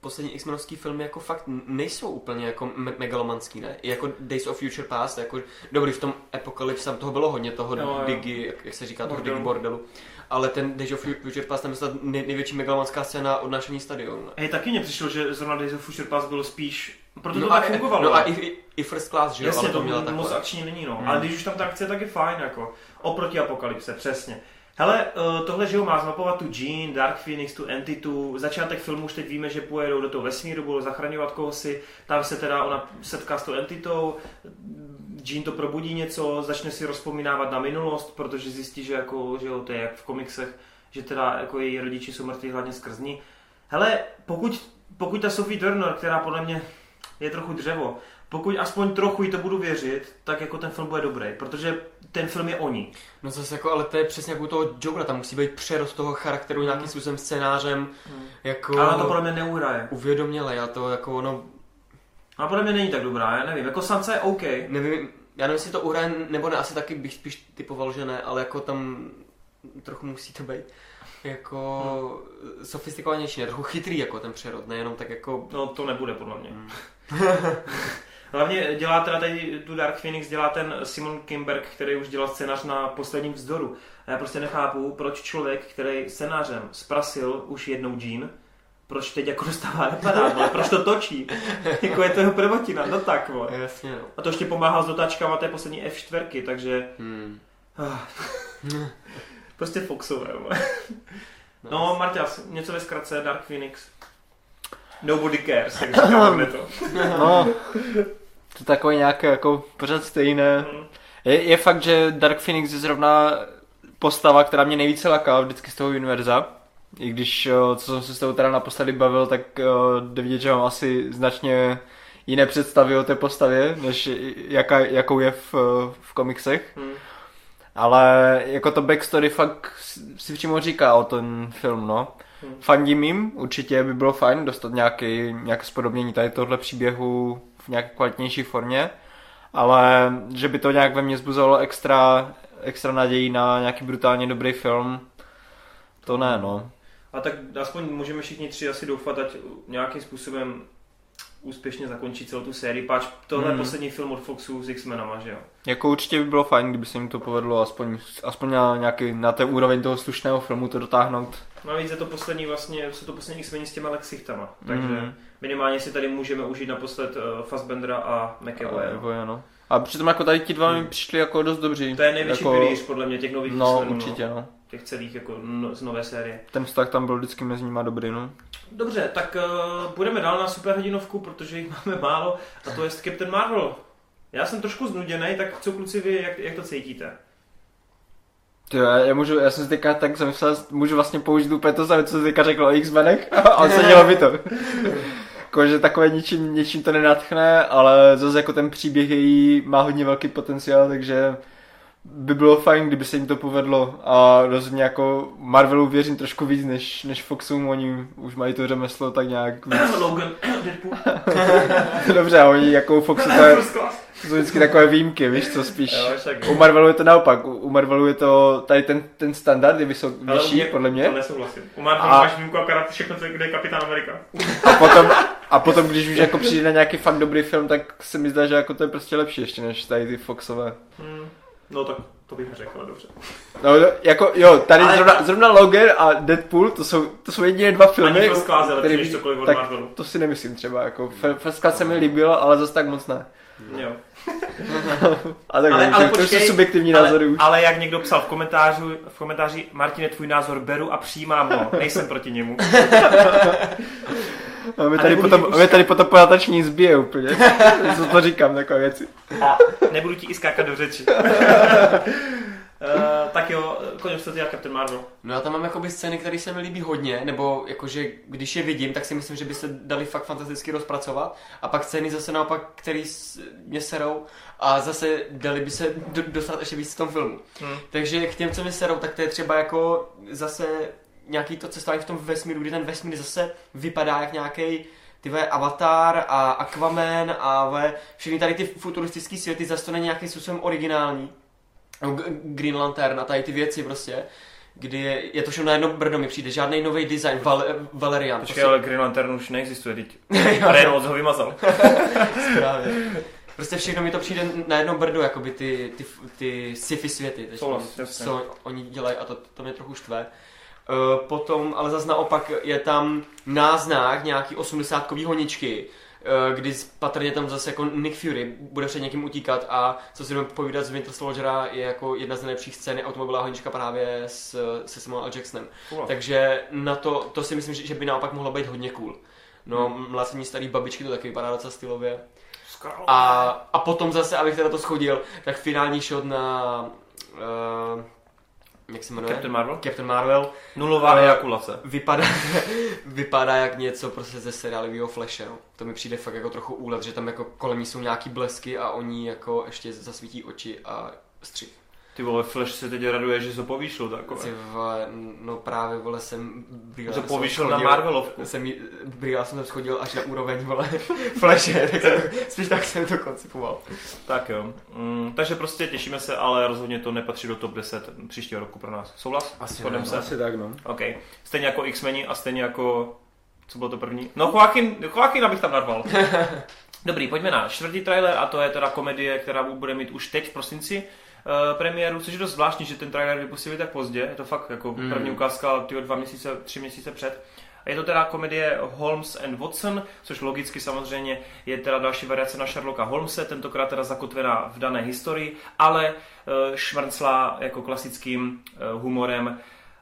poslední X-menovský filmy jako fakt nejsou úplně jako me- megalomanský, ne? I jako Days of Future Past, jako dobrý v tom Apocalypse, tam toho bylo hodně, toho no, digi, jak, jak se říká, toho bordelu. digi bordelu. Ale ten Days of Future Past, tam je snad nej, největší megalomanská scéna odnášení stadionu. Hej, taky mně přišlo, že zrovna Days of Future Past bylo spíš, proto no to a, tak fungovalo. No a i, i First Class, že jo, jasně, ale to, to měla moc takhle. akční není, no. Hmm. Ale když už tam ta akce, tak je fajn, jako. Oproti Apokalypse, přesně. Hele, tohle, že jo, má zmapovat tu Jean, Dark Phoenix, tu Entitu, začátek filmu už teď víme, že pojedou do toho vesmíru, budou zachraňovat kohosi, tam se teda ona setká s tou Entitou, Jean to probudí něco, začne si rozpomínávat na minulost, protože zjistí, že jako, že jo, to je jak v komiksech, že teda jako její rodiči jsou mrtví hlavně skrz ní. Hele, pokud, pokud ta Sophie Turner, která podle mě je trochu dřevo, pokud aspoň trochu jí to budu věřit, tak jako ten film bude dobrý, protože ten film je o ní. No zase jako, ale to je přesně jako u toho Jokera, tam musí být přerost toho charakteru hmm. nějakým způsobem scénářem, hmm. jako... Ale to podle mě neuhraje. Uvědoměle, já to jako ono... Ale podle mě není tak dobrá, já nevím, jako Sansa je OK. Nevím, já nevím, jestli to uhraje nebo ne, asi taky bych spíš typoval, že ne, ale jako tam trochu musí to být jako hmm. sofistikovanější, ne, trochu chytrý jako ten přerod, nejenom tak jako... No to nebude podle mě. Hmm. Hlavně dělá teda tady tu Dark Phoenix, dělá ten Simon Kinberg, který už dělal scénář na Posledním vzdoru. A já prostě nechápu, proč člověk, který scénářem zprasil už jednou Jean, proč teď jako dostává napadát, ale proč to točí? Jako je to jeho prvotina, no tak, vole. Jasně, no. A to ještě pomáhal s dotáčkama té poslední F čtyři, takže... Hmm. prostě Foxové, vole. No, Marťas, něco ve zkratce, Dark Phoenix. Nobody cares, takže říkáme to. No, to takový nějaké jako pořád stejné. Mm. Je, je fakt, že Dark Phoenix je zrovna postava, která mě nejvíce laká vždycky z toho univerza. I když, co jsem se s tou teda naposledy bavil, tak jde vidět, že mám asi značně jiné představy o té postavě, než jaká, jakou je v, v komiksech. Mm. Ale jako to backstory fakt si přímo říká o ten film, no. Hmm. Fandím jim, určitě by bylo fajn dostat nějaký, nějaké spodobnění tady tohle příběhu v nějaké kvalitnější formě, ale že by to nějak ve mně zbuzovalo extra, extra naději na nějaký brutálně dobrý film, to ne, no. A tak aspoň můžeme všichni tři asi doufat, ať nějakým způsobem úspěšně zakončí celou tu sérii, páč tohle hmm. poslední film od Foxu s X-menama, že jo? Jako určitě by bylo fajn, kdyby se jim to povedlo aspoň, aspoň na, nějaký, na té úroveň toho slušného filmu to dotáhnout. Navíc je to poslední vlastně, jsou to poslední X-meni s těma Lexichtama, takže hmm. minimálně si tady můžeme užít naposled uh, Fassbendera a McAvoye. No. No. A přitom jako tady ti dva mi přišli jako dost dobří. To je největší jako... pilíř podle mě těch nových no, X-menů. Určitě, no. Těch celých jako no, z nové série. Ten vztah tam byl vždycky mezi nima dobrý, no. Dobře, tak uh, půjdeme dál na superhrdinovku, protože jich máme málo, a to je Captain Marvel. Já jsem trošku znuděnej, tak co kluci vy, jak, jak to cítíte? Jo, já, můžu, já jsem si teďka tak zamyslel, můžu vlastně použít úplně to samé, co jsi teďka řekl o X-menech, a sedělo by to. Jakože takové ničím, ničím to nenatchne, ale zase jako ten příběh její má hodně velký potenciál, takže by bylo fajn, kdyby se jim to povedlo, a rozhodně jako Marvelu věřím trošku víc než, než Foxům, oni už mají to řemeslo tak nějak víc. Logan, Deadpool. Dobře, a oni jako Foxu to je, to jsou vždycky takové výjimky, víš co, spíš. U Marvelu je to naopak, u Marvelu je to tady ten, ten standard je vysok, vyšší, mě, podle mě. To nesouhlasím. U Marvelu a... máš výjimku akorát všechno, kde je Kapitán Amerika. A potom, a potom, když už jako přijde na nějaký fakt dobrý film, tak se mi zdá, že jako to je prostě lepší ještě než tady ty Foxové. Hmm. No tak to bych řekl, dobře. No jako jo, tady ale... zrovna, zrovna Logan a Deadpool, to jsou, to jsou jediné dva filmy. Ani First Class je lepší než cokoliv od Marvelu. To si nemyslím třeba, jako First Class se mi líbil, ale zase tak moc ne. Jo. A tak ale, ale to počkej, jsou subjektivní ale, názory už. Ale jak někdo psal v komentáři, v komentáři Martine, tvůj názor beru a přijímám ho, nejsem proti němu. A my tady, potom, my tady potom pojátační zbije úplně, co to říkám, takové věci. A nebudu ti i skákat do řeči. Uh, tak jo, konec to dělá Captain Marvel. No já tam mám jakoby scény, které se mi líbí hodně, nebo jakože když je vidím, tak si myslím, že by se dali fakt fantasticky rozpracovat. A pak scény zase naopak, které mě serou a zase dali by se do, dostat ještě víc v tom filmu. Hmm. Takže k těm, co mě serou, tak to je třeba jako zase nějaký to cestování v tom vesmíru, kdy ten vesmír zase vypadá jak nějaký tyhle Avatar a Aquaman a ve, všechny tady ty futuristické světy, zase to není nějakým způsobem originální. Green Lantern a tady ty věci prostě, kdy je, je to všechno na jedno brdo, mi přijde, žádný nový design, Val, Valerian. Počkej, prostě... ale Green Lantern už neexistuje, teď Reynolds ho vymazal. Správně. Prostě všechno mi to přijde na jedno brdo, jakoby ty, ty, ty sci-fi světy, teď, co oni dělají a to, to mě trochu štve. Uh, potom, ale zase naopak je tam náznak nějaký osmdesátkový honičky, uh, kdy patrně tam zase jako Nick Fury bude před někým utíkat a co si budeme povídat z Winter Soldiera je jako jedna z nejlepších scén automobilová honička právě s, se Samuel L. Jacksonem. Cool. Takže na to, to si myslím, že by naopak mohlo být hodně cool. No, hmm. mlácení starý babičky to taky vypadá docela stylově. A, a potom zase, abych teda to schodil, tak finální shot na... Uh, jak se jmenuje? Captain Marvel? Captain Marvel. Nulová ejakulace. Vypadá, vypadá jak něco prostě ze seriálového Flashe, no. To mi přijde fakt jako trochu úlet, že tam jako kolem ní jsou nějaký blesky a oni jako ještě zasvítí oči a střih. Ty vole, Flash se teď raduje, že se povýšil takové. Ty vole, no právě vole jsem... Že povýšil na Marvelovku. Jsem, brýle jsem tam schodil až na úroveň, vole, Flashe, tak jsem, spíš tak jsem to koncipoval. Tak jo, mm, takže prostě těšíme se, ale rozhodně to nepatří do top deset příštího roku pro nás. Souhlas? Asi, ne, se? asi tak, no. OK. Stejně jako X-meni a stejně jako... Co bylo to první? No Joaquin, Joaquina bych tam narval. Dobrý, pojďme na čtvrtý trailer a to je teda komedie, která bude mít už teď v prosinci Uh, premiéru, což je dost zvláštní, že ten trailer vypustili tak pozdě, je to fakt jako mm. první ukázka tyho dva měsíce, tři měsíce před. Je to teda komedie Holmes and Watson, což logicky samozřejmě je teda další variace na Sherlocka Holmese, tentokrát teda zakotvená v dané historii, ale uh, šmrnclá jako klasickým uh, humorem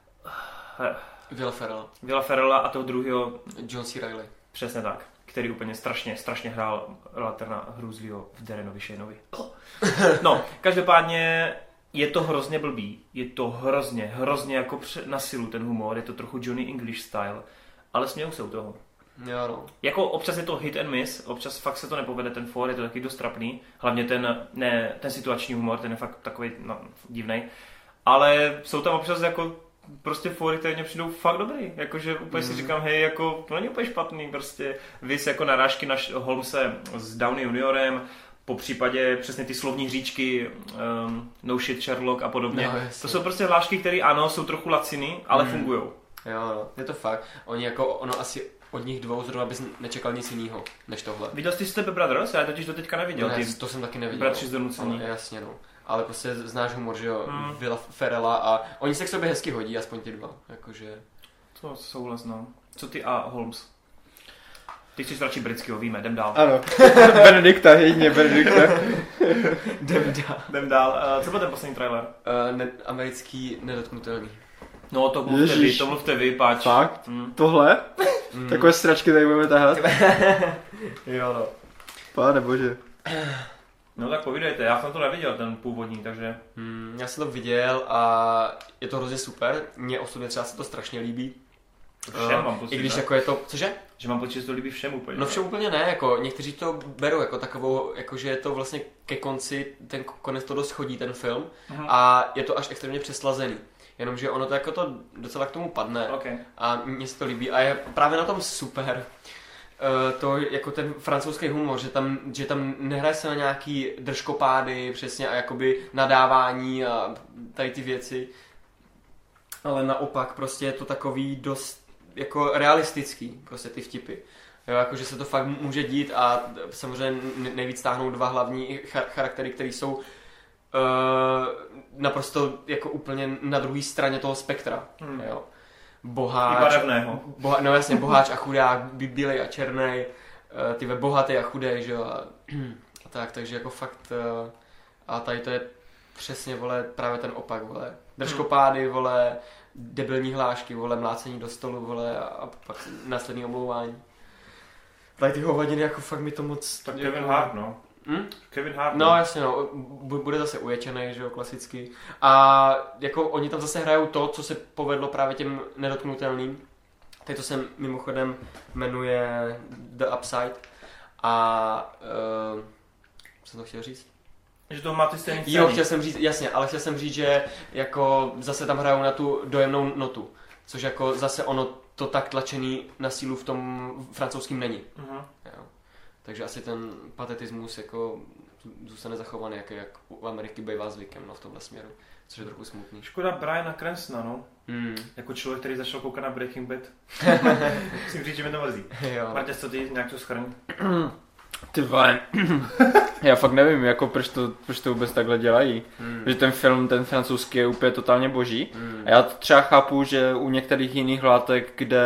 uh, Willa Ferrella. Willa Ferrella a toho druhého John C. Reilly. Přesně tak, který úplně strašně, strašně hrál Laterna Hrůzlýho v Darrenovi Shaneovi. No, každopádně je to hrozně blbý, je to hrozně, hrozně jako na silu ten humor, je to trochu Johnny English style, ale smějou se u toho. Jo, no. Jako občas je to hit and miss, občas fakt se to nepovede, ten for je to taky dost trapný, hlavně ten, ne, ten situační humor, ten je fakt takový no, divnej, ale jsou tam občas jako prostě fory, které mě přijdou fakt dobrý, jakože úplně mm. si říkám, hej, jako to není úplně špatný, prostě vys jako narážky na Holmese s Downey juniorem, po případě přesně ty slovní hříčky, um, no shit Sherlock a podobně. No, to jsou prostě hlášky, které ano, jsou trochu laciny, ale mm. fungujou. Jo, no, je to fakt. Oni jako, ono asi od nich dvou zrovna bys nečekal nic jiného, než tohle. Viděl jsi Step Brothers? Já totiž to teďka neviděl. Ne, ty to jsem taky neviděl. Bratři z donucení. No, jasně, no. Ale prostě znáš humor, že jo, hmm. Willa Ferrella a oni se k sobě hezky hodí, aspoň ty dva, jakože... To souhlas, no. Co ty a Holmes? Ty chceš radši britského, víme, jdem dál. Ano, Benedikta, jedině Benedikta. jdem dál. Jdem dál. Uh, co byl ten poslední trailer? Uh, ne- americký nedotknutelný. No to mluvte vy, to mluvte vy, páč. Fakt? Hmm. Tohle? Hmm. Takové stračky tady budeme tahat? Jo no. Pane bože. No tak povídejte, já jsem to neviděl, ten původní, takže... Hmm, já jsem to viděl a je to hrozně super, mně osobně třeba se to strašně líbí. Všem uh, mám pocit, I když ne? jako je to, cože? Že mám pocit, že to líbí všem úplně. No všem úplně ne, jako někteří to berou jako takovou, jakože je to vlastně ke konci, ten konec to dost chodí ten film uh-huh. a je to až extrémně přeslazený. Jenomže ono to jako to docela k tomu padne okay. a mně se to líbí a je právě na tom super. Uh, to jako ten francouzský humor, že tam, že tam nehraje se na nějaký držkopády přesně a jakoby nadávání a tady ty věci, ale naopak prostě je to takový dost jako realistický, prostě ty vtipy. Jo, jakože se to fakt může dít a samozřejmě nejvíc táhnou dva hlavní charaktery, které jsou uh, naprosto jako úplně na druhé straně toho spektra. Hmm. Jo. Boháč, boha, no jasně, boháč a chudák, bílej a černej, uh, ty ve bohatý a chudej, že jo, a, a tak, takže jako fakt, uh, a tady to je přesně, vole, právě ten opak, vole, držkopády, vole, debilní hlášky, vole, mlácení do stolu, vole, a, a pak následný omlouvání. Tady ty hovadiny, jako fakt mi to moc... Tak Kevin Hart, no. Hm? Kevin Hart. No jasně, no, bude zase uječený, že jo, klasicky. A jako oni tam zase hrajou to, co se povedlo právě těm nedotknutelným. Teď to se mimochodem jmenuje The Upside. A... Uh, co jsem to chtěl říct? Že to má ty stejný scény. Jo, chtěl jsem říct, jasně, ale chtěl jsem říct, že jako zase tam hrajou na tu dojemnou notu. Což jako zase ono to tak tlačený na sílu v tom francouzském není. Uh-huh. Jo. Takže asi ten patetismus jako zůstane zachovaný, jak, jak u Ameriky bývá zvykem, no, v tomhle směru, což je trochu smutný. Škoda Briana Cranstona, no. Mm. Jako člověk, který začal koukat na Breaking Bad. Musím říct, že mi to mrzí. Martě, co ty nějak to schrň? Ty vole, já fakt nevím, jako proč to, proč to vůbec takhle dělají. Mm. Že ten film, ten francouzský je úplně totálně boží. Mm. A já třeba chápu, že u některých jiných látek, kde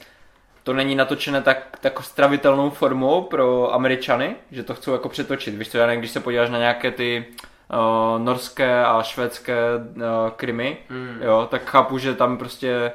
to není natočené tak, tak stravitelnou formou pro Američany, že to chcou jako přetočit. Víš co, já nevím, když se podíváš na nějaké ty uh, norské a švédské uh, krimi, mm. jo, tak chápu, že tam prostě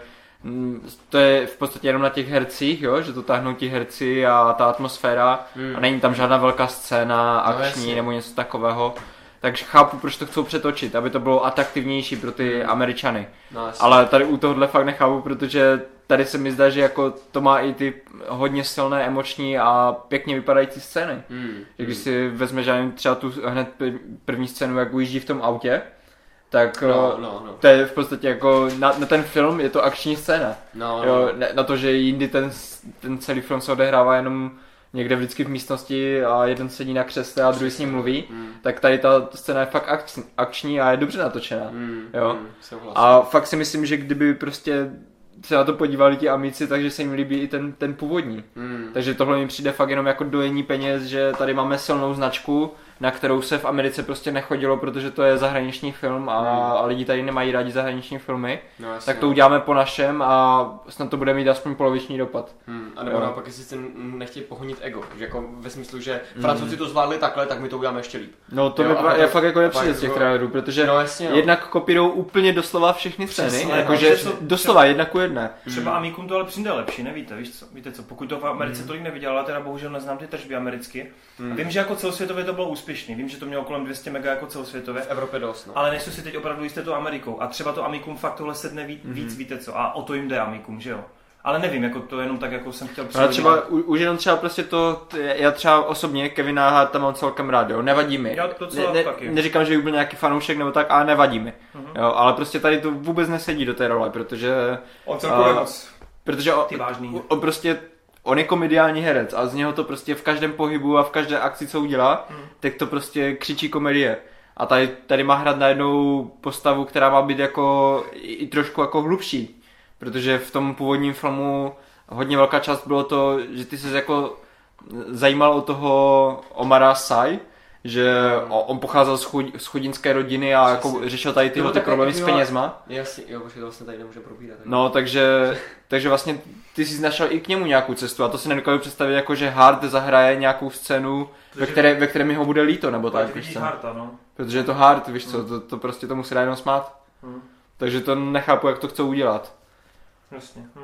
to je v podstatě jenom na těch hercích, jo, že to táhnou ti herci a ta atmosféra mm. a není tam žádná velká scéna, akční no, nebo něco takového. Takže chápu, proč to chcou přetočit, aby to bylo atraktivnější pro ty mm. Američany. No, ale tady u tohohle fakt nechápu, protože tady se mi zdá, že jako to má i ty hodně silné emoční a pěkně vypadající scény. Mm. Že když si vezmeš třeba tu hned první scénu, jak ujíždí v tom autě, tak no, no, no. to je v podstatě jako na, na ten film je to akční scéna. No, no. Jo, na to, že jindy ten, ten celý film se odehrává jenom někde vždycky v místnosti a jeden sedí na křesle a druhý s ním mluví, mm. tak tady ta scéna je fakt akční, akční a je dobře natočená. Mm, jo? Mm, a fakt si myslím, že kdyby prostě se na to podívali ti amici, takže se jim líbí i ten, ten původní. Mm. Takže tohle mi přijde fakt jenom jako dojení peněz, že tady máme silnou značku, na kterou se v Americe prostě nechodilo, protože to je zahraniční film a, mm. a lidi tady nemají rádi zahraniční filmy, no, jasně, tak to uděláme po našem a snad to bude mít aspoň poloviční dopad. Mm. A nebo naopak, jestli si nechtějí pohonit ego, že jako ve smyslu, že Francouzi to zvládli takhle, tak my to uděláme ještě líp. No to jo, je fakt jako nepřijde z těch trailerů, protože no, jasně, no. jednak kopírujou úplně doslova všechny scény, jakože doslova jedna ku jedné. Třeba mm. Amikum to ale přijde lepší, nevíte, víš co? Víte co, pokud to v Americe mm. tolik neviděla, teda bohužel neznám ty tržby americky. Mm. A vím, že jako celosvětově to bylo úspěšný. Vím, že to mělo kolem dvě stě mega jako celosvětově. V Evropě dost, no. Ale nejsou si teď opravdu jisté to Amerikou. A třeba to Amikum fakt tohle sedne víc, mm. víc, víte co? A o to jim jde Amikum, že jo? Ale nevím, jako to jenom tak, jako jsem chtěl přijít. třeba u, už jenom třeba prostě to, já třeba osobně Kevina Harta tam mám celkem rád, jo, nevadí mi. Já to ne, ne, taky. Neříkám, že by byl nějaký fanoušek nebo tak, ale nevadí mi. Uh-huh. Jo, ale prostě tady to vůbec nesedí do té role, protože... On celkově uh, moc. Protože on, on prostě, on je komediální herec a z něho to prostě v každém pohybu a v každé akci, co udělá, hmm. tak to prostě křičí komedie. A tady, tady má hrát najednou postavu, která má být jako i, i trošku jako hlubší. Protože v tom původním filmu hodně velká část bylo to, že ty se jako zajímal o toho Omara Sy, že on pocházel z, chud, z chudinské rodiny a jako řešil tady tyhle ty problémy s penězma. Jasně, jo, protože to vlastně tady nemůže probírat. Tak. No, takže, takže vlastně ty jsi našel i k němu nějakou cestu a to si nedokážu představit, jako že Hart zahraje nějakou scénu, ve které, ve které mi ho bude líto, nebo tak, víš co? Harta, no. Protože je to Hart, víš co, to, to prostě tomu se dá jenom smát. Hmm. Takže to nechápu, jak to chcou udělat. Jasně. Hm.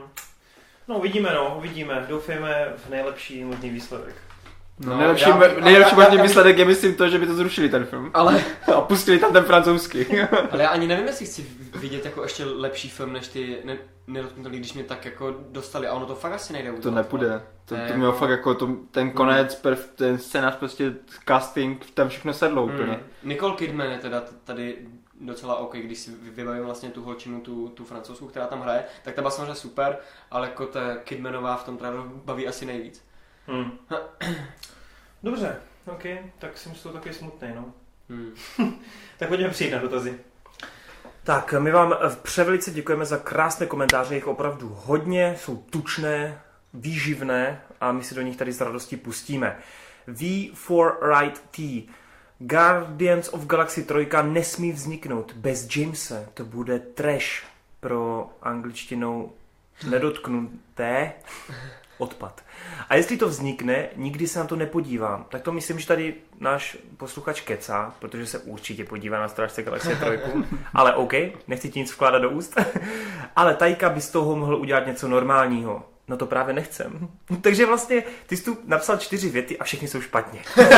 No uvidíme, no, uvidíme. Doufejme v nejlepší možný výsledek. No, nejlepší já, nejlepší možný výsledek je myslím to, že by to zrušili ten film. Ale a pustili tam ten francouzský. Ale já ani nevím, jestli chci vidět jako ještě lepší film než ty ne, nedotknutelí, když mě tak jako dostali a ono to fakt asi nejde udělat. To nepůjde. To, to mělo fakt jako to, ten konec, mm. perf, ten scénář, prostě casting, tam všechno sedlo mm. úplně. Nicole Kidman je teda tady docela OK, když si vybavím vlastně tu holčinu, tu, tu francouzskou, která tam hraje, tak ta byla samozřejmě super, ale jako ta Kidmanová v tom traileru baví asi nejvíc. Hmm. Dobře, OK, tak jsem z toho taky smutný, no. Hmm. Tak pojďme přijít na dotazy. Tak, my vám převelice děkujeme za krásné komentáře, jich opravdu hodně, jsou tučné, výživné a my si do nich tady s radostí pustíme. V for Right T. Guardians of Galaxy tři nesmí vzniknout bez Jamese, to bude trash pro angličtinou nedotknuté odpad. A jestli to vznikne, nikdy se na to nepodívám. Tak to myslím, že tady náš posluchač kecá, protože se určitě podívá na Strážce Galaxie tři. Ale OK, nechci ti nic vkládat do úst. Ale Taika by z toho mohl udělat něco normálního. No to právě nechcem. Takže vlastně ty jsi tu napsal čtyři věty a všechny jsou špatně.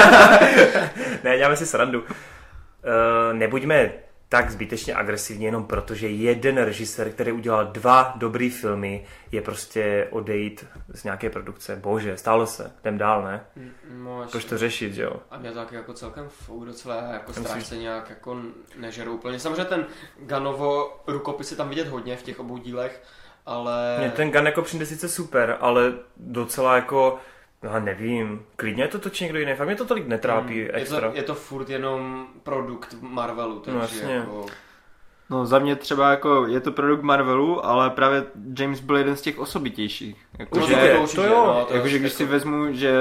Ne, děláme si srandu. Uh, nebuďme tak zbytečně agresivní jenom proto, že jeden režisér, který udělal dva dobrý filmy, je prostě odejít z nějaké produkce. Bože, stalo se. Jdem dál, ne? No, proč to řešit, že jo? A mě to taky jako celkem fouk docela, jako Strážce nějak jako nežeru úplně. Samozřejmě ten Gunnovo rukopis je tam vidět hodně v těch obou dílech, ale... Mě ten Gunn jako přijde sice super, ale docela jako Já nevím, klidně to točí někdo jiný, fakt mě to tolik netrápí hmm. extra. Je to, je to furt jenom produkt Marvelu, takže no, jasně. jako... No za mě třeba jako je to produkt Marvelu, ale právě James byl jeden z těch osobitějších. Jako, určitě, že, to, určitě, to jo. No, to jakože když jako... si vezmu, že...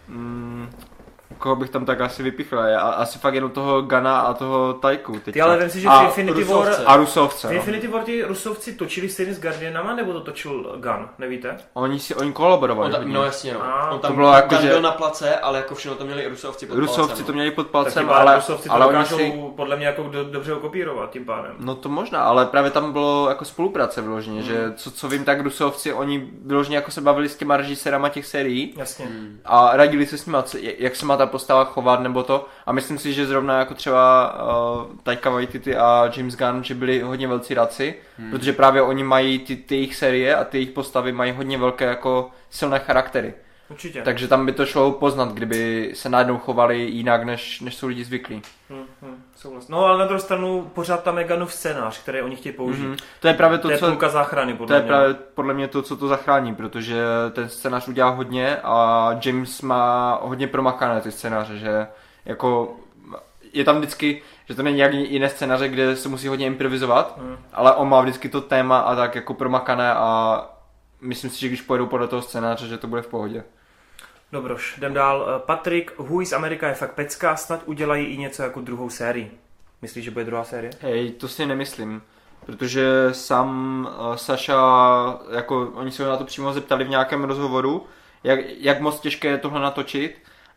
Mm, koho bych tam tak asi vypichl, je asi fakt jenom toho Gana a toho Tajku. Teďka. Ty ale vem si, že a v Infinity War... A Rusovce. V Infinity War ty Rusovci točili stejně s Guardianama, nebo to točil Gunn, nevíte? Oni si, oni kolaborovali. On ta, no jasně, no. A, on tam, to bylo jako, tam že... byl na place, ale jako všechno to měli Rusovci pod Rusovci palcem. to měli pod palcem, tak ale... Rusovci to ale dokážou si... podle mě jako do, dobře okopírovat tím pádem. No to možná, ale právě tam bylo jako spolupráce vyloženě, hmm. že co, co vím, tak Rusovci, oni vyloženě jako se bavili s těma režisérama těch sérií. Jasně. Hmm. A radili se s nimi, jak se má ta postava chovat nebo to. A myslím si, že zrovna jako třeba uh, Taika Waititi a James Gunn, že byli hodně velcí radci, hmm. protože právě oni mají ty, ty jejich série a ty jejich postavy mají hodně velké jako silné charaktery. Určitě. Takže tam by to šlo poznat, kdyby se najednou chovali jinak, než, než jsou lidi zvyklí. Hmm, hmm, no ale na druhou stranu pořád tam je Gunnův scénář, který oni chtějí použít. Hmm. To je právě to, to je co... půlka záchrany, podle To je mě. právě podle mě to, co to zachrání, protože ten scénář udělá hodně a James má hodně promakané ty scénáře, že jako... Je tam vždycky, že to není jak jiné scénáře, kde se musí hodně improvizovat, hmm. ale on má vždycky to téma a tak jako promakané a myslím si, že když pojedou podle toho scénáře, že to bude v pohodě. Dobroš, jdem dál. Patrik, Who is America je fakt pecka, snad udělají i něco jako druhou sérii. Myslíš, že bude druhá série? Hej, to si nemyslím, protože sám uh, Saša, jako oni se ho na to přímo zeptali v nějakém rozhovoru, jak, jak moc těžké je tohle natočit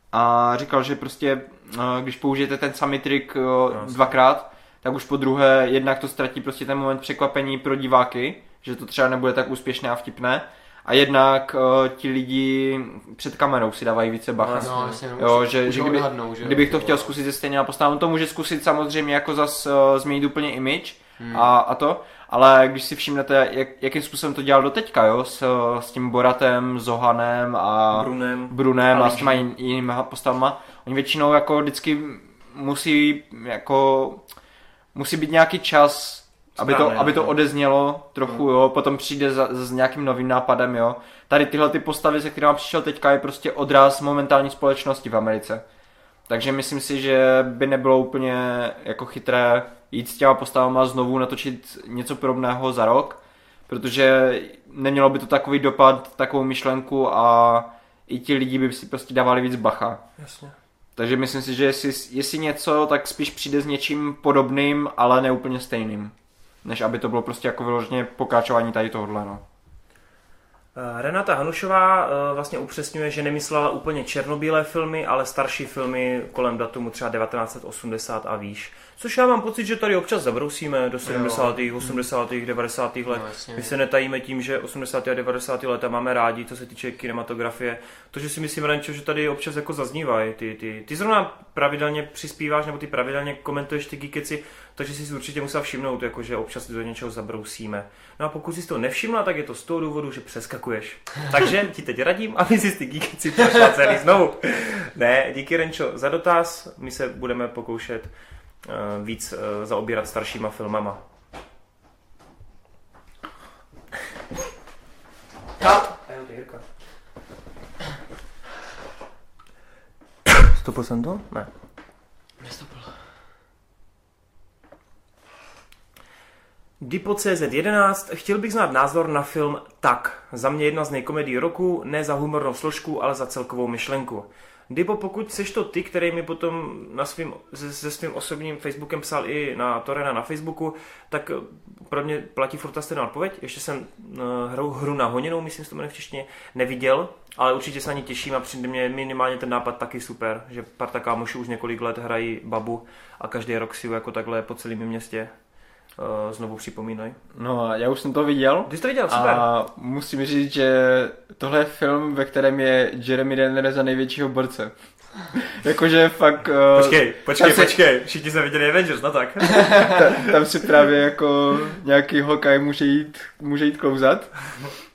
a říkal, že prostě když použijete ten samý trik no, dvakrát, tak už po druhé jednak to ztratí prostě ten moment překvapení pro diváky, že to třeba nebude tak úspěšné a vtipné. A jednak uh, ti lidi před kamerou si dávají více bacha. No, vlastně, no, jo, už, že, už že kdyby, odhadnou, že kdybych to chtěl bylo. zkusit se stejně postavou, to může zkusit samozřejmě jako zas uh, změnit úplně image hmm. a, a to, ale když si všimnete, jak, jakým způsobem to dělal doteďka, jo, s, s tím Boratem, Zohanem a Brunem, Brunem a, a s těma jin, jinými postavama, oni většinou jako vždycky musí jako musí být nějaký čas, aby to, aby to odeznělo trochu, jo, potom přijde za, za, s nějakým novým nápadem, jo. Tady tyhle ty postavy, se kterými přišel teďka, je prostě odraz momentální společnosti v Americe. Takže myslím si, že by nebylo úplně jako chytré jít s těma postavama znovu natočit něco podobného za rok, protože nemělo by to takový dopad, takovou myšlenku a i ti lidi by si prostě dávali víc bacha. Jasně. Takže myslím si, že jestli, jestli něco, tak spíš přijde s něčím podobným, ale ne úplně stejným. Než aby to bylo prostě jako vyloženě pokračování tady tohohle, no. Renata Hanušová vlastně upřesňuje, že nemyslela úplně černobílé filmy, ale starší filmy kolem datumu třeba devatenáct set osmdesát a výš. Což já mám pocit, že tady občas zabrousíme do sedmdesátých, osmdesátých, devadesátých let. No, my se netajíme tím, že osmdesátá a devadesátá léta máme rádi, co se týče kinematografie. To, že si myslím, Renčo, že tady občas jako zaznívají. Ty, ty, ty zrovna pravidelně přispíváš, nebo ty pravidelně komentuješ ty geekeci, takže si určitě musel všimnout, jako, že občas do něčeho zabrousíme. No a pokud jsi to nevšimla, tak je to z toho důvodu, že přeskakuješ. Takže ti teď radím, aby si ty geekeci prošla celý znovu. Ne, díky Renčo za dotaz, my se budeme pokoušet uh, víc uh, zaobírat staršíma filmama. Kat! Stopil jsem to? Ne. Nestopil. Dipo C Z jedenáct, chtěl bych znát názor na film Tak. Za mě jedna z nejkomedií roku, ne za humornou složku, ale za celkovou myšlenku. Dipo, pokud seš to ty, který mi potom na svým, se, se svým osobním Facebookem psal i na Torena na Facebooku, tak pro mě platí furt ta stejná odpověď. Ještě jsem hru, hru na honěnou, myslím, že to jmenuje v češtině, neviděl, ale určitě se na ní těším a přijde mě minimálně ten nápad taky super, že parta kámošů už několik let hrají babu a každý rok si ju jako takhle po celém městě Uh, znovu připomínají. No, já už jsem to viděl. Ty jsi to viděl, super. A musím říct, že tohle je film, ve kterém je Jeremy Renner za největšího borce. Jakože fakt... Uh, počkej, počkej, si, počkej. Všichni jsme viděli Avengers, no tak. tam, tam si právě jako nějaký hokej může jít, může jít klouzat.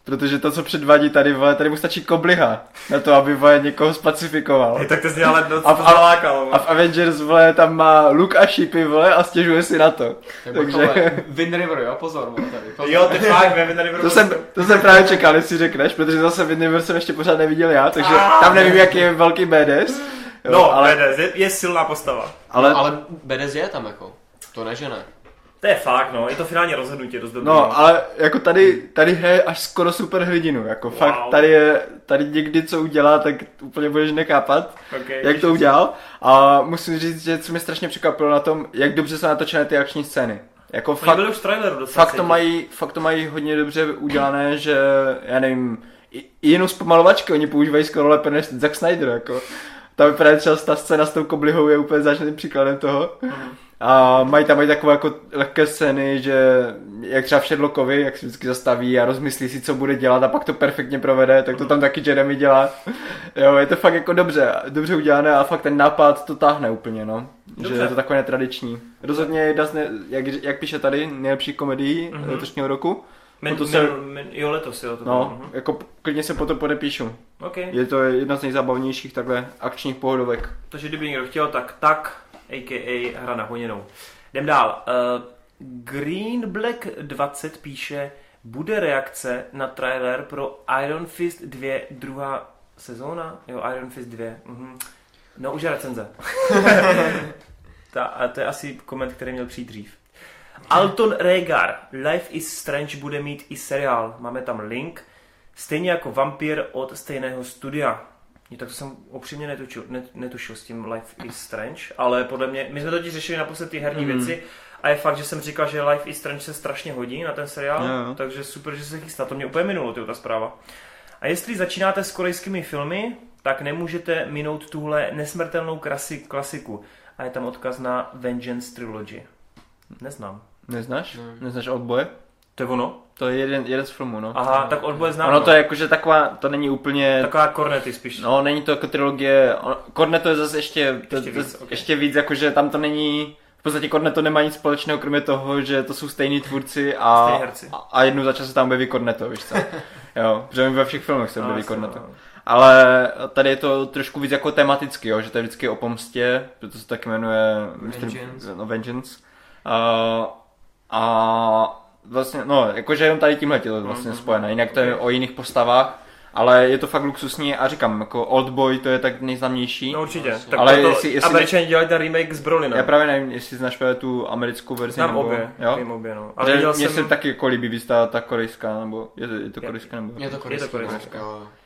protože to, co předvádí tady, vole, tady mu stačí kobliha na to, aby, vole, někoho spacifikoval. Hey, tak to zní ale dost a, v, zalákal. a v Avengers, vole, tam má luk a šípy, vole, a stěžuje si na to. Tak Takže... Wind River, jo, pozor, vole, tady. Pozor. Jo, ty fakt, Wind River. To jsem, to jsem právě čekal, jestli řekneš, protože zase Wind River jsem ještě pořád neviděl já, takže tam nevím, jaký je velký badass. Jo, no, ale badass, je, je silná postava. Ale, ale badass je tam jako, to ne, že ne. To je fakt, no, je to finální rozhodnutí, dost dobrý. no, ale jako tady, tady hraje až skoro super hrdinu, jako wow. Fakt tady je, tady někdy co udělá, tak úplně budeš nechápat, okay, jak to udělal. A musím říct, že co mě strašně překvapilo na tom, jak dobře jsou natočené ty akční scény. Jako Oni fakt, byli už v traileru docela fakt to mají, fakt to mají hodně dobře udělané, že já nevím, i, i jenom zpomalovačky oni používají skoro lépe než Zack Snyder, jako. Tam vypadá třeba ta scéna s tou koblihou je úplně zářným příkladem toho. Mm. A mají tam mají takové jako lehké scény, že jak třeba v Sherlockovi, jak se vždycky zastaví a rozmyslí si, co bude dělat a pak to perfektně provede, tak to tam taky Jeremy dělá. Jo, je to fakt jako dobře, dobře udělané a fakt ten nápad to táhne úplně, no. Dobře. Že je to takové netradiční. Rozhodně jedna z, ne, jak, jak píše tady, nejlepší komedii mm-hmm. letošního roku. Men, to se, men, men, jo, letos, jo. To no, uh-huh. jako klidně se po to podepíšu. Okay. Je to jedna z nejzábavnějších takhle akčních pohodovek. Takže kdyby někdo chtěl, tak tak, a k a hra na honěnou. Jdem dál. Uh, Green Black dvacet píše, bude reakce na trailer pro Iron Fist dva druhá sezóna? Jo, Iron Fist dva. Mhm. No, už je recenze. Ta, a to je asi koment, který měl přijít dřív. Alton Regar, Life is Strange bude mít i seriál. Máme tam link. Stejně jako Vampír od stejného studia. Tak to jsem upřímně netušil, netušil s tím Life is Strange, ale podle mě, my jsme totiž řešili naposled ty herní mm. věci a je fakt, že jsem říkal, že Life is Strange se strašně hodí na ten seriál, yeah. takže super, že se chystá. To mě úplně minulo, tyjo, ta zpráva. A jestli začínáte s korejskými filmy, tak nemůžete minout tuhle nesmrtelnou krasi, klasiku. A je tam odkaz na Vengeance Trilogy. Neznám. Neznáš? Ne. Neznáš Oldboye? To je ono? To je jeden, jeden z filmů, no. Aha, tak Oldboye znám. Ono to je jakože taková, to není úplně... Taková Cornety spíš. No, není to jako trilogie, Cornetto je zase ještě, to, ještě, to, víc, okay. ještě víc, jakože tam to není... V podstatě Cornetto nemá nic společného, kromě toho, že to jsou stejní tvůrci a, a, a jednou za čas se tam objeví Cornetto, víš co? Jo, protože ve všech filmech se objeví no, Cornetto. No. Ale tady je to trošku víc jako tematicky, jo, že to je vždycky o pomstě, proto se tak jmenuje Vengeance. No, Vengeance. Uh, a vlastně, no, jakože jenom tady tímhle je to vlastně spojené, jinak to je o jiných postavách, ale je to fakt luxusní a říkám, jako Oldboy to je tak nejznámější. No určitě, tak ale to, jestli, jestli Američani dělali ten remake s Brolinem. Já právě nevím, jestli znáš právě tu americkou verzi. Znám nebo, obě, jo? obě, no. Ale mně jsem... se taky jako líbí víc ta, ta korejská, nebo je to, je to korejská, nebo? Je to korejská. Je to korejská.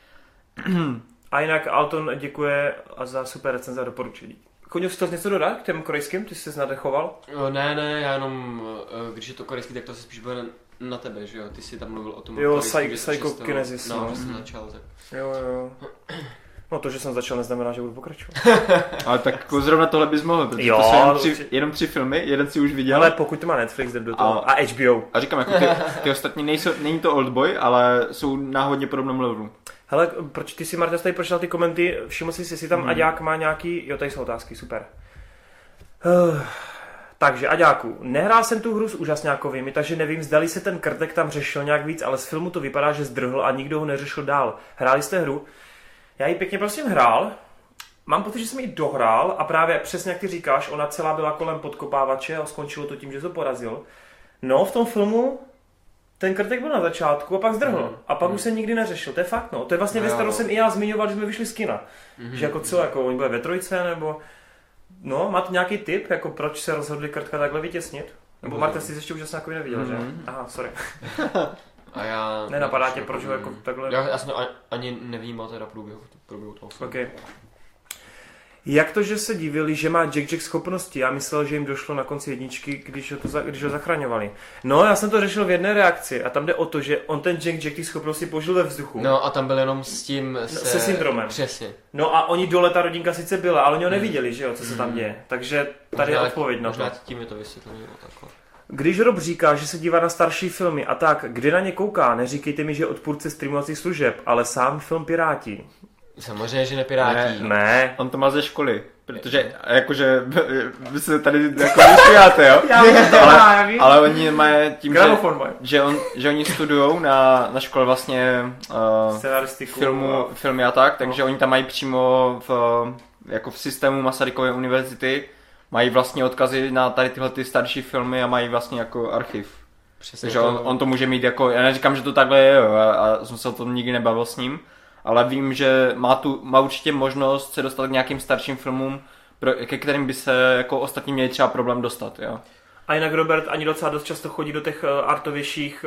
A jinak Alton děkuje a za super recenze a doporučení. Koňo, jsi to něco dodat k těm korejským? Ty jsi se nadechoval? Ne, ne, já jenom, když je to korejský, tak to se spíš bude na tebe, že jo? Ty jsi tam mluvil o tom. Jo, Psychokinesis. No, že jsem začal, tak. Jo, jo. No to, že jsem začal, neznamená, že budu pokračovat. Ale tak jako zrovna tohle bys mohl, protože jo, to jsou jenom tři, jenom tři filmy, jeden si už viděl. Ale pokud to má Netflix, jdem do toho. A, a H B O. A říkám, jako ty, ty ostatní nejsou, není to Oldboy, ale jsou na hodně podobném levelu. Hele, proč ty si, Marta, tady pročítal ty komenty, všiml jsi, jestli tam hmm. Aďák má nějaký, jo, tady jsou otázky, super. Uh, takže, Aďáku, nehrál jsem tu hru s úžasňákovými, takže nevím, zdali se ten krtek tam řešil nějak víc, ale z filmu to vypadá, že zdrhl a nikdo ho neřešil dál. Hráli jste hru? Já ji pěkně prosím hrál, mám pocit, že jsem ji dohrál a právě přesně jak ty říkáš, ona celá byla kolem podkopávače a skončilo to tím, že to porazil. No, v tom filmu ten krtek byl na začátku a pak zdrhl. Mm. A pak mm. už se nikdy neřešil. To je fakt, no. To je vlastně věc, kterou jsem i já zmiňoval, že jsme vyšli z kina. Mm. Že jako co, jako oni byli ve trojce, nebo... No, máte nějaký tip, jako proč se rozhodli krtka takhle vytěsnit? Nebo mm. Marta, jsi ještě už nějaký neviděl, mm. že? Aha, sorry. A já... Nenapadá tě, proč ho jako takhle... Já, já jsem ani nevnímal teda průběhu, průběhu toho filmu. Okay. Jak to, že se divili, že má Jack Jack schopnosti? Já myslel, že jim došlo na konci jedničky, když ho, to za, když ho zachraňovali. No, já jsem to řešil v jedné reakci a tam jde o to, že on ten Jack Jack ty schopnosti použil ve vzduchu. No a tam byl jenom s tím... Se, se syndromem. Přesně. No a oni dole, ta rodinka sice byla, ale oni ho neviděli, že jo, co se tam děje. Takže tady možná, je odpověď na to. Možná tím je to vysvětlené takhle. Když Rob říká, že se dívá na starší filmy a tak, kdy na ně kouká, neříkejte mi, že je odpůrce streamovacích služeb, ale sám film Piráti. Samozřejmě, že nepirátí. Ne, ne. On to má ze školy, protože jakože vy se tady jako vysmíjáte, jo? Já vím, to ale, má, já vím. ale oni mají tím, že, Gramofon že, on, že oni studujou na, na škole vlastně uh, Scenaristiku. filmu, filmy a tak, takže no. Oni tam mají přímo v, jako v systému Masarykovy univerzity, mají vlastně odkazy na tady tyhle ty starší filmy a mají vlastně jako archiv. Přesně takže to... on, on to může mít jako, já neříkám, že to takhle je, jo, a, a jsem se o tom nikdy nebavil s ním, ale vím, že má, tu, má určitě možnost se dostat k nějakým starším filmům, pro, ke kterým by se jako ostatní měli třeba problém dostat, jo. A jinak Robert ani docela dost často chodí do těch artovějších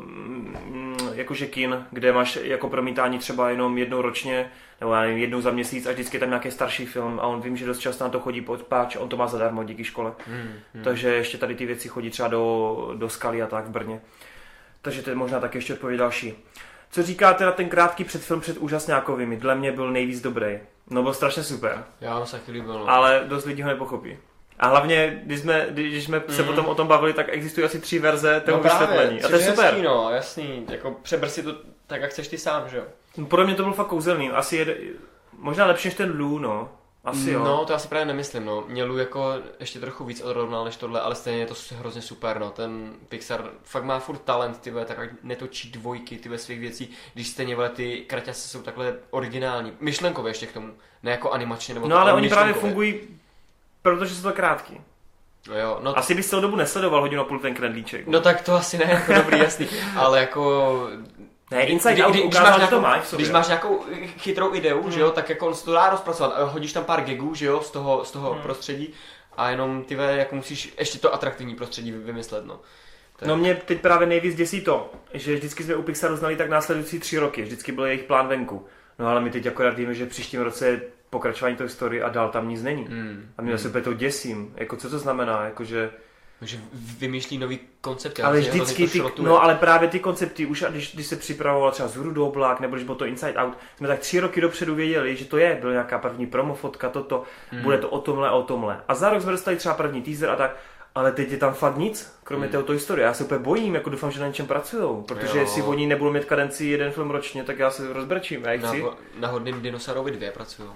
jakože kin, kde máš jako promítání třeba jenom jednou ročně, nebo jednou za měsíc a vždycky je tam nějaký starší film a on vím, že dost často na to chodí pod páč, on to má zadarmo díky škole. Hmm, hmm. Takže ještě tady ty věci chodí třeba do, do Skaly a tak v Brně. Takže to je možná tak ještě odpověď další. Co říkáte na ten krátký předfilm před Úžasňákovými? Dle mě byl nejvíc dobrý. No byl strašně super. Já on se taky líbil. No. Ale dost lidí ho nepochopí. A hlavně, když jsme, když jsme mm. se potom o tom bavili, tak existují asi tři verze toho no vysvětlení. A to je super. Jasný, no, jasný. Jako přeber si to tak, jak chceš ty sám, že jo? Podle mě to byl fakt kouzelný. Asi jede, možná lepší než ten Lou, no. Asi jo. No, to já si právě nemyslím, no. Mě Lou jako ještě trochu víc odrovnal než tohle, ale stejně je to hrozně super, no. Ten Pixar fakt má furt talent, ty vole, tak netočí dvojky, ty ve svých věcí, když stejně vole, ty kraťasy jsou takhle originální. Myšlenkově ještě k tomu, ne jako animačně nebo no, ale oni právě fungují, protože jsou to krátký. No jo, no asi bys celou dobu nesledoval hodinu a půl ten knedlíček. No tak to asi ne, jako dobrý, jasný, ale jako... Ne, Inside Out ukázal, že to máš v sobě. Když máš nějakou chytrou ideu, hmm. že jo, tak jako on se to dá rozpracovat. Hodíš tam pár gagů, že jo, z toho, z toho hmm. prostředí a jenom ty ve, jako musíš ještě to atraktivní prostředí vymyslet, no. Tak. No mě teď právě nejvíc děsí to, že vždycky jsme u Pixaru znali tak následující tři roky, vždycky byl jejich plán venku. No ale my teď akorát víme, že příštím roce je pokračování toho historie a dál tam nic není. Hmm. A mě hmm. se to děsím, jako co to znamená, jakože... že vymýšlí nový koncepty. Ale vždycky ty, no ale právě ty koncepty, už když, když se připravoval třeba Zuru do oblák, nebo když bylo to Inside Out, jsme tak tři roky dopředu věděli, že to je, byla nějaká první promofotka, toto, hmm. bude to o tomhle a o tomhle. A za rok jsme dostali třeba první teaser a tak, ale teď je tam fakt nic, kromě hmm. této historie. Já se úplně bojím, jako doufám, že na něčem pracujou, protože jo. Jestli oni nebudou mít kadenci jeden film ročně, tak já se rozbrčím, já chci. Na, na hodným dinosaurovi dvě pracují.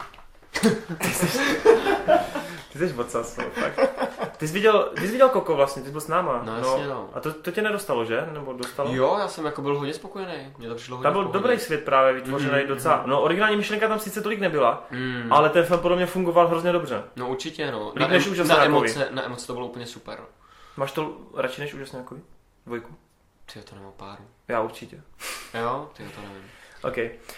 Ty jsi vocas, no, fakt. Ty jsi viděl, ty jsi viděl Koko vlastně, ty jsi byl s náma. No, jasně, no. A to, to tě nedostalo, že? Nebo dostalo? Jo, já jsem jako byl hodně spokojený. Mě to přišlo hodně Tam byl dobrý svět právě vytvořený mm, docela. Mm. No, originální myšlenka tam sice tolik nebyla, mm. ale ten film podle mě fungoval hrozně dobře. No určitě, no. Na, než em, na, emoce, na emoce to bylo úplně super. Máš to radši než Úžasňákovi? Dvojku? Ty to nemám páru. Já určitě. Jo, ty to nevím. OK.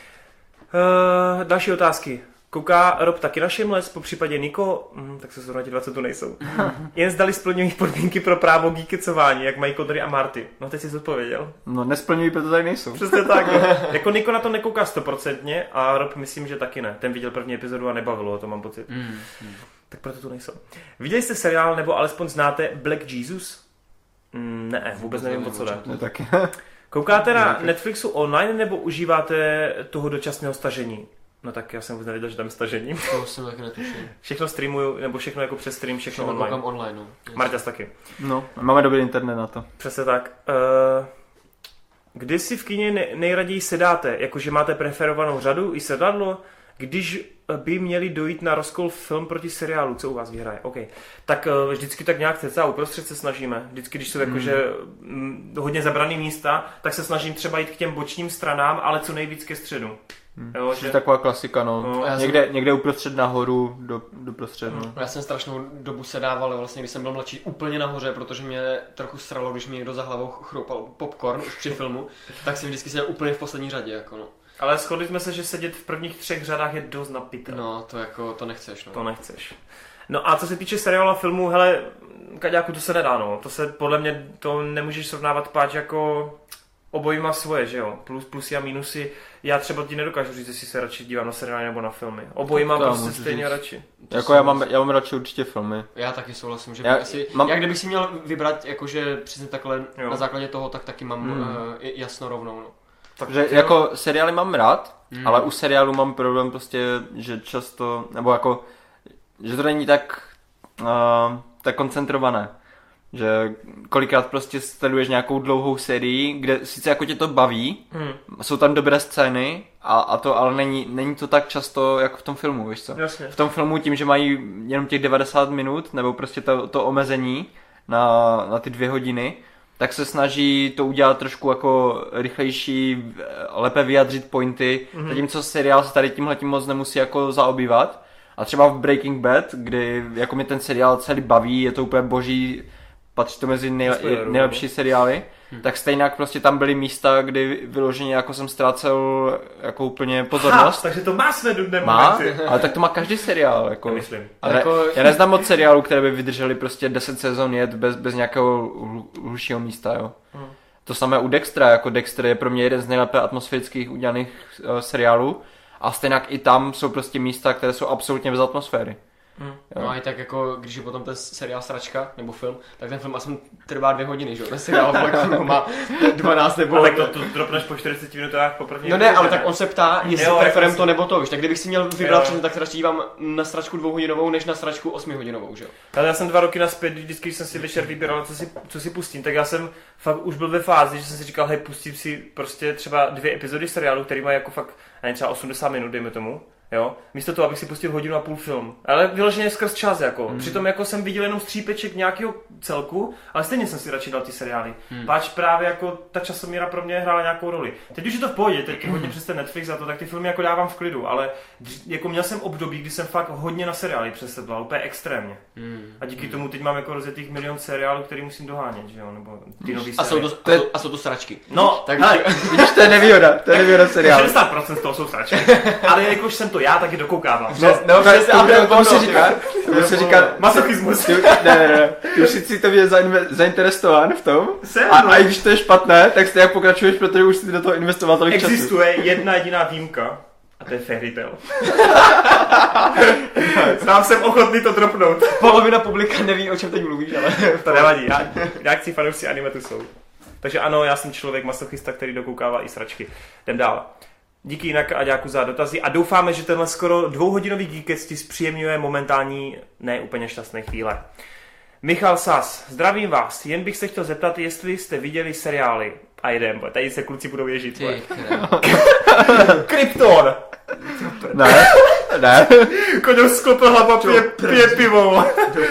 Uh, další otázky. Kouká Rob taky na Shameless, po případě Niko, mm, tak se zrovna ti dvacet tu nejsou. Jen zdali splňují podmínky pro právo geekecování, jak mají Connery a Marty. No teď jsi zodpověděl. No nesplňují, protože tady nejsou. Přesně tak. No. Jako Niko na to nekouká stoprocentně a Rob myslím, že taky ne. Ten viděl první epizodu a nebavilo, to mám pocit. Mm, mm. Tak proto tu nejsou. Viděli jste seriál nebo alespoň znáte Black Jesus? Mm, ne, vůbec nevím, o co jde. Taky. Koukáte na Netflixu online nebo užíváte toho dočasného stažení? No tak já jsem vůbec nevěděl, že tam je stažení. To jsem taky netušil. Všechno streamuju, nebo všechno jako přes stream, všechno, všechno online. online, no. Marťas taky. No, máme dobrý internet na to. Přesně tak. Uh, kdy si v kině nej- nejraději sedáte? Jakože máte preferovanou řadu i sedadlo? Když by měli dojít na rozkol film proti seriálu, co u vás vyhraje? OK. Tak uh, vždycky tak nějak cca uprostřed se snažíme. Vždycky, když jsou mm. jakože mm, hodně zabraný místa, tak se snažím třeba jít k těm bočním stranám, ale co nejvíc ke středu. Hmm. Jo, že... taková klasika, no. no někde, jsem... někde uprostřed nahoru, do, do prostřed, no. Já jsem strašnou dobu sedával, vlastně, když jsem byl mladší, úplně nahoře, protože mě trochu sralo, když mi někdo za hlavou chroupal popcorn už při filmu, tak jsem vždycky seděl úplně v poslední řadě, jako no. Ale shodli jsme se, že sedět v prvních třech řadách je dost napité. No, to jako, to nechceš, no. To nechceš. No a co se týče seriálu a filmu, hele, Kaďáku, to se nedá, no. To se, podle mě, to nemůžeš srovnávat páč jako... Obojí má svoje, že jo? Plus, plusy a minusy. Já třeba ti nedokážu říct, jestli se radši dívám na seriály nebo na filmy. Obojí mám prostě stejně říct. Radši. To jako já mám, já mám radši určitě filmy. Já taky souhlasím, že já, asi, mám... já kdybych si měl vybrat, jakože přesně takhle jo. Na základě toho, tak taky mám hmm. uh, jasno rovnou. No. Takže jako seriály mám rád, hmm. ale u seriálu mám problém prostě, že často, nebo jako, že to není tak, uh, tak koncentrované. Že kolikrát prostě sleduješ nějakou dlouhou sérii, kde sice jako tě to baví, hmm. jsou tam dobré scény, a, a to ale není, není to tak často jako v tom filmu, víš co? Jasně. V tom filmu tím, že mají jenom těch devadesát minut, nebo prostě to, to omezení na, na ty dvě hodiny, tak se snaží to udělat trošku jako rychlejší, lépe vyjadřit pointy, mm-hmm. zatímco seriál se tady tímhletím moc nemusí jako zaobývat. A třeba v Breaking Bad, kdy jako mě ten seriál celý baví, je to úplně boží, patří to mezi nejle- nejlepší seriály, hmm. tak stejně prostě tam byly místa, kdy vyloženě jako jsem ztrácel jako úplně pozornost. Ha, takže to má své dudné má, momenty. ale tak to má každý seriál. Jako. Já myslím. Ale jako... Já neznám moc seriálů, které by vydržely prostě deset sezon jet bez, bez nějakého hlušího místa. Jo. Hmm. To samé u Dextera, jako Dexter je pro mě jeden z nejlépe atmosférických udělaných uh, seriálů. A stejně i tam jsou prostě místa, které jsou absolutně bez atmosféry. Hmm. No a i tak jako, když je potom ten seriál sračka, nebo film, tak ten film aspoň trvá dvě hodiny, že jo? Ten seriál jako má dvanáct nebo... Ale to, to dropneš po čtyřiceti minutách po první... No ne, ale tak on se ptá, jestli jo, preferem to nebo to, víš, tak kdybych si měl vybrat přesně, tak se radši dívám na sračku dvouhodinovou, než na sračku osmihodinovou, že jo? Ale já jsem dva roky naspět, vždycky, když jsem si večer vybíral, co si, co si pustím, tak já jsem fakt už byl ve fázi, že jsem si říkal, hej, pustím si prostě třeba dvě epizody seriálu, který má jako fakt, ne, třeba osmdesát minut, dejme tomu. Jo, místo toho, abych si pustil hodinu a půl film. Ale vyloženě skrz čas, jako. Mm. Přitom jako jsem viděl jenom střípeček nějakého celku, ale stejně jsem si radši dal ty seriály. Mm. Páč právě jako ta časomíra pro mě hrála nějakou roli. Teď už je to v pohodě, teď hodně přes ten Netflix a to, tak ty filmy jako dávám v klidu, ale jako měl jsem období, kdy jsem fakt hodně na seriály přesedlal, úplně extrémně. Mm. A díky tomu teď mám jako rozjetých milion seriálů, který musím dohánět, že jo, nebo ty nový a série. Jsou to, a, jsou, a jsou to sračky. No, tak vidíš, to je nevýhoda, to je nevýhoda seriálu. šedesát procent z toho jsou sračky, ale jakož jsem to já, taky dokoukávám. No, no, no, to, to, to musí říkat, to musí říkat, masochismus. Ty, ne, ne, ne, ty už si to mě zainteresován v tom Jsem, a, a i když to je špatné, tak stejně pokračuješ, protože už si do toho investoval tolik času. Existuje jedna jediná výjimka a to je Fairy Tail. Sám jsem ochotný to dropnout. Polovina publika neví, o čem teď mluvíš, ale to nevadí, já, já chci fanoušci anime tu jsou. Takže ano, já jsem člověk masochista, který dokoukává i sračky. Jdem dál. Díky jinak Aďáku za dotazy a doufáme, že tenhle skoro dvouhodinový Geekec ti zpříjemňuje momentální ne úplně šťastné chvíle. Michal Sas, zdravím vás, jen bych se chtěl zeptat, jestli jste viděli seriály. A jedem, tady se kluci budou ježit. Krypton! Ne, ne. Koňou sklopil hlava, pije, pije pivo.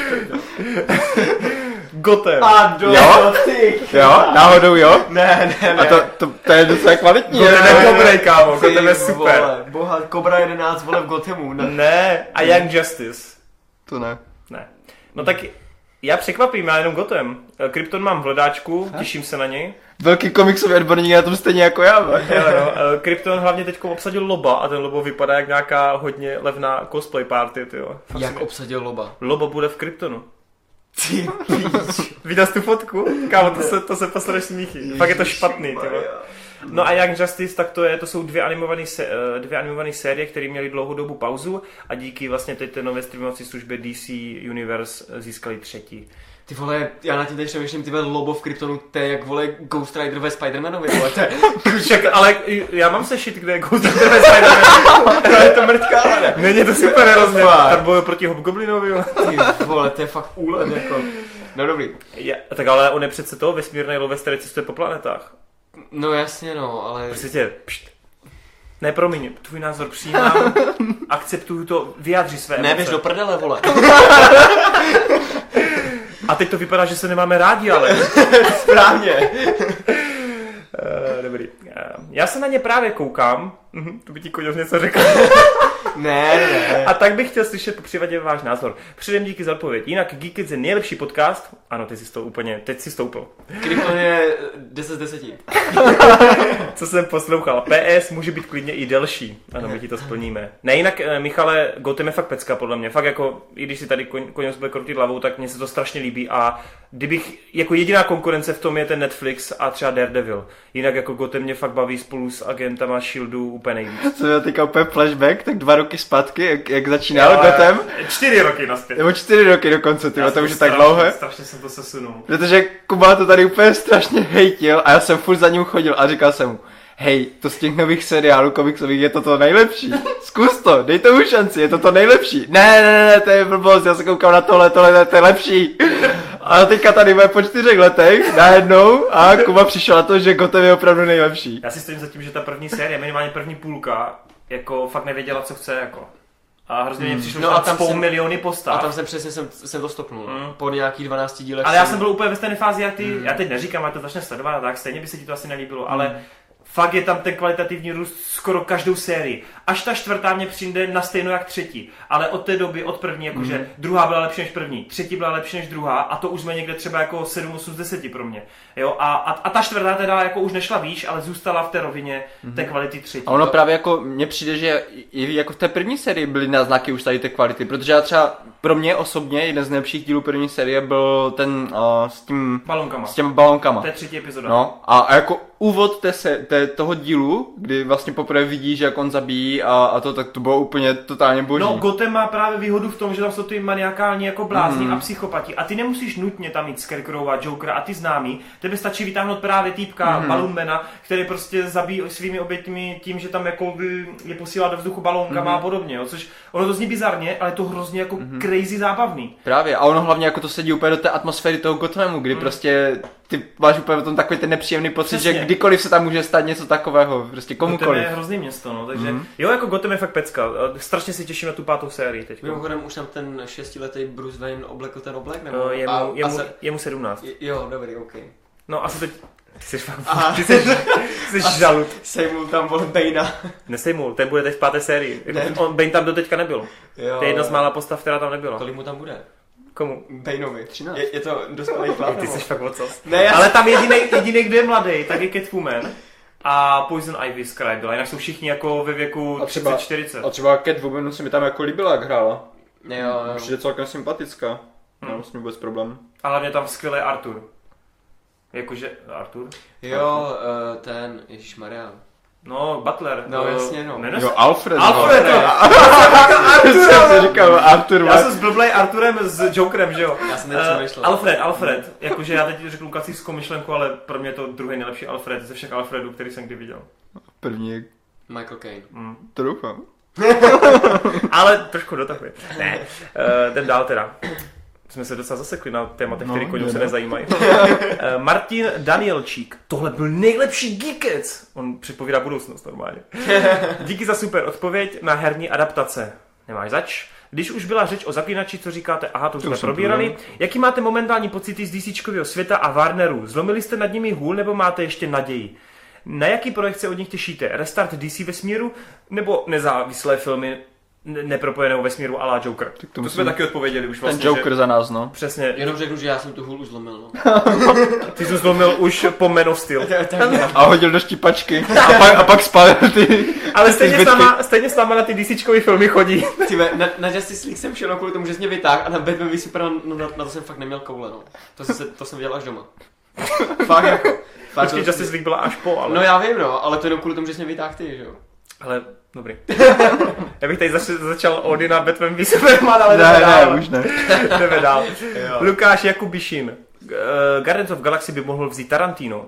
Gotham. A do, jo? ty. Jo, náhodou jo? Ne, ne, ne. A to, to, to je docela kvalitní. Gotham je dobrý, kámo, Gotham je super. Vole, boha, Cobra jedenáct, vole, v Gothamu. Ne, ne. A Young Justice. To ne. Ne. No tak já překvapím, já jenom Gotham. Krypton mám v hledáčku, těším se na něj. Velký komiksový odborník na tom stejně jako já. Jo, no. Krypton hlavně teď obsadil Loba a ten Lobo vypadá jak nějaká hodně levná cosplay party, tyjo. Jak mě... obsadil Loba? Lobo bude v Kryptonu. Ty píč. Viděl jsi tu fotku? Kámo, to se, to se posledeš smíchy. Fakt je to špatný, tyjo. No a Young Justice, tak to je, to jsou dvě animované se, dvě animované série, které měly dlouhou dobu pauzu a díky vlastně teď té nové streamovací službě D C Universe získali třetí. Ty vole, já na tím teď přemýšlím, ty vole, Lobo v Kryptonu, to je jak vole Ghost Rider ve Spider-Manovi, vole, to je... Však, ale já mám sešit, kde je Ghost Rider ve Spider-Manovi. To je to mrtká, ale ne. Není to super hrozně, tak bojuju proti Hobgoblinovi, vole. Ty vole, to je fakt úlet, jako. No dobrý. Ja, tak ale on je přece to vesmírný lovec, který cestuje po planetách. No jasně no, ale... Prostě tě, pšt. Ne, promiň, tvůj názor přijímám, akceptuju to, vyjádři své emoce. Ne, běž do prdele, vole. A teď to vypadá, že se nemáme rádi, ale... Správně. uh, dobrý. Uh, já se na ně právě koukám. Uh-huh, to by ti Koďos něco řekl. Ne, ne. A tak bych chtěl slyšet po případě váš názor. Předem díky za odpověď. Jinak Geekec je nejlepší podcast. Ano, ty jsi to úplně, teď jsi stoupil. Krypton je deset z deseti. Co jsem poslouchal. P S může být klidně i delší. Ano, my ti to splníme. Ne, jinak, Michale, Gotham je fakt pecka, podle mě. Fakt jako, i když si tady Koňos bude kroutit hlavou, tak mně se to strašně líbí. A kdybych, jako jediná konkurence v tom je ten Netflix a třeba Daredevil. Jinak jako Gotham mě fakt baví spolu s agentama Shieldu úplně nejvíc. Co je teďka úplně flashback, tak dva roky zpátky, jak, jak začínal Gotham. Čtyři roky naspět. Nebo čtyři roky dokonce, tyhle, to už je tak dlouho. Strašně jsem to sesunul. Protože Kuba to tady úplně strašně hejtil a já jsem furt za ním chodil a říkal jsem mu, hej, to z těch nových seriálů komiksových je to to nejlepší. Zkus to, dej tomu šanci, je to to nejlepší. Ne, ne, ne, to je blbost, já se koukám na tohle, tohle, to je lepší. A, A teďka tady bude po čtyřech letech najednou a Kuba přišel na to, že Gotham je opravdu nejlepší. Já si stojím za tím, že ta první série, minimálně první půlka, jako fakt nevěděla, co chce, jako. A hrozně mě přišlo, No že a tam tam spou jsem- miliony postav. A tam jsem přesně jsem, jsem to stopnul. Mm. Mm. Po nějakých dvanácti dílech. Ale já jsem byl úplně ve stejné fázi, jak ty, Mm. já teď neříkám, ale to začne sledovat a tak, stejně by se ti to asi nelíbilo, ale fakt je tam ten kvalitativní růst skoro každou sérii. Až ta čtvrtá mě přijde na stejno jak třetí. Ale od té doby, od první, jakože mm. druhá byla lepší než první, třetí byla lepší než druhá a to už jsme někde třeba jako sedm osm z deseti pro mě. Jo? A, a, a ta čtvrtá teda jako už nešla výš, ale zůstala v té rovině mm. té kvality třetí. A ono právě jako, mně přijde, že i jako v té první sérii byly náznaky už tady té kvality, protože já třeba pro mě osobně jeden z nejlepších dílů první série byl ten uh, s tím... Balonkama. S těmi balonkama. To je třetí epizoda. No a, a jako úvod té se, té, toho dílu, kdy vlastně poprvé vidíš, jak on zabíjí a, a to, tak to bylo úplně totálně boží. No, Gotham má právě výhodu v tom, že tam jsou ty maniakální jako blázni Mm. a psychopati. A ty nemusíš nutně tam mít Scarecrowa, Jokera a ty známý. Tebe stačí vytáhnout právě týpka, Mm. Balloonmana, který prostě zabíjí svými oběťmi tím, že tam jako by je posílá do vzduchu balónkama Mm. a podobně. Jo. Což ono to zní bizarně, ale je to hrozně jako Mm. crazy zábavný. Právě, a ono hlavně jako to sedí úplně do té atmosféry toho Gothamu, kdy Mm. prostě ty máš úplně potom takový ten nepříjemný pocit, Přesně. že kdykoliv se tam může stát něco takového, prostě Gotham komukoliv. je hrozný město, no, takže Mm. jo, jako Gotham je fakt pecka. Strašně si těším na tu pátou sérii teď. Mimochodem už tam ten šestiletý Bruce Wayne oblekl ten oblek, nebo? Uh, je, a, mu, je, a mu, se, je mu sedmnáct. jo, dobrý, ok. No asi teď... Ty jsi fakt... Aha. Ty jsi, ty jsi žalud. Sejmul tam vol Bejna. Nesejmul, ten bude teď v páté sérii. Ne. On, Bane tam doteďka nebyl. Jo. To je jedna z mála postav, která tam nebyla. Kolik mu tam bude? Komu? Bejnovi. třináct. Je, je to dospělý chlap, Ty nebo? jsi fakt ocas. Ne, já... Ale tam jediný, jediný, kdo je mladý, tak je Catwoman a Poison Ivy z kraje byla. Jinak jsou všichni jako ve věku A třeba- třicet čtyřicet. A třeba Catwoman se mi tam jako líbila, jak hrála. Jo, jo. Přijde celkem sympatická. Hmm. No, s ním vůbec problém. A hlavně tam skvělý Arthur. Jakože Arthur? Jo, uh, ten, ježišmarja. No, Butler. No, eh, jasně, no. jmenuje Jo, se- Alfred. Alfred, no. jo. Já si říkal, Arthur, Já jsem zblblej Arturem s Jokerem, že jo? Já jsem teď Eh, přemýšlel. Alfred, Alfred. Jakože já teď řeknu kacířskou myšlenku, ale pro mě je to druhý nejlepší Alfred ze všech Alfredů, který jsem kdy viděl. První, Michael Caine. Mm. to doufám. Ale trošku dotahuje. Ne, uh, ten dál teda. Jsme se docela zasekli na tématech, No, které koňů se jde. nezajímají. uh, Martin Danielčík. Tohle byl nejlepší Geekec. On předpovídá budoucnost normálně. Díky za super odpověď na herní adaptace. Nemáš zač? Když už byla řeč o Zaklínači, co říkáte? Aha, to už To jsme už jsem probírali. probíral. Jaký máte momentální pocity z DCčkového světa a Warneru? Zlomili jste nad nimi hůl nebo máte ještě naději? Na jaký projekt se od nich těšíte? Restart D C vesmíru nebo nezávislé filmy ne- nepropojeného vesmíru à la Joker? Tak to To musím- jsme taky odpověděli už vlastně. Ten Joker Že... za nás, no. Přesně. Jenom řeknu, že já jsem tu hůl už zlomil, no. Ty jsi zlomil už po Man of Steel. A hodil do štípačky. A pak, a pak spal ty. Ale ty stejně s, zbytky. náma, stejně s náma na ty DCčkový filmy chodí. Tyve, na, na Justice League jsem šel kvůli tomu, že jsi mě vytáhl a na Batman v Superman, no, na, na to jsem fakt neměl koule, no. To jsem, se, to jsem viděl až doma. Fakt jako. Fakt, Počkej, to- Justice League byla až po, ale... No já vím, no, ale to jenom kvůli tomu, že jsi mě vytáhl ty, že jo. Ale, dobrý. Já bych tady zač- začal Odina Batman v Superman, ale Ne, jdeme ne, dál. už ne. Jdeme dál. Jo. Lukáš Jakubišin. Uh, Guardians of Galaxy by mohl vzít Tarantino.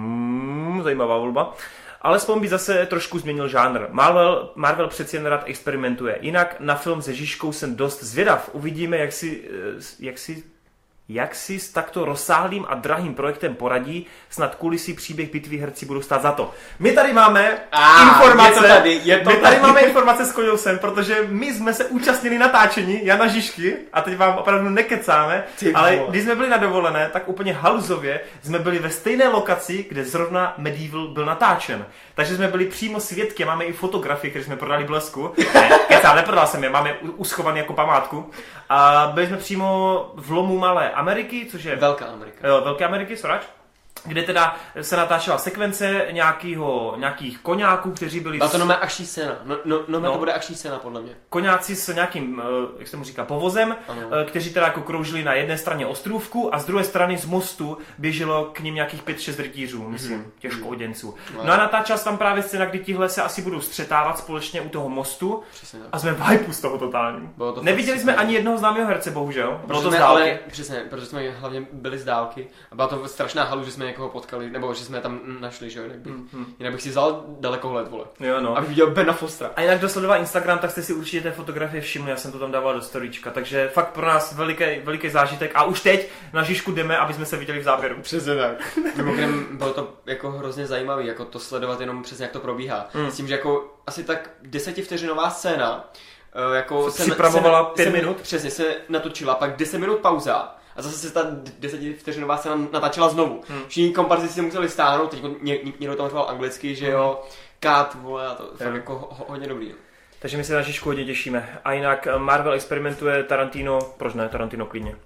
Mm, zajímavá volba. Alespoň by zase trošku změnil žánr. Marvel, Marvel přeci jen rád experimentuje. Jinak na film se Žižkou jsem dost zvědav. Uvidíme, jak si, eh, jak si Jak si s takto rozsáhlým a drahým projektem poradí, snad kulisy, příběh, bitvy, herci budou stát za to. My tady máme Ah, informace, je to tady, je to my tady tady. máme informace s Koňousem, protože my jsme se účastnili natáčení Jana Žižky a teď vám opravdu nekecáme, Ty ale vole. když jsme byli na dovolené, tak úplně haluzově jsme byli ve stejné lokaci, kde zrovna Medieval byl natáčen. Takže jsme byli přímo svědky, máme i fotografie, které jsme prodali Blesku. Ne, kecám, neprodal jsem je, máme je uschované jako památku. A byli jsme přímo v lomu Malé Ameriky, což je Velká Amerika. Jo, Velké Ameriky, sorač, kde teda se natáčela sekvence nějakýho, nějakých koňáků, kteří byli... A to nové akční scéna. No, no, no, No. to bude akční scéna, podle mě. Koňáci s nějakým, eh, jak se mu říká, povozem, Ano. eh, kteří teda jako kroužili na jedné straně ostrůvku a z druhé strany z mostu běželo k ním nějakých pět šest rytířů, myslím, Mhm. těžkooděnců. Wow. No a natáčela se tam právě scéna, kdy tihle se asi budou střetávat společně u toho mostu Přesně tak. a jsme v hypeu z toho totální. Bylo to fakt Neviděli jsme super. ani jednoho známého herce, bohužel. Bylo Protože to z jsme, dálky. ale přesně, protože jsme hlavně byli z dálky a byla to strašná halu, že jsme jsme někoho potkali, nebo že jsme je tam našli, že jo, jinak bych, mm-hmm. jinak bych si vzal dalekohled, vole. Jo, no. Abych viděl Bena Fostera. A jinak, kdo sledoval Instagram, tak jste si určitě té fotografie všimli, já jsem to tam dával do storyčka, takže fakt pro nás veliký, veliký zážitek a už teď na Žižku jdeme, aby jsme se viděli v záběru. Přesně tak. Mimochodem bylo to jako hrozně zajímavý, jako to sledovat jenom přesně jak to probíhá. Mm. S tím, že jako asi tak desetivteřinová scéna, jako se připravovala pět se, minut. Přesně se natočila, pak deset minut pauza. A zase se ta desetivteřinová scéna natáčela znovu. Hmm. Všichni komparzi si museli stáhnout, teď ně, někdo tam řval anglicky, že jo, cut, vole, a to fakt hmm. jako ho, hodně dobrý. No. Takže my se na Žižku hodně těšíme. A jinak Marvel experimentuje, Tarantino, proč ne, Tarantino klidně.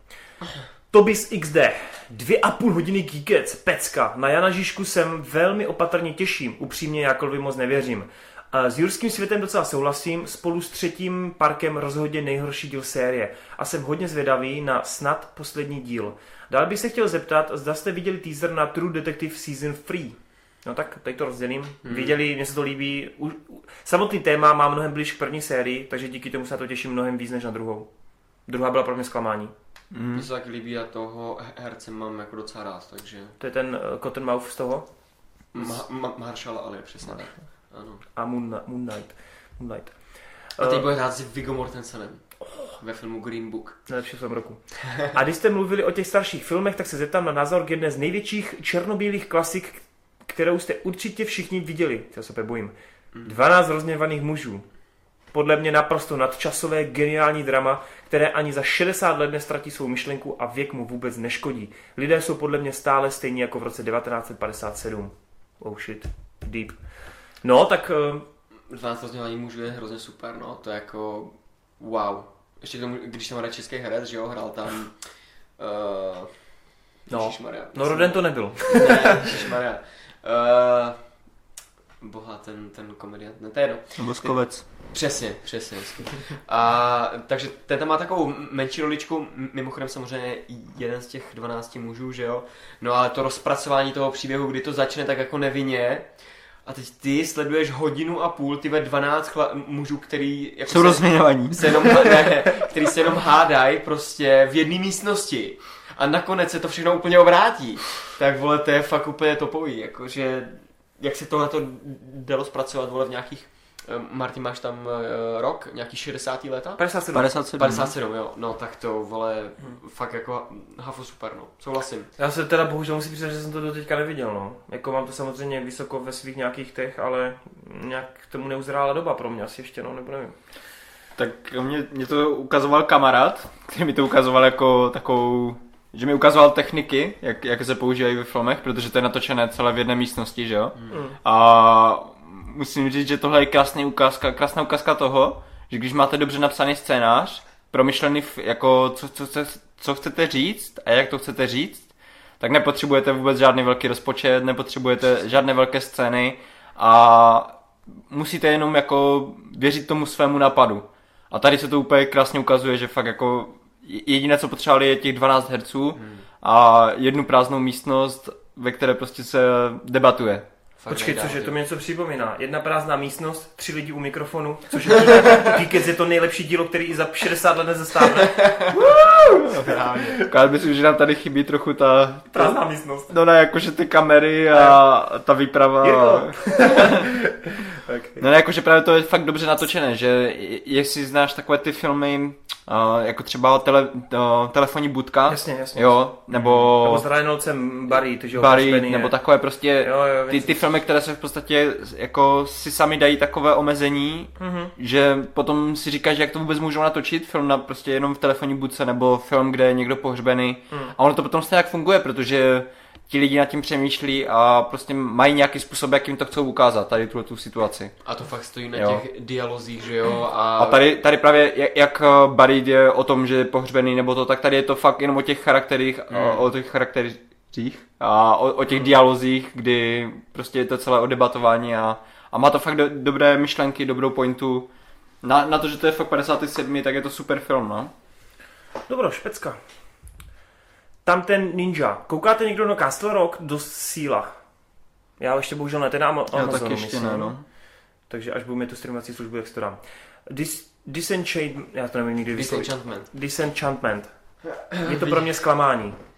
Tobis iks dé, dvě a půl hodiny geekec, pecka. Na Jana Žižku jsem velmi opatrně těším, upřímně Jakovi moc nevěřím. S Jurským světem docela souhlasím, spolu s třetím parkem rozhodně nejhorší díl série a jsem hodně zvědavý na snad poslední díl. Dál bych se chtěl zeptat, zda jste viděli teaser na True Detective Season tři. No tak, teď to rozdělím. Hmm. Viděli, mně se to líbí. U, u, samotný téma má mnohem blíž k první sérii, takže díky tomu se na to těším mnohem víc než na druhou. Druhá byla pro mě zklamání. Mně hmm. se taky líbí a toho herce mám jako docela rád, takže... To je ten uh, Cottonmouth z toho? Ma- ma- Marshall Ali, přesně tak. Ano. A Moon, Moon Knight. Moon Knight. A teď bude hrát s Viggo Mortensenem oh. ve filmu Green Book. Nejlepší film roku. A když jste mluvili o těch starších filmech, tak se zeptám na názor k jedné z největších černobílých klasik, kterou jste určitě všichni viděli. Já se bojím. dvanáct rozhněvaných mužů. Podle mě naprosto nadčasové geniální drama, které ani za šedesát let nestratí svou myšlenku a věk mu vůbec neškodí. Lidé jsou podle mě stále stejní jako v roce devatenáct set padesát sedm. Oh shit. Deep. No, tak... Uh... dvanáct rozhněvaných mužů je hrozně super, no. To je jako... Wow. Ještě k tomu, když tam hraje český herec, že jo, hrál tam... Uh... No, Ježišmarja, no Roden to nebyl. Ne, Ježišmarja. Uh... Boha, ten, ten komediant, ne, to je jedno. Voskovec. Přesně, přesně. A, takže ten tam má takovou menší roličku, mimochodem samozřejmě jeden z těch dvanácti mužů, že jo. No ale to rozpracování toho příběhu, kdy to začne tak jako nevinně, a teď ty sleduješ hodinu a půl, ty ve dvanáct chla- mužů, který... Jako jsou rozměňovaní. Se jenom, ne, který se jenom hádají prostě v jedné místnosti. A nakonec se to všechno úplně obrátí. Tak vole, to je fakt úplně topový, jakože... Jak se to na to dalo zpracovat, vole, v nějakých... Martin, máš tam uh, rok, nějaký šedesátá léta? padesát sedm. padesát sedm. padesát sedm, jo. No tak to, vole, hmm. fakt jako hafo super, no. Souhlasím. Já se teda bohužel musím přiznat, že jsem to doteďka neviděl, no. Jako mám to samozřejmě vysoko ve svých nějakých těch, ale nějak k tomu neuzrála doba pro mě asi ještě, no, nebo nevím. Tak mě, mě to ukazoval kamarád, který mi to ukazoval jako takovou... Že mi ukazoval techniky, jak, jak se používají ve filmech, protože to je natočené celé v jedné místnosti, že jo? Hmm. A musím říct, že tohle je krásná ukázka, krásná ukázka toho, že když máte dobře napsaný scénář, promyšlený jako co, co, co, co chcete říct a jak to chcete říct, tak nepotřebujete vůbec žádný velký rozpočet, nepotřebujete žádné velké scény a musíte jenom jako věřit tomu svému nápadu. A tady se to úplně krásně ukazuje, že fakt jako jediné, co potřebovali, je těch dvanáct herců hmm. a jednu prázdnou místnost, ve které prostě se debatuje. Počkej, cože, to mi něco připomíná. Jedna prázdná místnost, tři lidi u mikrofonu, což je Geekec je to nejlepší dílo, který i za šedesát let nezastávne. Já myslím, že nám tady chybí trochu ta... Prázdná místnost. No ne, jakože ty kamery a ta výprava. Okay. No ne, jakože právě to je fakt dobře natočené, že jestli znáš takové ty filmy, uh, jako třeba tele, uh, telefonní budka, jasně, jasně, jo, nebo... Nebo s Reynoldem Barry, to, že Barry, nebo je. Takové prostě, jo, jo, ty, ty filmy, které se v podstatě jako si sami dají takové omezení, mm-hmm. že potom si říkáš, jak to vůbec můžou natočit, film na prostě jenom v telefonní budce, nebo film, kde je někdo pohřbený, mm. a ono to potom stejně jak funguje, protože ti lidi nad tím přemýšlí a prostě mají nějaký způsob, jak jim to chcou ukázat, tady tuhle tu situaci. A to fakt stojí na jo. těch dialozích, že jo? A, a tady, tady právě, jak, jak Barry je o tom, že je pohřbený nebo to, tak tady je to fakt jenom o těch charakterích, hmm. o, o těch charakterích a o, o těch hmm. dialozích, kdy prostě je to celé o debatování a, a má to fakt do, dobré myšlenky, dobrou pointu. Na, na to, že to je fakt padesát sedm, tak je to super film, no. Dobro, špecka. Tam ten ninja. Koukáte někdo na Castle Rock? Dost síla. Já ještě bohužel ne, ten na Amazonu, tak ještě myslím. Ne, no. Takže až budu mít tu streamovací službu, jak to dám. Dis, disenchant, já to nevím nikdy vyslovit. Disenchantment. Disenchantment. Je to pro mě zklamání.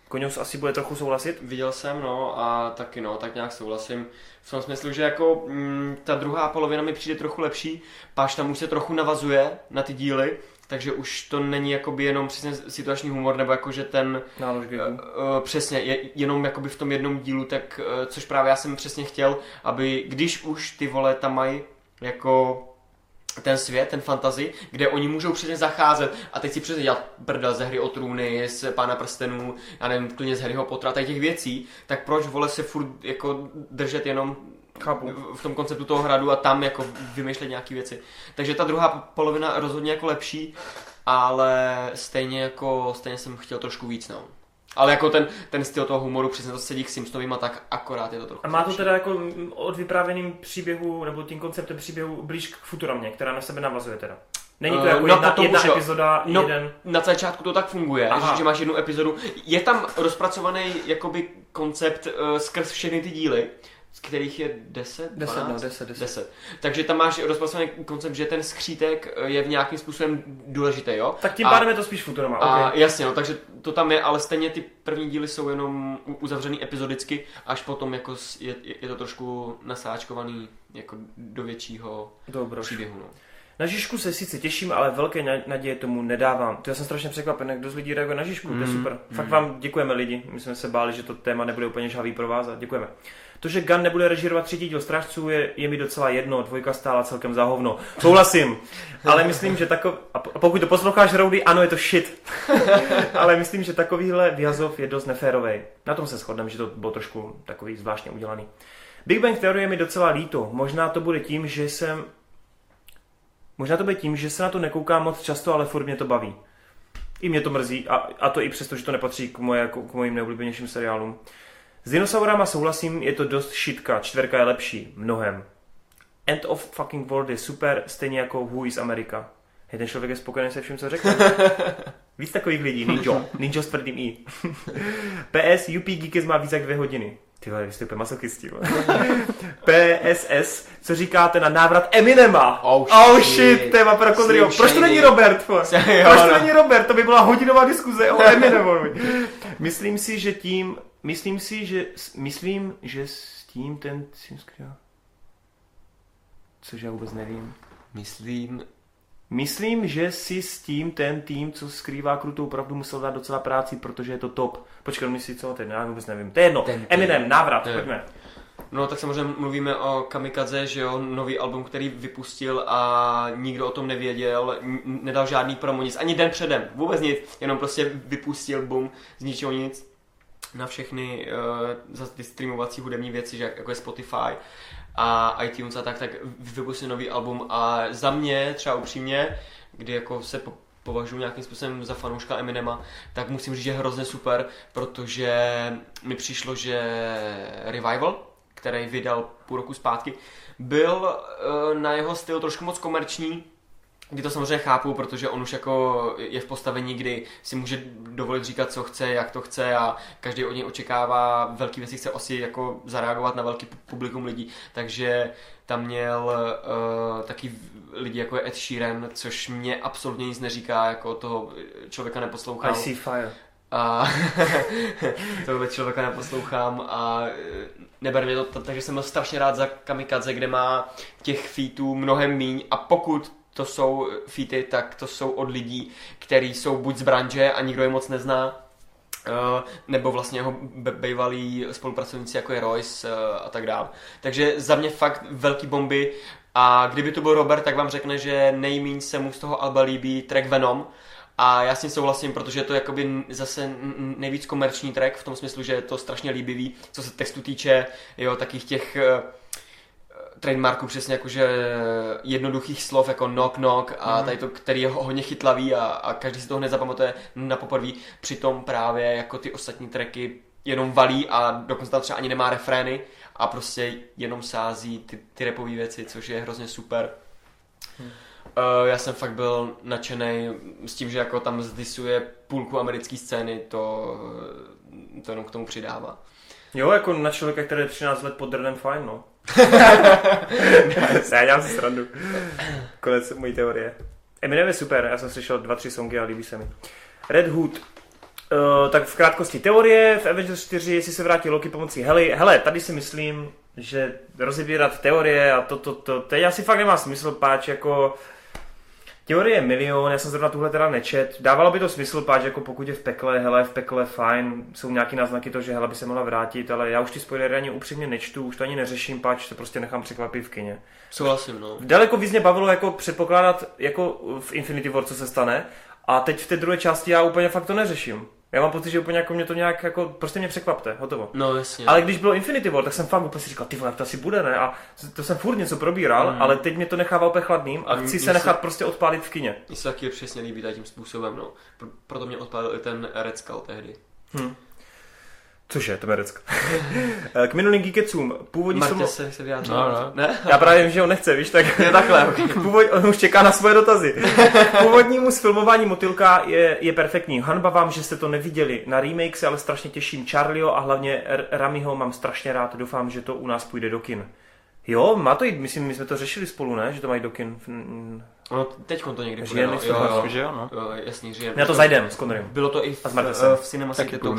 Koňous asi bude trochu souhlasit? Viděl jsem, no, a taky no, tak nějak souhlasím. V tom smyslu, že jako mm, ta druhá polovina mi přijde trochu lepší, páč tam už se trochu navazuje na ty díly, takže už to není jakoby jenom přesně situační humor, nebo jakože ten... Nálož uh, uh, přesně, je, jenom jakoby v tom jednom dílu, tak uh, což právě já jsem přesně chtěl, aby když už ty vole tam mají jako ten svět, ten fantasy, kde oni můžou přesně zacházet a teď si přesně dělat prdel ze Hry o trůny, z Pána prstenů, já nevím, klidně z Harryho Pottera, tady těch věcí, tak proč vole se furt jako držet jenom Chápu. v tom konceptu toho hradu a tam jako vymýšlet nějaké věci. Takže ta druhá polovina rozhodně jako lepší, ale stejně jako, stejně jsem chtěl trošku víc, no. Ale jako ten, ten styl toho humoru, přesně to sedí k Simpsonovým a tak akorát je to trochu. A má to lepší. teda jako od vyprávěným příběhu, nebo tím konceptem příběhu blíž k Futuramě, která na sebe navazuje teda. Není to jako no, jedna, potom jedna už jo. epizoda, no, jeden... Na začátku to tak funguje, že, že máš jednu epizodu. Je tam rozpracovaný jakoby koncept uh, skrz všechny ty díly, z kterých je deset, deset, no, deset, deset. deset. Takže tam máš rozpracovaný koncept, že ten skřítek je v nějakým způsobem důležitý, jo? Tak tím a, pádem je to spíš Futurama, a okay. Jasně, no, takže to tam je, ale stejně ty první díly jsou jenom uzavřený epizodicky, až potom jako je, je to trošku nasáčkovaný jako do většího Dobroš. příběhu, no. Na Žižku se sice těším, ale velké naděje tomu nedávám. To já jsem strašně překvapený, kdo z lidí reaguje na Žižku, mm, to je super. Fakt mm. vám děkujeme lidi, my jsme se báli, že to téma nebude úplně žhavý pro vás a děkujeme. To, že Gunn nebude režírovat třetí díl Strážců, je, je mi docela jedno, dvojka stála celkem za hovno. Souhlasím, ale myslím, že takov... A pokud to posloucháš, Rowdy, ano, je to shit. Ale myslím, že takovýhle vyhazov je dost neférovej. Na tom se shodneme, že to bylo trošku takový zvláštně udělaný. Big Bang Theory je mi docela líto. Možná to bude tím, že jsem... Možná to bude tím, že se na to nekoukám moc často, ale furt mě to baví. I mě to mrzí, a, a to i přesto, že to nepatří k, moje, k mojim neoblíbenějším seriálům. S dinosaurama souhlasím, je to dost šitka, čtverka je lepší, mnohem. End of fucking World je super, stejně jako Who is America. Hej, ten člověk je spokojený se vším, co řekl. Víc takových lidí, Ninja, Ninja s tvrdým I. P S, U P Geekes má víc jak dvě hodiny. Tyhle, vy jste úplně masochisti. P S S, co říkáte na návrat Eminema? Oh shit, oh shit téma pro Kodryho. Proč to není Robert? Proč to není Robert? To by byla hodinová diskuze o Eminemovi. Myslím si, že tím, myslím si, že, myslím, že s tím ten, cože já vůbec nevím. Myslím... Myslím, že si s tím ten tým, co skrývá krutou pravdu, musel dát docela práci, protože je to top. Počkej, myslí co ten, já vůbec nevím. To je jedno. Eminem, návrat, pojďme. No tak samozřejmě mluvíme o Kamikaze, že jo, nový album, který vypustil a nikdo o tom nevěděl, n- nedal žádný promo, nic, ani den předem, vůbec nic, jenom prostě vypustil, bum, z ničeho nic na všechny uh, zase ty streamovací hudební věci, že jako je Spotify a iTunes a tak, tak vypustil nový album a za mě třeba upřímně, kdy jako se po, považuji nějakým způsobem za fanouška Eminema, tak musím říct, že je hrozně super, protože mi přišlo, že Revival, který vydal půl roku zpátky, byl uh, na jeho styl trošku moc komerční, kdy to samozřejmě chápu, protože on už jako je v postavení, kdy si může dovolit říkat, co chce, jak to chce a každý od něj očekává velký věci, chce asi jako zareagovat na velký publikum lidí, takže tam měl uh, taky lidi jako je Ed Sheeran, což mě absolutně nic neříká, jako toho člověka neposlouchám. I see fire. A toho člověka neposlouchám a neber mě to, takže jsem byl strašně rád za Kamikaze, kde má těch featů mnohem míň a pokud to jsou featy, tak to jsou od lidí, kteří jsou buď z branže a nikdo je moc nezná, nebo vlastně jeho bývalí spolupracovníci jako je Royce a tak dále. Takže za mě fakt velký bomby a kdyby to byl Robert, tak vám řekne, že nejmíň se mu z toho alba líbí track Venom. A já s tím souhlasím, protože je to jakoby zase nejvíc komerční track, v tom smyslu, že je to strašně líbivý, co se textu týče, jo, takých těch uh, trademarků přesně jakože jednoduchých slov jako knock knock a mm. tady to, který je hodně chytlavý a, a každý si to hned zapamatuje na poprví, přitom právě jako ty ostatní tracky jenom valí a dokonce tam třeba ani nemá refrény a prostě jenom sází ty, ty rapové věci, což je hrozně super. Mm. Uh, já jsem fakt byl nadšenej s tím, že jako tam zdisuje půlku americké scény, to, to jenom k tomu přidává. Jo, jako na člověka, který je třináct let pod drnem, fajn, no. Já dělám si srandu. Konec mojí teorie. Eminem je super, já jsem slyšel dva, tři songy a líbí se mi. Red Hood. Uh, tak v krátkosti teorie, v Avengers čtyři, jestli se vrátí Loki pomocí Hely. Hele, tady si myslím, že rozebírat teorie a to, to, to, teď asi fakt nemá smysl, páč, jako teorie je milion, já jsem zrovna tuhle teda nečet, dávalo by to smysl, páč, jako pokud je v pekle, hele, v pekle, fajn, jsou nějaký náznaky toho, že Hela by se mohla vrátit, ale já už ty spoilery ani upřímně nečtu, už to ani neřeším, páč, to prostě nechám překvapit v kině. Souhlasím, no. Daleko víc mě bavilo jako předpokládat, jako v Infinity War, co se stane, a teď v té druhé části já úplně fakt to neřeším. Já mám pocit, že úplně jako mě to nějak jako, prostě mě překvapte, hotovo. No jasně. Ale když bylo Infinity War, tak jsem fakt úplně si říkal, ty vole, jak to asi bude, ne? A to jsem furt něco probíral, mm. ale teď mě to nechává úplně chladným a chci se nechat se... prostě odpálit v kině. Mně se taky přesně líbí tím způsobem, no. Proto mě odpálil i ten Red Skull tehdy. Hmm. Cože, to je Red Skull. K minulým Geeketsům. Původní Martě slovo... se, se vyjádřil. No, no. Ne? Já právě vím, že on nechce, víš, tak je takhle. Okay. Původ... On už čeká na svoje dotazy. Původnímu sfilmování Motylka je, je perfektní. Hanba vám, že jste to neviděli. Na remake se ale strašně těším. Charlieho a hlavně Ramiho mám strašně rád. Doufám, že to u nás půjde do kin. Jo, má to jít, myslím, my jsme to řešili spolu, ne? Že to mají do kin. No, teďkon to někdy půjde, no. Jo, jo, že jo, no. Jo, jasný, že já to zajdem s Connerem. Bylo to i v, v Cinema City, to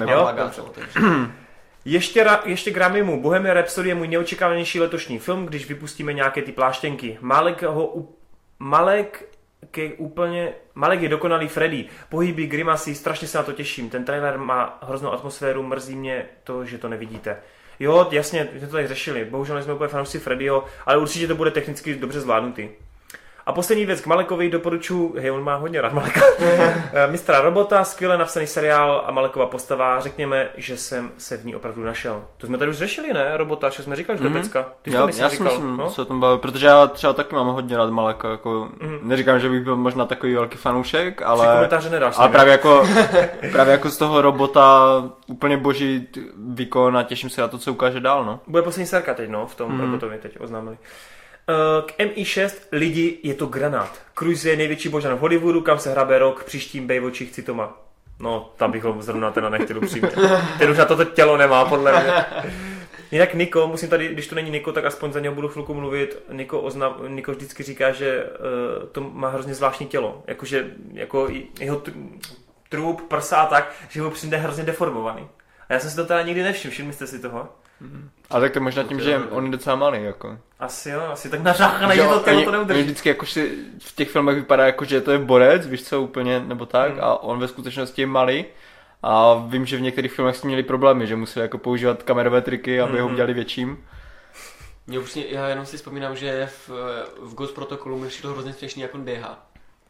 Ještě, ra, ještě k Ramimu. Bohemian Rhapsody je můj neočekávanější letošní film, když vypustíme nějaké ty pláštěnky. Malek ho... Malek... Ke úplně... Malek je dokonalý Freddy. Pohyby, grimasy, strašně se na to těším. Ten trailer má hroznou atmosféru, mrzí mě to, že to nevidíte. Jo, jasně, jsme to tady řešili. Bohužel nejsme úplně fanoušci Freddyho, ale určitě to bude technicky dobře zvládnutý. A poslední věc k Malekovi doporučuji, hej, on má hodně rád Maleka, mistra Robota, skvěle napsaný seriál a Malekova postava, řekněme, že jsem se v ní opravdu našel. To jsme tady už řešili, ne? Robota, že jsme říkali, že to je pecka. Ty já, jsi to já říkal, myslím, no? co o tom bavil, protože já třeba taky mám hodně rád Maleka, jako, mm-hmm. neříkám, že bych byl možná takový velký fanoušek, ale, komentáře nedáš, ale právě, jako, právě jako z toho Robota úplně boží výkon a těším se na to, co ukáže dál, no. Bude poslední serka teď, no, v tom mm. Robotovi teď oznámili. K M I šest lidi je to granát. Cruise je největší božan v Hollywoodu, kam se hrabe rok příštím Baywatchích citoma. No, tam bych ho zrovna teda nechtěl upřímně. Ten už na toto tělo nemá, podle mě. Jinak Niko, musím tady, když to není Niko, tak aspoň za něho budu chvilku mluvit. Niko, oznam, Niko vždycky říká, že uh, to má hrozně zvláštní tělo. Jakože jako jeho trup, prsa a tak, že ho přijde hrozně deformovaný. A já jsem si to teda nikdy nevšiml, všimli jste si toho? Mm. A tak to možná tím, že on je docela malý, jako. Asi jo, asi tak nařáchaný, že to tělo to neudrží. Vždycky jako si v těch filmech vypadá jako, že to je borec, víš co, úplně, nebo tak, hmm. a on ve skutečnosti je malý. A vím, že v některých filmech s tím měli problémy, že museli jako používat kamerové triky, aby hmm. ho udělali větším. Mě upřímně, já jenom si vzpomínám, že v, v Ghost Protocolu mi přišlo hrozně směšný, jak on běhá.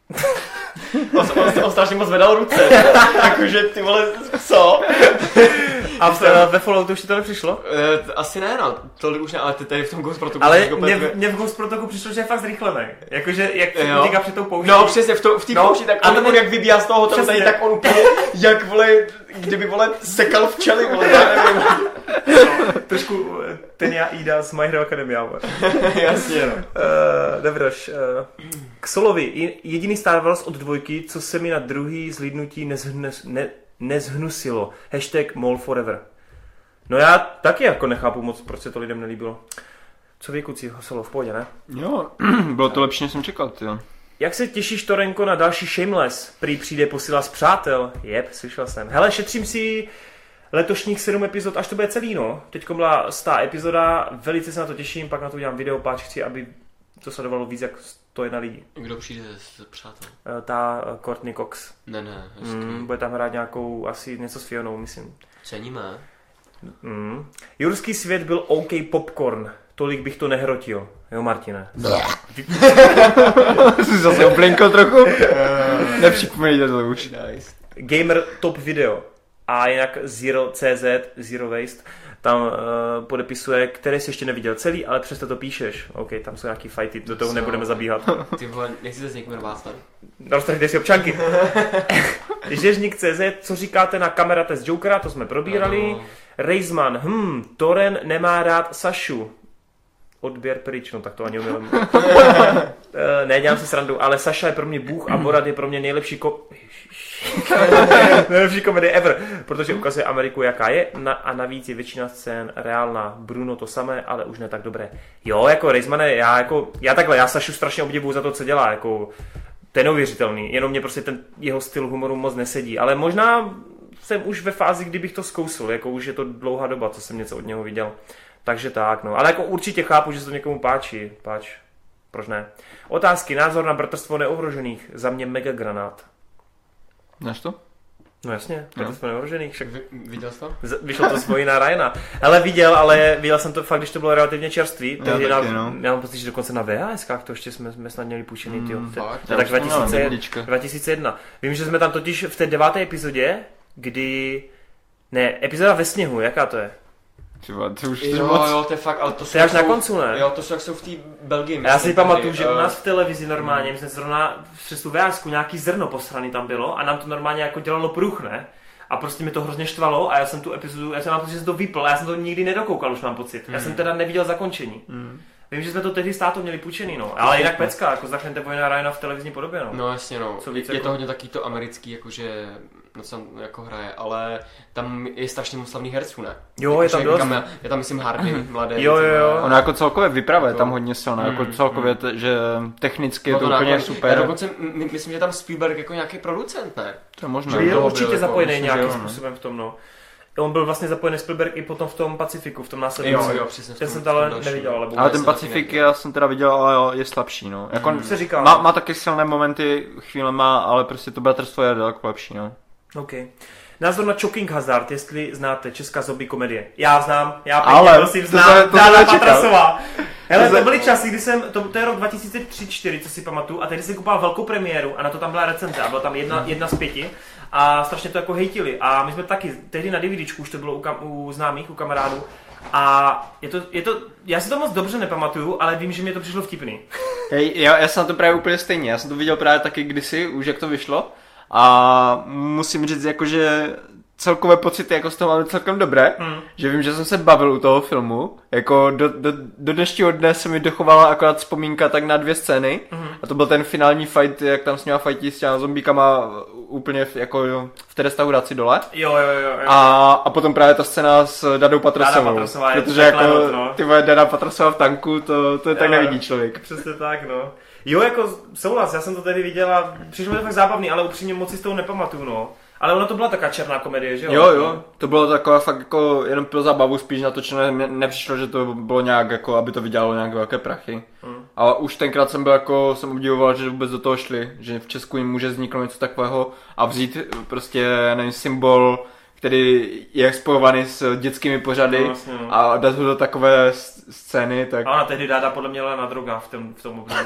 on, on, on strašně moc vedal ruce. Jakože ty vole, co? A v, ve Falloutu už ti to nepřišlo? Uh, asi ne, no. Tolik už ne, ale ty tady v tom Ghost Protocolu... Ale mě, mě v Ghost Protocolu přišlo, že je fakt zrychlený. Jakože, jak utíká před tou pouští. No, přesně, v, to, v té no, poušti, tak on, on, on jak vybíhá z toho hotelu, tady, tak on úplně, jak vole, kdyby vole sekal včely, vole, já nevím. No, trošku ten já Ida z My Hero Academia. Jasně, no. Uh, Dobroš, uh, k Solovi, jediný Star Wars od dvojky, co se mi na druhý zlídnutí nezhnes, ne, nezhnusilo. Hashtag Mall Forever. No já taky jako nechápu moc, proč se to lidem nelíbilo. Co vy, kuci, Solo, v pohodě, ne? Jo, bylo to lepší, než jsem čekal, tyjo. Jak se těšíš, Torenko, na další Shameless? Prý přijde posila z přátel. Jep, slyšel jsem. Hele, šetřím si letošních sedm epizod, až to bude celý, no. Teďko byla stá epizoda, velice se na to těším, pak na to udělám video, páč chci, aby to sledovalo víc jak sto jedna lidí. Kdo přijde z přátel? Ta Courtney Cox. Ne, ne, hezký. Mm, bude tam hrát nějakou, asi něco s Fionou, myslím. Ceníme. Mm. Jurský svět byl OK popcorn. Tolik bych to nehrotil. Jo, Martine? Jsi zase oblinkl trochu? Nepřipomínejte to už. Nice. Gamer top video. A jinak Zero C Z, Zero Waste, tam uh, podepisuje, který jsi ještě neviděl celý, ale přesto to píšeš. OK, tam jsou nějaký fighty, do toho so, nebudeme zabíhat. Ty vole, nechci se s někým rvát tady. Dostanete si občanky. Žežník C Z, co říkáte na kamera test Jokera, to jsme probírali. No. Reisman, hm, Toren nemá rád Sašu. Odběr pryč, no tak to ani umím. Ne, dělám si srandu, ale Saša je pro mě bůh a Borat je pro mě nejlepší ko... nejlepší komedie ever, protože ukazuje Ameriku, jaká je, na, a navíc je většina scén reálná. Bruno to samé, ale už ne tak dobré. Jo, jako Reismane, já jako, já takhle, já Sašu strašně obdivuju za to, co dělá, jako, ten neuvěřitelný, jenom mě prostě ten jeho styl humoru moc nesedí, ale možná jsem už ve fázi, kdybych to zkousil, jako už je to dlouhá doba, co jsem něco od něho viděl. Takže tak, no. Ale jako určitě chápu, že se to někomu páčí. Páč. Proč ne? Otázky, názor na Bratrstvo neohrožených. Za mě mega granát. Znáš to? No jasně, Bratrstvo no. neohrožených. Však... Vy, viděl jsi to? Z, vyšlo to z Vojna Ryana. Ale viděl, ale viděl jsem to fakt, když to bylo relativně čerstvý. Já taky, na, no. Já mám pocit, že dokonce na VHSkách to ještě jsme, jsme snad měli půjčený, tyjo. Mm, fakt? Tak dva tisíce jedna. Vím, že jsme tam totiž v té deváté epizodě, kdy... Ne, epizoda ve sněhu, jaká to je? Třeba, to už jo, moc... jo, to je fakt, ale to jsou... To je až na koncu, ne? Jo, to jsou, jak jsou v té Belgii. Já si pamatuju, že u uh, nás v televizi normálně, hmm. my jsme zrovna přes tu VHSku nějaký zrno posraný tam bylo a nám to normálně jako dělalo průch, ne? A prostě mi to hrozně štvalo a já jsem tu epizodu, já jsem mám pocit, že jsem to vypl a já jsem to nikdy nedokoukal, už mám pocit. Hmm. Já jsem teda neviděl zakončení. Hmm. Vím, že jsme to tehdy s tátou měli půjčený, no. Ale jinak pecka, jako zachnete Vojna Ryana v televizní podobě, no. No jasně, no. Co víc, je jako... to hodně taky to americký, jakože, no co jako hraje, ale tam je strašně moc slavných herců, ne? Jo, jako, je tam dost. Je, je tam, myslím, Hardy, mladý. Jo, jo, jo. Ono jako celkově vyprava je jako... tam hodně silná, jako celkově, t- že technicky je no to, to úplně náklad, super. Já dokonce my, myslím, že tam Spielberg jako nějaký producent, ne? To je možné. Že je určitě zapojený jako, nějakým jo, způsobem v tom, no. On byl vlastně zapojený Spielberg i potom v tom Pacifiku, v tom následujícím. Jo, jo, přesně. Ten jsem to ale neviděl, ale... Ale ten Pacifik já jsem teda viděl, ale je slabší, no. Jako hmm. se říká, má, má taky silné momenty, chvíle má, ale prostě to Bratrstvo je daleko lepší, no. OK. Názor na Choking Hazard, jestli znáte, česká zombie komedie. Já znám, já pěkně, ale, prosím, znám, to Dana Patrasová. Hele, to byly časy, kdy jsem, to, to je rok dva tisíce tři čtyři, co si pamatuju, a tehdy jsem kupoval velkou premiéru a na to tam byla recenze a byla tam jedna, jedna z pěti a strašně to jako hejtili a my jsme taky, tehdy na DVDčku už to bylo u, kam, u známých, u kamarádů a je to, je to, já si to moc dobře nepamatuju, ale vím, že mi to přišlo vtipný. Hej, já, já jsem na to právě úplně stejně, já jsem to viděl právě taky kdysi, už jak to vyšlo a musím říct jako, že celkové pocity jako z toho máme celkem dobré, mm. že vím, že jsem se bavil u toho filmu, jako do, do, do dnešního dne se mi dochovala akorát vzpomínka tak na dvě scény mm. a to byl ten finální fight, jak tam s ním fightí s těma zombíkama úplně v, jako v té restauraci dole. Jo, jo, jo. jo. A, a potom právě ta scéna s Dadou Patrasovou. Dana Patrasová je protože jako let, no. ty vole Dana Patrasová v tanku, to, to je tak nevidí člověk. Přesně tak, no. Jo, jako souhlas, já jsem to tady viděl a přišlo mi to fakt zábavný, ale upřímně moc si z toho nepamatuju, no. Ale ona to byla taková černá komedie, že jo? Jo, jo, to bylo taková fakt jako jenom pro zábavu spíš natočené, ne, nepřišlo, že to bylo nějak jako, aby to vydělalo nějaké velké prachy. Hmm. Ale už tenkrát jsem byl jako, jsem obdivoval, že vůbec do toho šli, že v Česku jim může vzniknout něco takového a vzít prostě, nevím, symbol, který je spojovaný s dětskými pořady no, vlastně, no. a dát ho do takové scény, tak... A ona tehdy Dáda podle mě na drogách v tom, v tom období.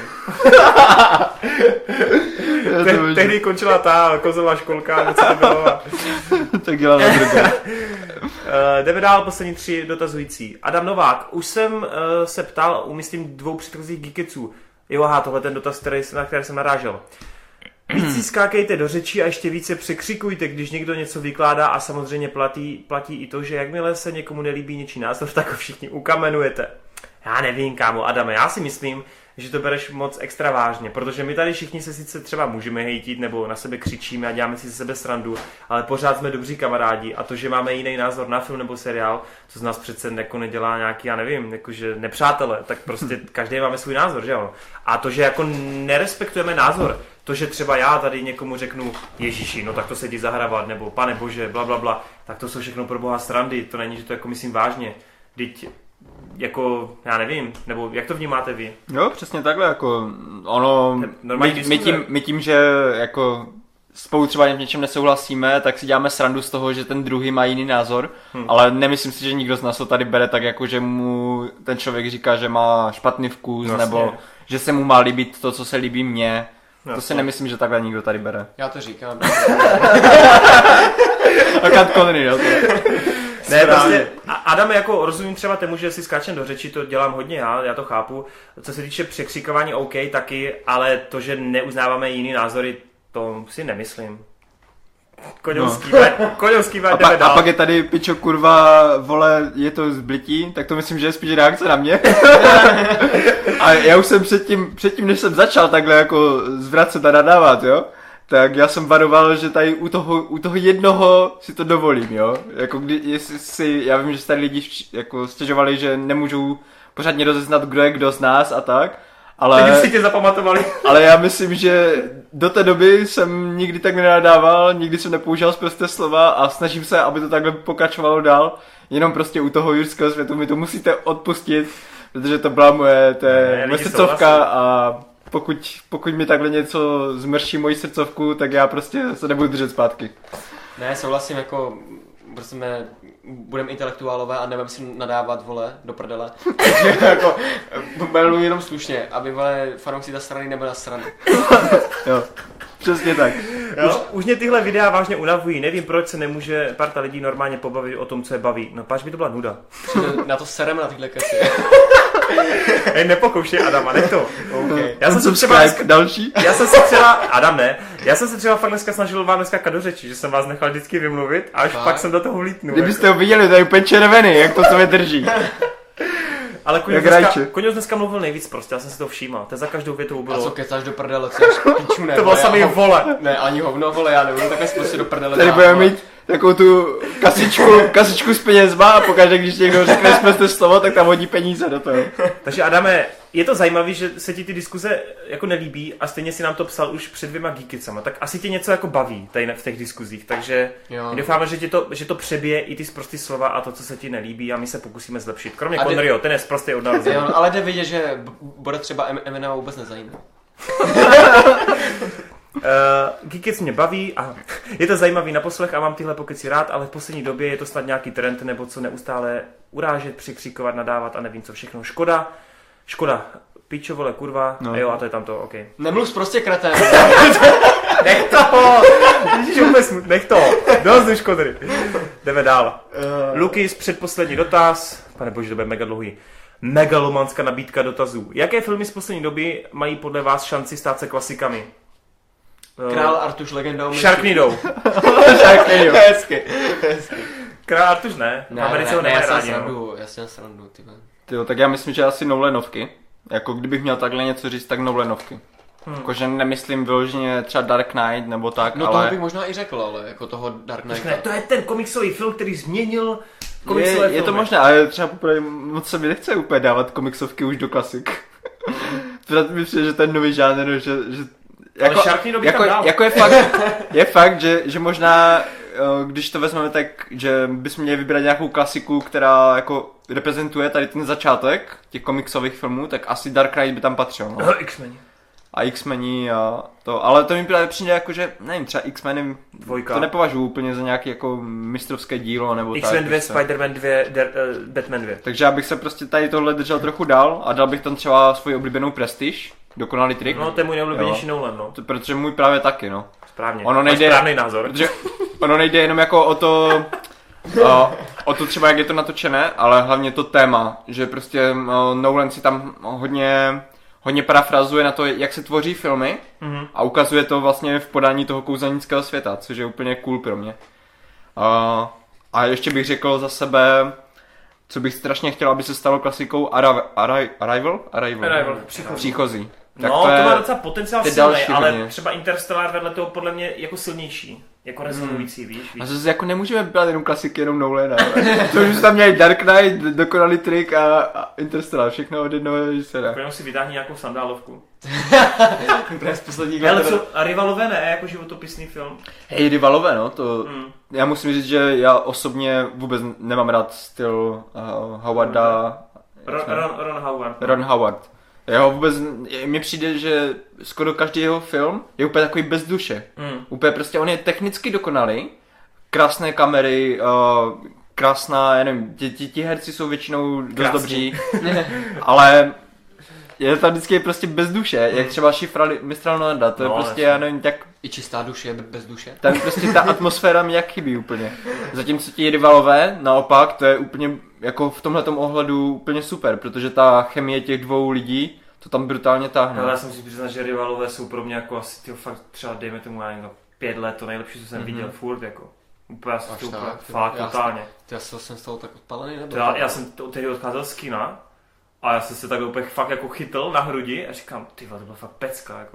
Te, tehdy končila ta kozová školka, něco to bylo. Tak dělá na drogách. uh, jdeme dál, poslední tři dotazující. Adam Novák, už jsem uh, se ptal, umyslím dvou předchozích geekeců. Jo, aha, tohle ten dotaz, který, na který jsem narážel. Víc si skákejte do řeči a ještě více překřikujte, když někdo něco vykládá a samozřejmě platí, platí i to, že jakmile se někomu nelíbí něčí názor, tak ho všichni ukamenujete. Já nevím, kámo, Adame, já si myslím, že to bereš moc extra vážně, protože my tady všichni se sice třeba můžeme hejtit nebo na sebe křičíme a děláme si ze sebe srandu, ale pořád jsme dobří kamarádi a to, že máme jiný názor na film nebo seriál, to z nás přece jako nedělá nějaký, já nevím, jakože nepřátelé, tak prostě každý máme svůj názor, že jo? A to, že jako nerespektujeme názor, to, že třeba já tady někomu řeknu Ježíši, no tak to se jdi zahravat, nebo Pane Bože, bla bla bla, tak to jsou všechno pro boha srandy, to není, že to jako myslím vážně. Vždyť jako, já nevím, nebo jak to vnímáte vy? Jo, přesně takhle, jako ono, my, my, tím, my tím, že jako spolu třeba v něčem nesouhlasíme, tak si děláme srandu z toho, že ten druhý má jiný názor, hmm. ale nemyslím si, že nikdo z nás to tady bere tak jako, že mu ten člověk říká, že má špatný vkus, vlastně. Nebo že se mu má líbit to, co se líbí mně. To Jasně. si nemyslím, že takhle nikdo tady bere. Já to říkám. A Kat Connery, jo to. Ne, prostě, Adam, jako rozumím třeba tomu, že si skáčem do řeči, to dělám hodně já, já to chápu. Co se týče překřikování, OK, taky, ale to, že neuznáváme jiný názory, to si nemyslím. Koňovský, no. Koňovský, a, pa, a pak je tady pičo kurva, vole, je to zblití, tak to myslím, že je spíš reakce na mě. A já už jsem předtím, předtím, než jsem začal takhle jako zvracet a nadávat, jo, tak já jsem varoval, že tady u toho, u toho jednoho si to dovolím, jo. Jako kdy, jestli si, já vím, že se tady lidi jako stěžovali, že nemůžou pořádně rozeznat, kdo je kdo z nás a tak. Ale, teď už si tě zapamatovali. Ale já myslím, že do té doby jsem nikdy tak nenadával, nikdy jsem nepoužíval zprosté slova a snažím se, aby to takhle pokračovalo dál. Jenom prostě u toho jurského světu mi to musíte odpustit, protože to byla moje, to je ne, moje srdcovka a pokud, pokud mi takhle něco zmrší moji srdcovku, tak já prostě se nebudu držet zpátky. Ne, souhlasím, jako prostě budeme intelektuálové a nebudeme si nadávat, vole, do prdele. Takže jako, budeme jenom slušně, aby, vole, fanoušci ta strany nebyly na strany. Jo, přesně tak. Jo? Už, už mě tyhle videa vážně unavují, nevím, proč se nemůže parta lidí normálně pobavit o tom, co je baví. No páč by to byla nuda. Na to sereme na tyhle keci. Hej, nepokoušej Adama, nech to. Okay. Já jsem se třeba dneska, další. Já jsem se třeba, Adam ne, já jsem se třeba fakt dneska snažil vám dneska do řeči, že jsem vás nechal vždycky vymluvit a až tak. Pak jsem do toho vlítnul. Kdybyste ho viděli, to je úplně červený, jak to se drží. Ale Koňos dneska, Koňos dneska mluvil nejvíc prostě, já jsem si to všímal, to je za každou větou bylo. A co kecáš do prdele, co jsi piču, ne? To bylo samý ho... vole. Ne, ani hovno, vole, já nebudu takhle prostě do prdele. Tady budeme mít takovou tu kasičku, kasičku s penězma a pokaždé, když někdo řekne jsme slovo, tak tam hodí peníze do toho. Takže Adame, je to zajímavé, že se ti ty diskuze jako nelíbí a stejně si nám to psal už před dvěma Geekicama, tak asi tě něco jako baví tady v těch diskuzích, takže doufáme, že, to, že to přebije i ty sprostý slova a to, co se ti nelíbí a my se pokusíme zlepšit. Kromě Conryho, ten je sprostý od narození. Ale jde vidět, že bude třeba Eminem vůbec nezajímá. Uh, Geekic mě baví a je to zajímavý na poslech a mám tyhle pokeci rád, ale v poslední době je to snad nějaký trend nebo co neustále urážet, přikřikovat, nadávat a nevím co všechno. Škoda, škoda, pičo vole kurva, no. A jo a to je tam to, ok. Nemluv prostě kretem. Nech to, nech to, dost už Škodry. Jdeme dál. Uh... Lukis, předposlední dotaz, pane bože, to bude mega dlouhý. Megalomanská nabídka dotazů. Jaké filmy z poslední doby mají podle vás šanci stát se klasikami? Král Artuš, legenda o Sharknado. Sharknado. Hezky, hezky. Král Artuš ne, ne, Americe ne, ho ne, nemají já rádi. srandu, já si srandu, ty Tyjo, tak já myslím, že asi Nolanovky. Jako kdybych měl takhle něco říct, tak Nolanovky. Hmm. Jakože nemyslím vyloženě třeba Dark Knight nebo tak, no, ale... No toho bych možná i řekl, ale jako toho Dark Knighta. To je ten komiksový film, který změnil komiksové filmy. Je to možná, ale třeba poprvé moc se mi nechce úplně dávat komiksovky už do klasik. Protože mi přijde, že ten nový žánr, že... že jako, jako, jako je fakt, je fakt že, že možná, když to vezmeme tak, že bychom měli vybrat nějakou klasiku, která jako reprezentuje tady ten začátek těch komiksových filmů, tak asi Dark Knight by tam patřil. No. X-meni. A X-meni a to, ale to mi právě přijde jako, že nevím, třeba X-meni, to nepovažuji úplně za nějaký jako mistrovské dílo nebo tak. X-Men dva, Spider-Man dva, Der, uh, Batman dva. Takže já bych se prostě tady tohle držel trochu dál a dal bych tam třeba svoji oblíbenou Prestige, dokonalý trik. No to je můj nejoblíbenější Nolan, no. To, protože můj právě taky, no. Správně, ono nejde, správný názor. Protože ono nejde jenom jako o to, o, o to třeba, jak je to natočené, ale hlavně to téma, že prostě o, Nolan si tam hodně... hodně parafrazuje na to, jak se tvoří filmy mm-hmm. a ukazuje to vlastně v podání toho kouzelnického světa, což je úplně cool pro mě. A, a ještě bych řekl za sebe, co bych strašně chtěl, aby se stalo klasikou Ara, Ara, Arrival? Arrival? Arrival, příchozí. příchozí. Tak no, to, je, to má docela potenciál silný, ale hodně. Třeba Interstellar vedle toho podle mě jako silnější. Jako rezonující, mm. víš, víš. A zase jako nemůžeme brát jenom klasiky, jenom Nolana. To už tam měli Dark Knight, dokonalý trik a, a Interstellar, všechno od jednoho režisera. Jenom si vytáhni nějakou sandálovku. To je z poslední ale co, a Rivalové ne, jako životopisný film? Hej, Rivalové, no, to... Mm. Já musím říct, že já osobně vůbec nemám rád styl uh, Howarda... Ron, Ron, Ron Howard. Ron Howard. Jo, vůbec, mně přijde, že skoro každý jeho film je úplně takový bez duše. Mm. Úplně prostě, on je technicky dokonalý, krásné kamery, uh, krásná, já nevím, ti, ti herci jsou většinou dost Krásný. dobří, ale je tam vždycky prostě bez duše, mm. jak třeba Šifra Mistral Nolanda, to no, je prostě, já nevím, tak... I čistá duše bez duše. Tam prostě ta atmosféra mi jak chybí úplně. Zatímco ti Rivalové, naopak, to je úplně, jako v tomhletom ohledu úplně super, protože ta chemie těch dvou lidí to tam brutálně táhne. No, já jsem si přiznal, že Rivalové jsou pro mě jako asi tyho fakt třeba dejme tomu já nevím, pět let, to nejlepší, co jsem mm-hmm. viděl furt, jako. Úplně asi to úplně, fakt já totálně. Já jsem z toho tak odpalený, nebo? Já, já jsem tehdy odcházel z kina a já jsem se tak úplně fakt jako chytl na hrudi a říkám, ty to byla fakt pecka, jako.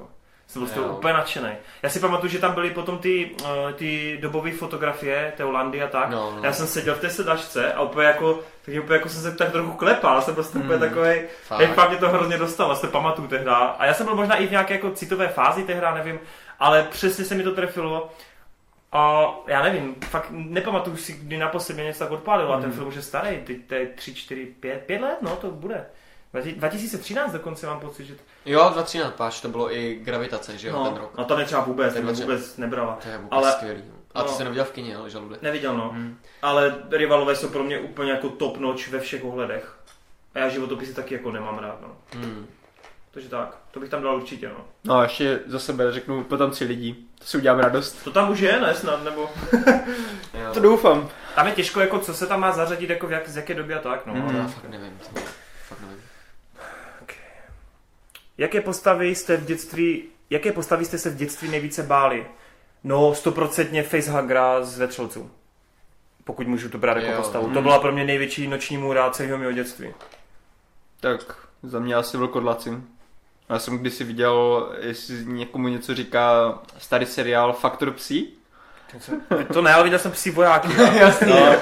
Jsem byl z toho úplně nadšenej. Já si pamatuju, že tam byly potom ty, uh, ty dobové fotografie, té Holandy a tak. No, no. Já jsem seděl v té sedačce a úplně jako, tak úplně jako jsem se tak trochu klepal, jsem prostě mm, úplně takovej, jak fakt mě to hrozně dostalo, si to pamatuju tehda. A já jsem byl možná i v nějaké jako citové fázi tehda, nevím, ale přesně se mi to trefilo. A já nevím, fakt nepamatuju si, kdy naposledy mě něco tak odpálilo, mm. a ten film už je starý, teď to je tři, čtyři, pět, pět let, no to bude. dva tisíce třináct dokonce mám pocit, že... Jo, dva tisíce třináct, páč, to bylo i Gravitace, že jo, no, ten rok. No to netřeba vůbec, ten vůbec nebrala. To je vůbec ale, skvělý. A to no, jsi neviděl v kině, ale žaludě. Neviděl, no. Hmm. Ale Rivalové jsou pro mě úplně jako top notch ve všech ohledech. A já životopisy taky jako nemám rád, no. Hmm. Takže tak, to bych tam dal určitě, no. No a ještě za sebe řeknu potomci lidí, to si udělám radost. To tam už je, ne snad, nebo... To doufám. Tam je těžko, jako co se tam má zařadit, jako v jak, z jaké doby a tak, no. Hmm. Já fakt nevím, to, fakt nevím. Okay. Jaké postavy jste v dětství, jaké postavy jste se v dětství nejvíce báli? No, stoprocentně facehuggera z Vetřelců. Pokud můžu to brát jako jo. postavu. Hmm. To byla pro mě největší noční můra celého mého dětství. Tak, za mě asi Vlkodlaci. Já jsem kdysi viděl, jestli někomu něco říká starý seriál Faktor psí. To ne, ale viděl jsem Psí vojáky. Jasně. No.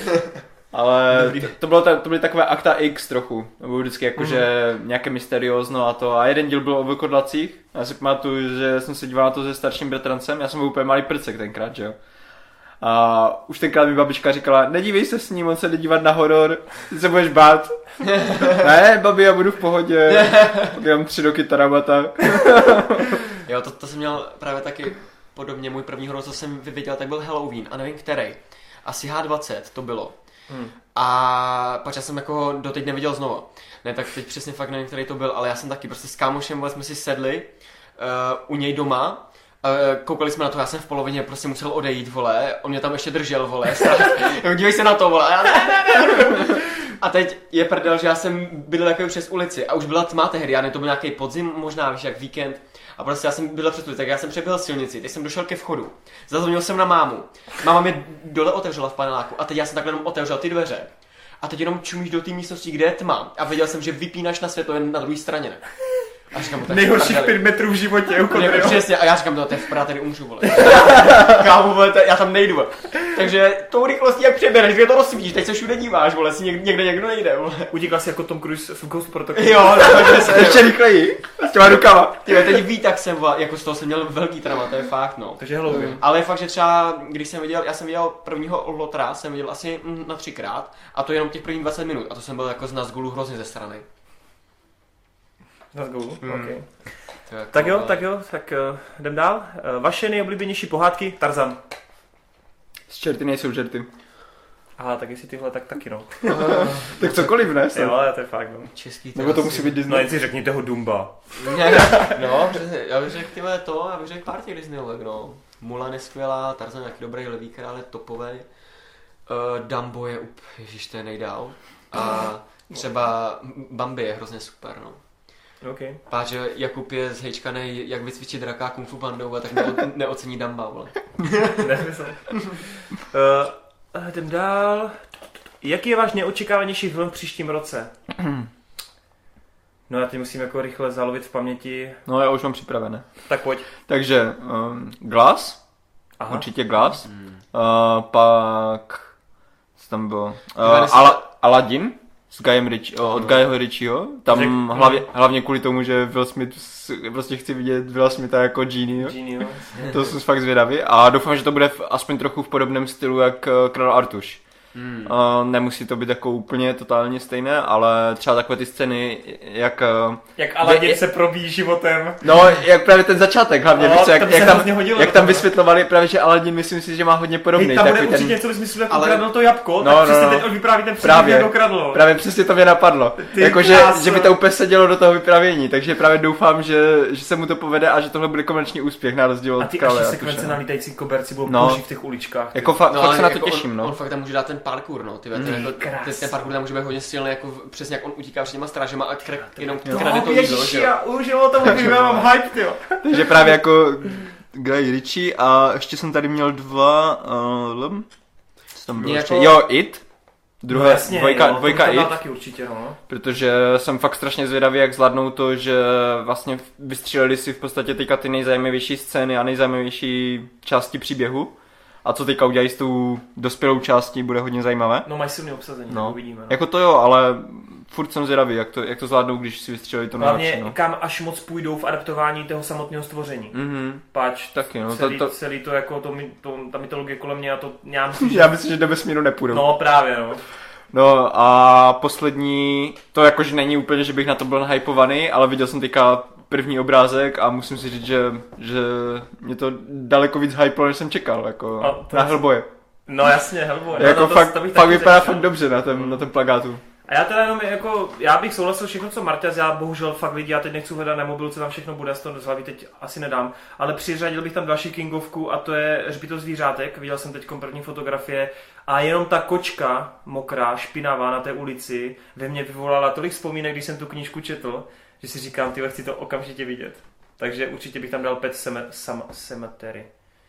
Ale to, to, bylo ta, to byly takové akta X trochu. To bylo vždycky jako, mm. že nějaké mysteriózno a to. A jeden díl byl o Vlkodlacích. Já si pamatuju, že jsem se díval na to se starším bratrancem. Já jsem byl úplně malý prcek tenkrát, že jo. A už tenkrát mi babička říkala, nedívej se s ním, on se jde dívat na horor, ty se budeš bát. Ne, babi, já budu v pohodě. Já mám tři roky tarabata. Jo, to, to jsem měl právě taky podobně. Můj první horor, co jsem viděl, tak byl Halloween a nevím který. Asi H dvacet to bylo. Hmm. A pak já jsem jako doteď neviděl znovu. Ne, tak teď přesně fakt nevím, který to byl, ale já jsem taky prostě s kámošem, vole, jsme si sedli uh, u něj doma. Uh, koukali jsme na to, já jsem v polovině prostě musel odejít, vole, on mě tam ještě držel, vole, dívej se na to, vole, a já ne, ne, ne. A teď je prdel, že já jsem bydlel jako přes ulici a už byla tma tehdy, já ne, to byl nějaký podzim, možná, víš, jak víkend. A prostě já jsem bydlel přes ulici, tak já jsem přeběhl silnici, teď jsem došel ke vchodu, zazvonil jsem na mámu, máma mě dole otevřela v paneláku a teď já jsem takhle jenom otevřel ty dveře. A teď jenom čumíš do té místnosti, kde je tma a viděl jsem, že vypínaš na světlo jen na druhé straně, ne? A říkám mu, nejhorších pět metrů v životě, ukontrol. Přesně, a já říkám, to je v Praha, tady umřu, vole. Kámo, vole, já tam nejdu. Takže tou rychlostí, jak přebereš, že to rozsvítíš, teď se všude díváš, vole, si někde, někde někdo nejde, vole. Utíkal si jako Tom Cruise v Ghost Protocol. Jo, no, takže se ještě rychleji, s těma rukama. Tyhle, teď ví, tak jsem, vole, jako z toho jsem měl velký trauma, to je fakt, no. Takže Halloween. Ale je fakt, že třeba, když jsem viděl, já jsem viděl prvního Lotra, jsem viděl asi na třikrát, a to jenom těch prvních dvacet minut, a to jsem byl jako z Nazgulu hrozně ze strany. Nazgulu, hmm. Okay. Tak, tak jo, tak jo, tak uh, jdem dál. Uh, vaše nejoblíbenější pohádky? Tarzan. Z čerty nejsou žerty. Aha, tak jestli tyhle, tak taky no. Tak cokoliv, ne? Jo, ale to je fakt, no. Český nebo to musí být Disney. No jen si řekněte ho Dumba. No, já bych řekl tyhle to, já bych řekl pár těch Disneyovek, no. Mulan je skvělá, Tarzan je taky dobrý, Lví král je topovej. Uh, Dumbo je up, ježiš, to je nejdál. A třeba Bambi je hrozně super, no. Okay. Páč, že Jakub je zhejčkanej, jak vycvičit draka Kung Fu Pandou, tak neo, neocení Dumba, vole. Nesmysl. uh, jdem dál. Jaký je váš neočekávanější film v příštím roce? No já teď musím jako rychle zalovit v paměti. No já už mám připravené. Tak pojď. Takže um, Glass. Aha. Určitě Glass. Hmm. Uh, pak... Co tam bylo? Uh, Ala- Aladdin. S Guyem Ritchie, od Guyho Ritchieho. Tam Řek, hlavně, hlavně kvůli tomu, že Will Smith, prostě chci vidět Will Smitha jako Genie. Genie to jsem fakt zvědavý. A doufám, že to bude v, aspoň trochu v podobném stylu jak Král Artuš. Hmm. Uh, nemusí to být jako úplně totálně stejné, ale třeba takové ty scény, jak... Uh, jak Aladdin je, se probíjí životem. No, jak právě ten začátek hlavně, no, víc, jak, jak tam, hodilo, jak tam vysvětlovali právě, že Aladdin, myslím si, že má hodně podobný. Hej, tam bude určitě něco ve smyslu, jak ale... ukradl to jabko, no, tak no, přesně no. Teď on vypráví ten příběh, jak ukradlo. Právě přesně to mě napadlo. Jako, že, že by to úplně sedělo do toho vyprávění, takže právě doufám, že, že se mu to povede a že tohle bude komerční úspěch na rozdíl od Krále. A ty sekvence na lítající koberci budou boží v těch uličkách. Jako fakt se na to těším, no. On fakt tam může dát ten parkour, no. Ten, ten, ten parkour tam může být hodně silný, jako přesně jak on utíká před těma strážema a krak, jenom krade to jídlo, že jo. Už o tom mluvím, já mám hype, tyjo. Takže právě jako Guy Ritchie a ještě jsem tady měl dva, uh, co tam bylo ještě? Jo, It. Druhé, no jasně, dvojka, jo, dvojka to It, taky určitě, no. protože jsem fakt strašně zvědavý, jak zvládnou to, že vlastně vystříleli si v podstatě teďka ty nejzajímavější scény a nejzajímavější části příběhu. A co teďka udělají s tou dospělou částí, bude hodně zajímavé. No mají silné obsazení, no. uvidíme. No. Jako to jo, ale furt jsem zvědavý, jak to, jak to zvládnou, když si vystřelili to hlavně nejlepší, no. kam až moc půjdou v adaptování toho samotného stvoření. Mhm. Páč, taky, no, celý, to, to... celý to jako to, to, ta mytologie kolem mě a to já myslím, že... já myslím, že do vesmíru nepůjdou. No právě, no. No a poslední, to jakože není úplně, že bych na to byl nahypovaný, ale viděl jsem teďka první obrázek a musím si říct, že, že mě to daleko víc hypalo, než jsem čekal, jako na Hellboye. No jasně, Hellboy. Jako no, to, fakt, to fakt vypadá řekl. fakt dobře na tom, na tom plakátu. A já teda jenom jako, já bych souhlasil všechno, co Marťas, já bohužel fakt lidi, já teď nechci hledat na mobilu, co tam všechno bude, z toho z hlavy teď asi nedám, ale přiřadil bych tam další Kingovku a to je Hřbitov zvířátek, viděl jsem teď první fotografie a jenom ta kočka, mokrá, špinavá na té ulici, ve mně vyvolala tolik vzpomínek, když jsem tu knížku četl, že si říkám, tyhle, chci to okamžitě vidět. Takže určitě bych tam dal Pet Sematary.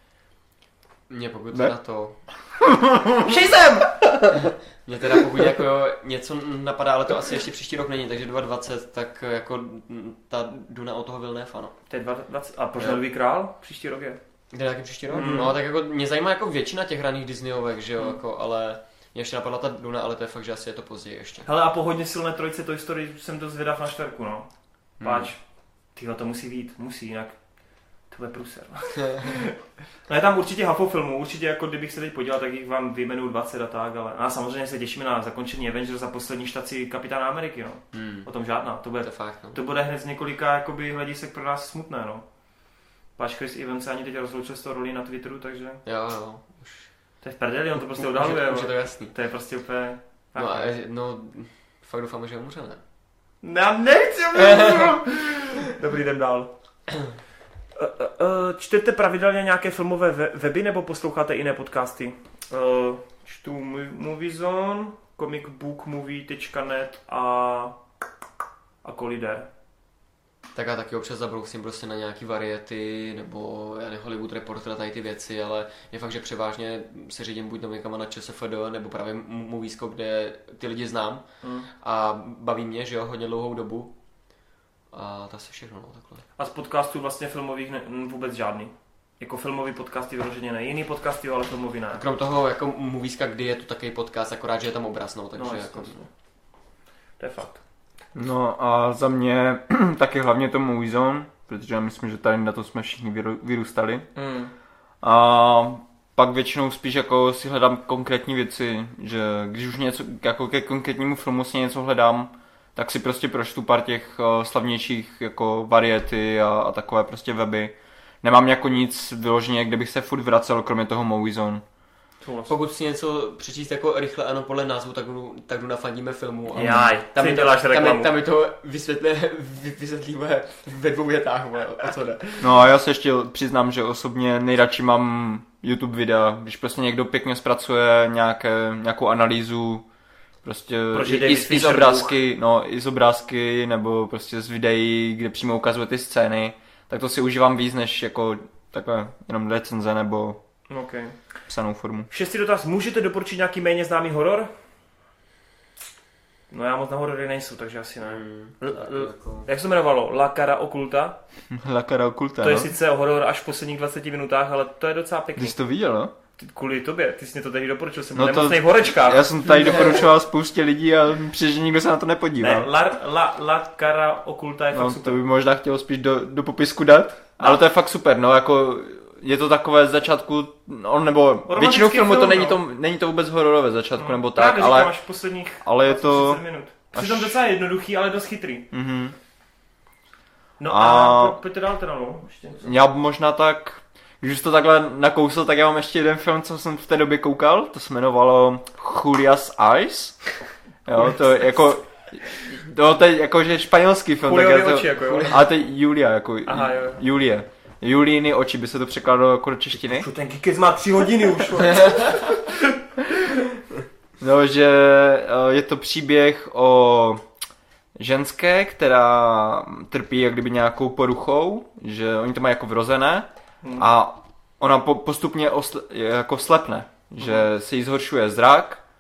Mě pokud teda to... Šejsem! Mě teda pokud jako něco napadá, ale to asi ještě příští rok není, takže dva tisíce dvacet, tak jako ta Duna od toho Villeneuve, ano. To je dvacet a Požadavý král? Příští rok je. Kde taky příští rok? Mm. No tak jako mě zajímá jako většina těch hraných Disneyovek, že jo, Mm. jako, ale mě ještě napadla ta Duna, ale to je fakt, že asi je to později ještě. Hele a po hodně silné trojice Toy Story jsem to zvědav na čtverku, no. Páč, tyhle to musí být, musí, jinak to bude průser. No je tam určitě hafo filmů, určitě jako kdybych se teď podíval, tak jich vám vyjmenuju dvacet a tak, ale a samozřejmě se těšíme na zakončení Avengers za poslední štaci Kapitána Ameriky, no. Hmm. O tom žádná, to bude, to, fakt, no. to bude hned z několika jakoby hledisek pro nás smutné, no. Páč Chris Evans se ani teď rozloučil z toho roli na Twitteru, takže... Jo, jo, už... To je v prdeli, on to prostě odhaluje, už je to jasný. To je prostě úplně... No a no, fakt doufám, že umře, ne? Já nechci, Dobrý, jdem dál. Čtete pravidelně nějaké filmové weby nebo posloucháte jiné podcasty? Čtu Moviezone, comicbookmovie tečka net a, a Collider. Tak já taky občas zabrousím prostě na nějaký variety, nebo já ne Hollywood Reporter a tady ty věci, ale je fakt, že převážně se řídím buď novinkama na ČSFD, nebo právě Moviesco, kde ty lidi znám hmm. a baví mě, že jo, hodně dlouhou dobu. A to asi všechno, no, takhle. A z podcastů vlastně filmových ne, vůbec žádný? Jako filmový podcasty vyloženě ne, jiný podcasty, ale filmový ne. Krom toho jako Movieska, kdy je tu takový podcast, akorát, že je tam obraz, no, takže no, jako... To je fakt. No a za mě taky hlavně to Moviezone, protože já myslím, že tady na to jsme všichni vyrůstali. Mm. A pak většinou spíš jako si hledám konkrétní věci, že když už něco, jako ke konkrétnímu filmu si něco hledám, tak si prostě pročtu pár těch uh, slavnějších jako variety a, a takové prostě weby. Nemám jako nic vyloženě, kde bych se furt vracel, kromě toho Moviezone. Pokud si něco přečíst jako rychle, ano, podle názvu, tak jdu, tak jdu nafandíme filmu. A Jaj, tam, ty mi děláš to, reklamu. tam, tam mi to vysvětlí, vysvětlíme ve dvou větách, o co jde. No a já se ještě přiznám, že osobně nejradši mám YouTube videa, když prostě někdo pěkně zpracuje nějaké, nějakou analýzu, prostě i, i, i z obrázky, no, i z obrázky, nebo prostě z videí, kde přímo ukazuje ty scény, tak to si užívám víc, než jako takové jenom recenze nebo okay. psanou formu. Šestý dotaz, můžete doporučit nějaký méně známý horor? No já moc na horory nejsou, takže asi ne. Hmm, l- l- jak se to jmenovalo? La Cara Oculta? La Cara Oculta, To je no? sice horor až v posledních dvaceti minutách, ale to je docela pěkný. Ty jsi to viděl, no? Ty, kvůli tobě, ty jsi mě to tady doporučil, jsem no nemocnej v horečkách. Já jsem tady doporučoval spoustě lidí a přeže nikdo se na to nepodíval. Ne, la, la, la Cara Oculta je no, fakt super. To by možná chtělo spíš do, do popisku dát, no. Ale to je fakt super, no jako je to takové z začátku, no, nebo většinou filmu film, to není, no. to není to vůbec hororové začátku, no, nebo tak, právě ale, říkám, až posledních ale je to... minut. Přitom docela jednoduchý, ale dost chytrý. Mm-hmm. No a, a pojďte dál teda, no. Já možná tak, když jsi to takhle nakousl, tak já mám ještě jeden film, co jsem v té době koukal, to se jmenovalo Julia's Eyes. Jo, to je jako... To, to je jakože španělský film. Tak to, oči, jako jo. Ale to je Julia, jako Aha, jo. Julie. Julíny oči, by se to překládalo jako do češtiny. Čo, ten Kikec má tři hodiny už. No, že je to příběh o ženské, která trpí jak kdyby nějakou poruchou, že oni to mají jako vrozené hmm. a ona po, postupně osle, jako slepne, že hmm. se jí zhoršuje zrak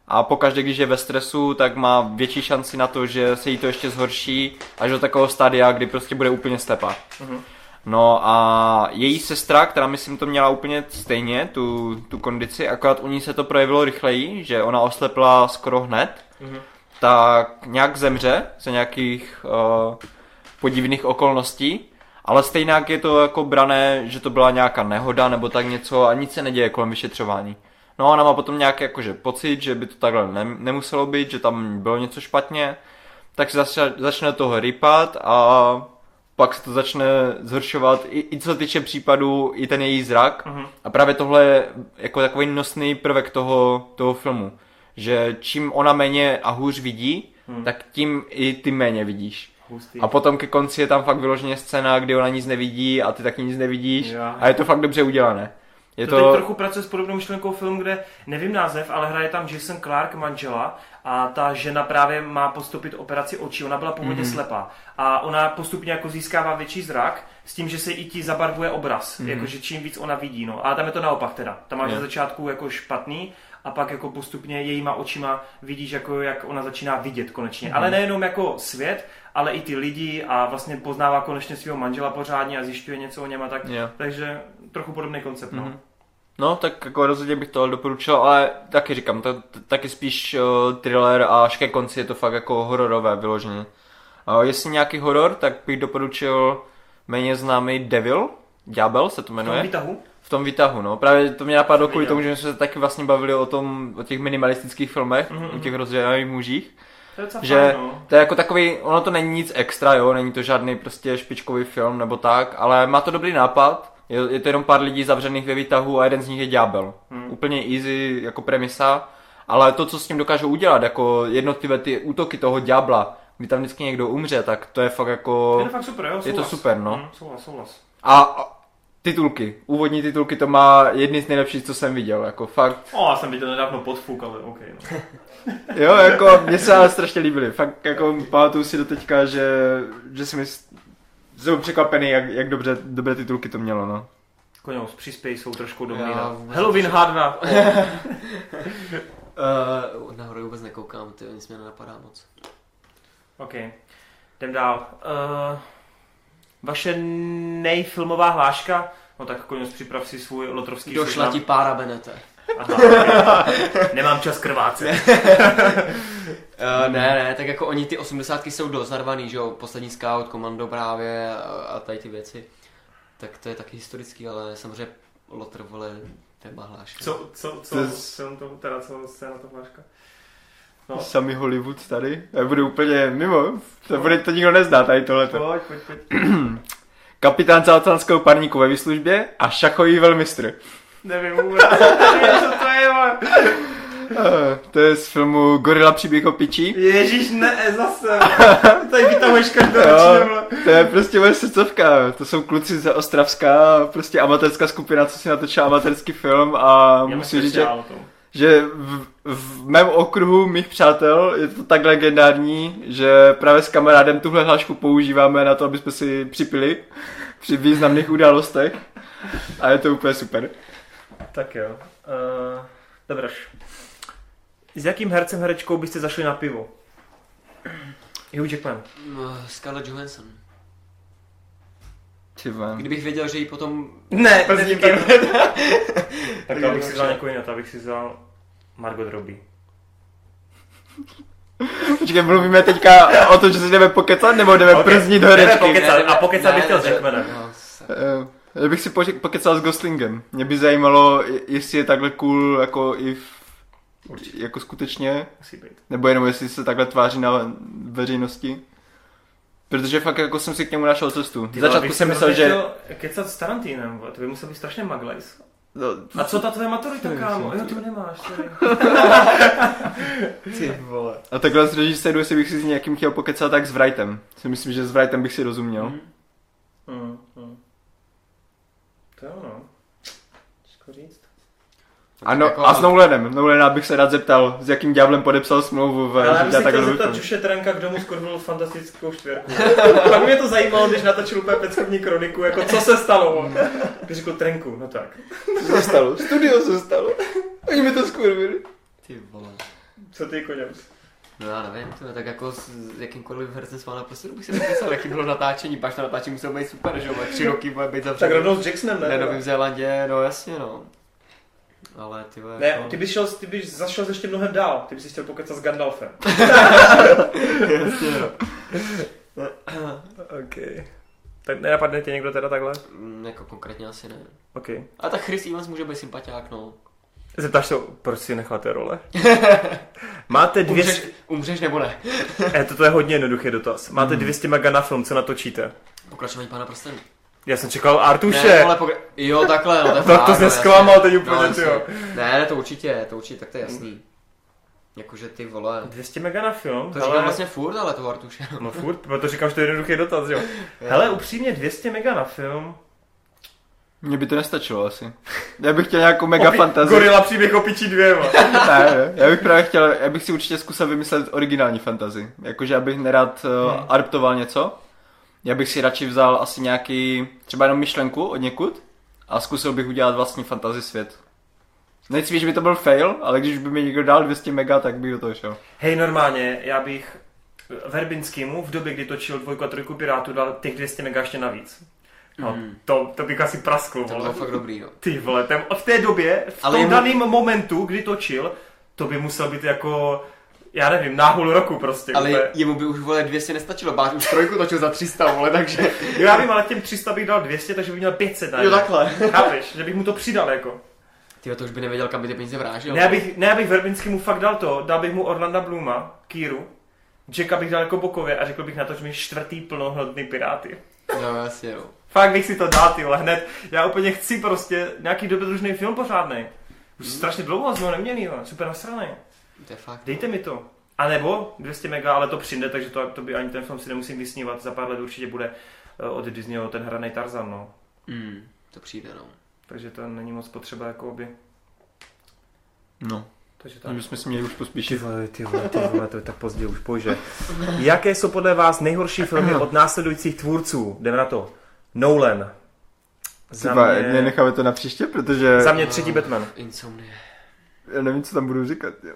a pokaždé, když je ve stresu, tak má větší šanci na to, že se jí to ještě zhorší až do takového stádia, kdy prostě bude úplně slepá. Uh-huh. No a její sestra, která myslím to měla úplně stejně, tu, tu kondici, akorát u ní se to projevilo rychleji, že ona oslepla skoro hned, uh-huh. tak nějak zemře ze nějakých uh, podivných okolností, ale stejně je to jako brané, že to byla nějaká nehoda nebo tak něco a nic se neděje kolem vyšetřování. No a ona má potom nějaký jakože pocit, že by to takhle ne, nemuselo být, že tam bylo něco špatně, tak se začne, začne toho rypat a pak se to začne zhoršovat i, i co se týče případů, i ten její zrak. Uh-huh. A právě tohle je jako takový nosný prvek toho, toho filmu, že čím ona méně a hůř vidí, uh-huh. tak tím i ty méně vidíš. Hustý. A potom ke konci je tam fakt vyloženě scéna, kdy ona nic nevidí a ty taky nic nevidíš ja. A je to fakt dobře udělané. Je to, to... teď trochu pracuje s podobnou myšlenkou film, kde nevím název, ale hraje tam Jason Clarke, manžela, a ta žena právě má postupit operaci očí. Ona byla původně mm-hmm. slepá a ona postupně jako získává větší zrak s tím, že se i ti zabarvuje obraz, mm-hmm. jakože čím víc ona vidí. No. A tam je to naopak teda. Tam máš na začátku jako špatný a pak jako postupně jejíma očima vidíš, jako jak ona začíná vidět konečně. Mm-hmm. Ale nejenom jako svět, ale i ty lidi a vlastně poznává konečně svého manžela pořádně a zjišťuje něco o něm a tak. Yeah. Takže trochu podobný koncept, no. Mm-hmm. No, tak jako rozhodně bych to doporučil, ale taky říkám, to, to taky spíš uh, thriller a až ke konci je to fakt jako hororové vyloženě. Uh, jestli nějaký horor, tak bych doporučil méně známý Devil, Ďábel se to jmenuje. V tom výtahu? V tom výtahu, no. Právě to mě napadlo kvůli tomu, že jsme se taky vlastně bavili o tom, o těch minimalistických filmech, mm-hmm. o těch rozdělených mužích. To je že fajn, no. To je jako takový, ono to není nic extra, jo, není to žádný prostě špičkový film nebo tak, ale má to dobrý nápad. Je, je to jenom pár lidí zavřených ve výtahu a jeden z nich je ďábel. Hmm. Úplně easy jako premisa, ale to, co s tím dokážou udělat, jako jednotlivé ty útoky toho ďábla, kdy tam vždycky někdo umře, tak to je fakt jako... Je to fakt super, jo, souhlas. Je to super, no. Hmm, souhlas, souhlas. A, a titulky, úvodní titulky, to má jedny z nejlepších, co jsem viděl, jako fakt. O, já jsem viděl nedávno Podfuk, ale ok, no. Jo, jako, mně se ale strašně líbily, fakt jako pamatuju si do teďka, že, že jsem jsem překvapený, jak, jak dobře, dobré titulky to mělo, no. Koněus, přispěj, jsou trošku dobrý. Já, Halloween H dva. uh, nahoru vůbec nekoukám, ty nic mě nenapadá moc. OK, jdem dál. Uh, vaše nejfilmová hláška? No tak Koněus, připrav si svůj lotrovský seznam. Došla ti pára, Benete. Aha, okay. Nemám čas krvácet. Uh, ne, ne, tak jako oni ty osmdesátky jsou dost narvaný, že jo, Poslední scout, Komando právě a, a tady ty věci. Tak to je taky historický, ale samozřejmě Lotr, vole, téma hláška. Co, co, co, to film to, teda co scéna to hláška? No. Samý Hollywood tady, já budu úplně mimo, to, bude, to nikdo nezná tady tohleto. Pojď, pojď, pojď. Kapitán zátanského parníku ve výslužbě a šachový velmistr. Nevím vůbec, nevím, co to je, man. Uh, to je z filmu Gorila příběh o piči. Ježíš, ne, zase. Tady vytahuješ každoročně. To je prostě moje srdcovka. To jsou kluci ze Ostravska, prostě amatérská skupina, co si natočila amatérský film a já musím říct, že, že v, v mém okruhu mých přátel je to tak legendární, že právě s kamarádem tuhle hlášku používáme na to, aby jsme si připili při významných událostech a je to úplně super. Tak jo. Uh, Dobroš. S jakým hercem, herečkou byste zašli na pivo? Hugh Jackman. Uh, Scarlett Johansson. Tyva. Kdybych věděl, že jí potom... Ne, neříkám. Tak abych si vzal někoho jiného, abych si vzal Margot Robbie. Počkej, mluvíme teďka o tom, že si jdeme pokecat, nebo jdeme okay. prznit do herečky? Jdeme pokecat, a pokecat bych chtěl s Jackmanem. Já bych si pokecal s Goslingem. Mě by zajímalo, jestli je takhle cool jako i v, jako skutečně, nebo jenom jestli se takhle tváří na veřejnosti. Protože fakt jako jsem si k němu našel cestu. V začátku jsem myslel, že... Kecat s Tarantinem, to by musel být strašně maglajs. No, a co ta tvoje maturita, kámo? Jo, ty ho nemáš, sorry. Ty vole. A takhle z režiséru, jestli bych si s nějakým chtěl pokecat, tak s Wrightem. Si myslím, že s Wrightem bych si rozuměl. Mm. Mm, mm. To je ono. Těžko říct. Ano, jako, a s Nolanem. Nolana bych se rád zeptal, s jakým ďáblem podepsal smlouvu. V, ale já bych se chtěl zeptat Čuše Terenka, kdo mu skurvil fantastickou čtvěrku. Pak mě to zajímalo, když natočil úplně peckovní kroniku, jako co se stalo. Když řekl Trenku, no tak. Co se stalo? Studio se stalo. Oni mi to skurvili. Ty vole. Co ty, Koňous? No já nevím, to je tak jako s jakýmkoliv hercem s Vána prostě bych si nepřesal, jaký bylo natáčení, páč na natáčení muselo být super, že jo, tři roky bude být zavřený. Tak rovnou s Jacksonem, ne? Na Novém Zélandě, no jasně no. Ale ty vole, Ne, jako... ty bys šel, ty bys zašel ještě mnohem dál, ty bys si chtěl pokecat s Gandalfem. jasně no. OK. Tak nenapadne tě někdo teda takhle? Mm, jako konkrétně asi ne. OK. A tak Chris Evans může být sympatiák, no. Zeptáš se, proč si necháte role? Máte dvě... Umřeš, umřeš nebo ne? E, toto je hodně jednoduchý dotaz. Máte Mm. dvě stě mega na film, co natočíte? Pokračování Pána prstenů. Já jsem čekal Artuše. Ne, ale pokra... Jo, takhle, no, to je To, to fakt, jsi no, zklamal jasně. teď úplně, No, ty jo. jasně. Ne, ne, to určitě, to určitě, tak to je jasný. Jakože ty vole. dvě stě mega na film? To hele... říkám vlastně furt, ale toho Artuše. No furt, proto říkám, že to je jednoduchý dotaz, jo. Hele, upřímně dvě stě mega na film. Mně by to nestačilo asi. Já bych chtěl nějakou mega Opi- fantazii. Gorila příběh opičí dvěma. Ne, já bych právě chtěl, já bych si určitě zkusil vymyslet originální fantazii. Jakože já bych nerad uh, Hmm. adaptoval něco. Já bych si radši vzal asi nějaký, třeba jenom myšlenku od někud a zkusil bych udělat vlastní fantasy svět. Nechci, že by to byl fail, ale když by mi někdo dal dvě stě mega, tak bych do toho šel. Hej, normálně, já bych Verbinskému v době, kdy točil dvojku a trojku Pirátů, dal těch dvě stě mega ještě navíc. No, Mm. to, to bych asi praskl, To vole. bylo fakt dobrý, no. Ty vole, ten, v té době, v Ale tom jemu- daném momentu, kdy točil, to by musel být jako, já nevím, náhul roku prostě. Ale úplně. jemu by už vole dvě stě nestačilo, Báš už trojku točil za tři sta, vole, takže... Jo, já vím, ale těm tři sta bych dal dvě stě, takže bych měl pět set na Jo, jedno. takhle. Chápeš, že bych mu to přidal jako. Ty to už by nevěděl, kam by ty peníze vrážil. Ne, abych, ne, abych Verbinskému fakt dal to, dal bych mu Orlanda Blooma, Kýru, Jacka bych dal jako bokově a řekl bych na to, že mi čtvrtý plnohodnotný Piráty. No, jasně, no. Fakt bych si to dal, ty vole, hned. Já úplně chci prostě nějaký dobrodružný film pořádnej. Už strašně dlouho jsme ho neměli, vole, super nasranej. To je fakt. Dejte mi to. A nebo dvě stě mega, ale to přijde, takže to, to by ani ten film si nemusím vysnívat. Za pár let určitě bude eh, od Disneyho ten hranej Tarzan, no. Mm, to přijde, no. Takže to není moc potřeba jako obě. No, Takže takže bychom si měli už Ty pospíšit. vole, ty vole, ty vole, to je tak pozdě už, bože. Jaké jsou podle vás nejhorší filmy od následujících tvůrců? Jdeme na to. Nolan. Za Třeba mě, nenecháme to na příště, protože za mě třetí Batman. Insomnie. já nevím, co tam budu říkat. Jo.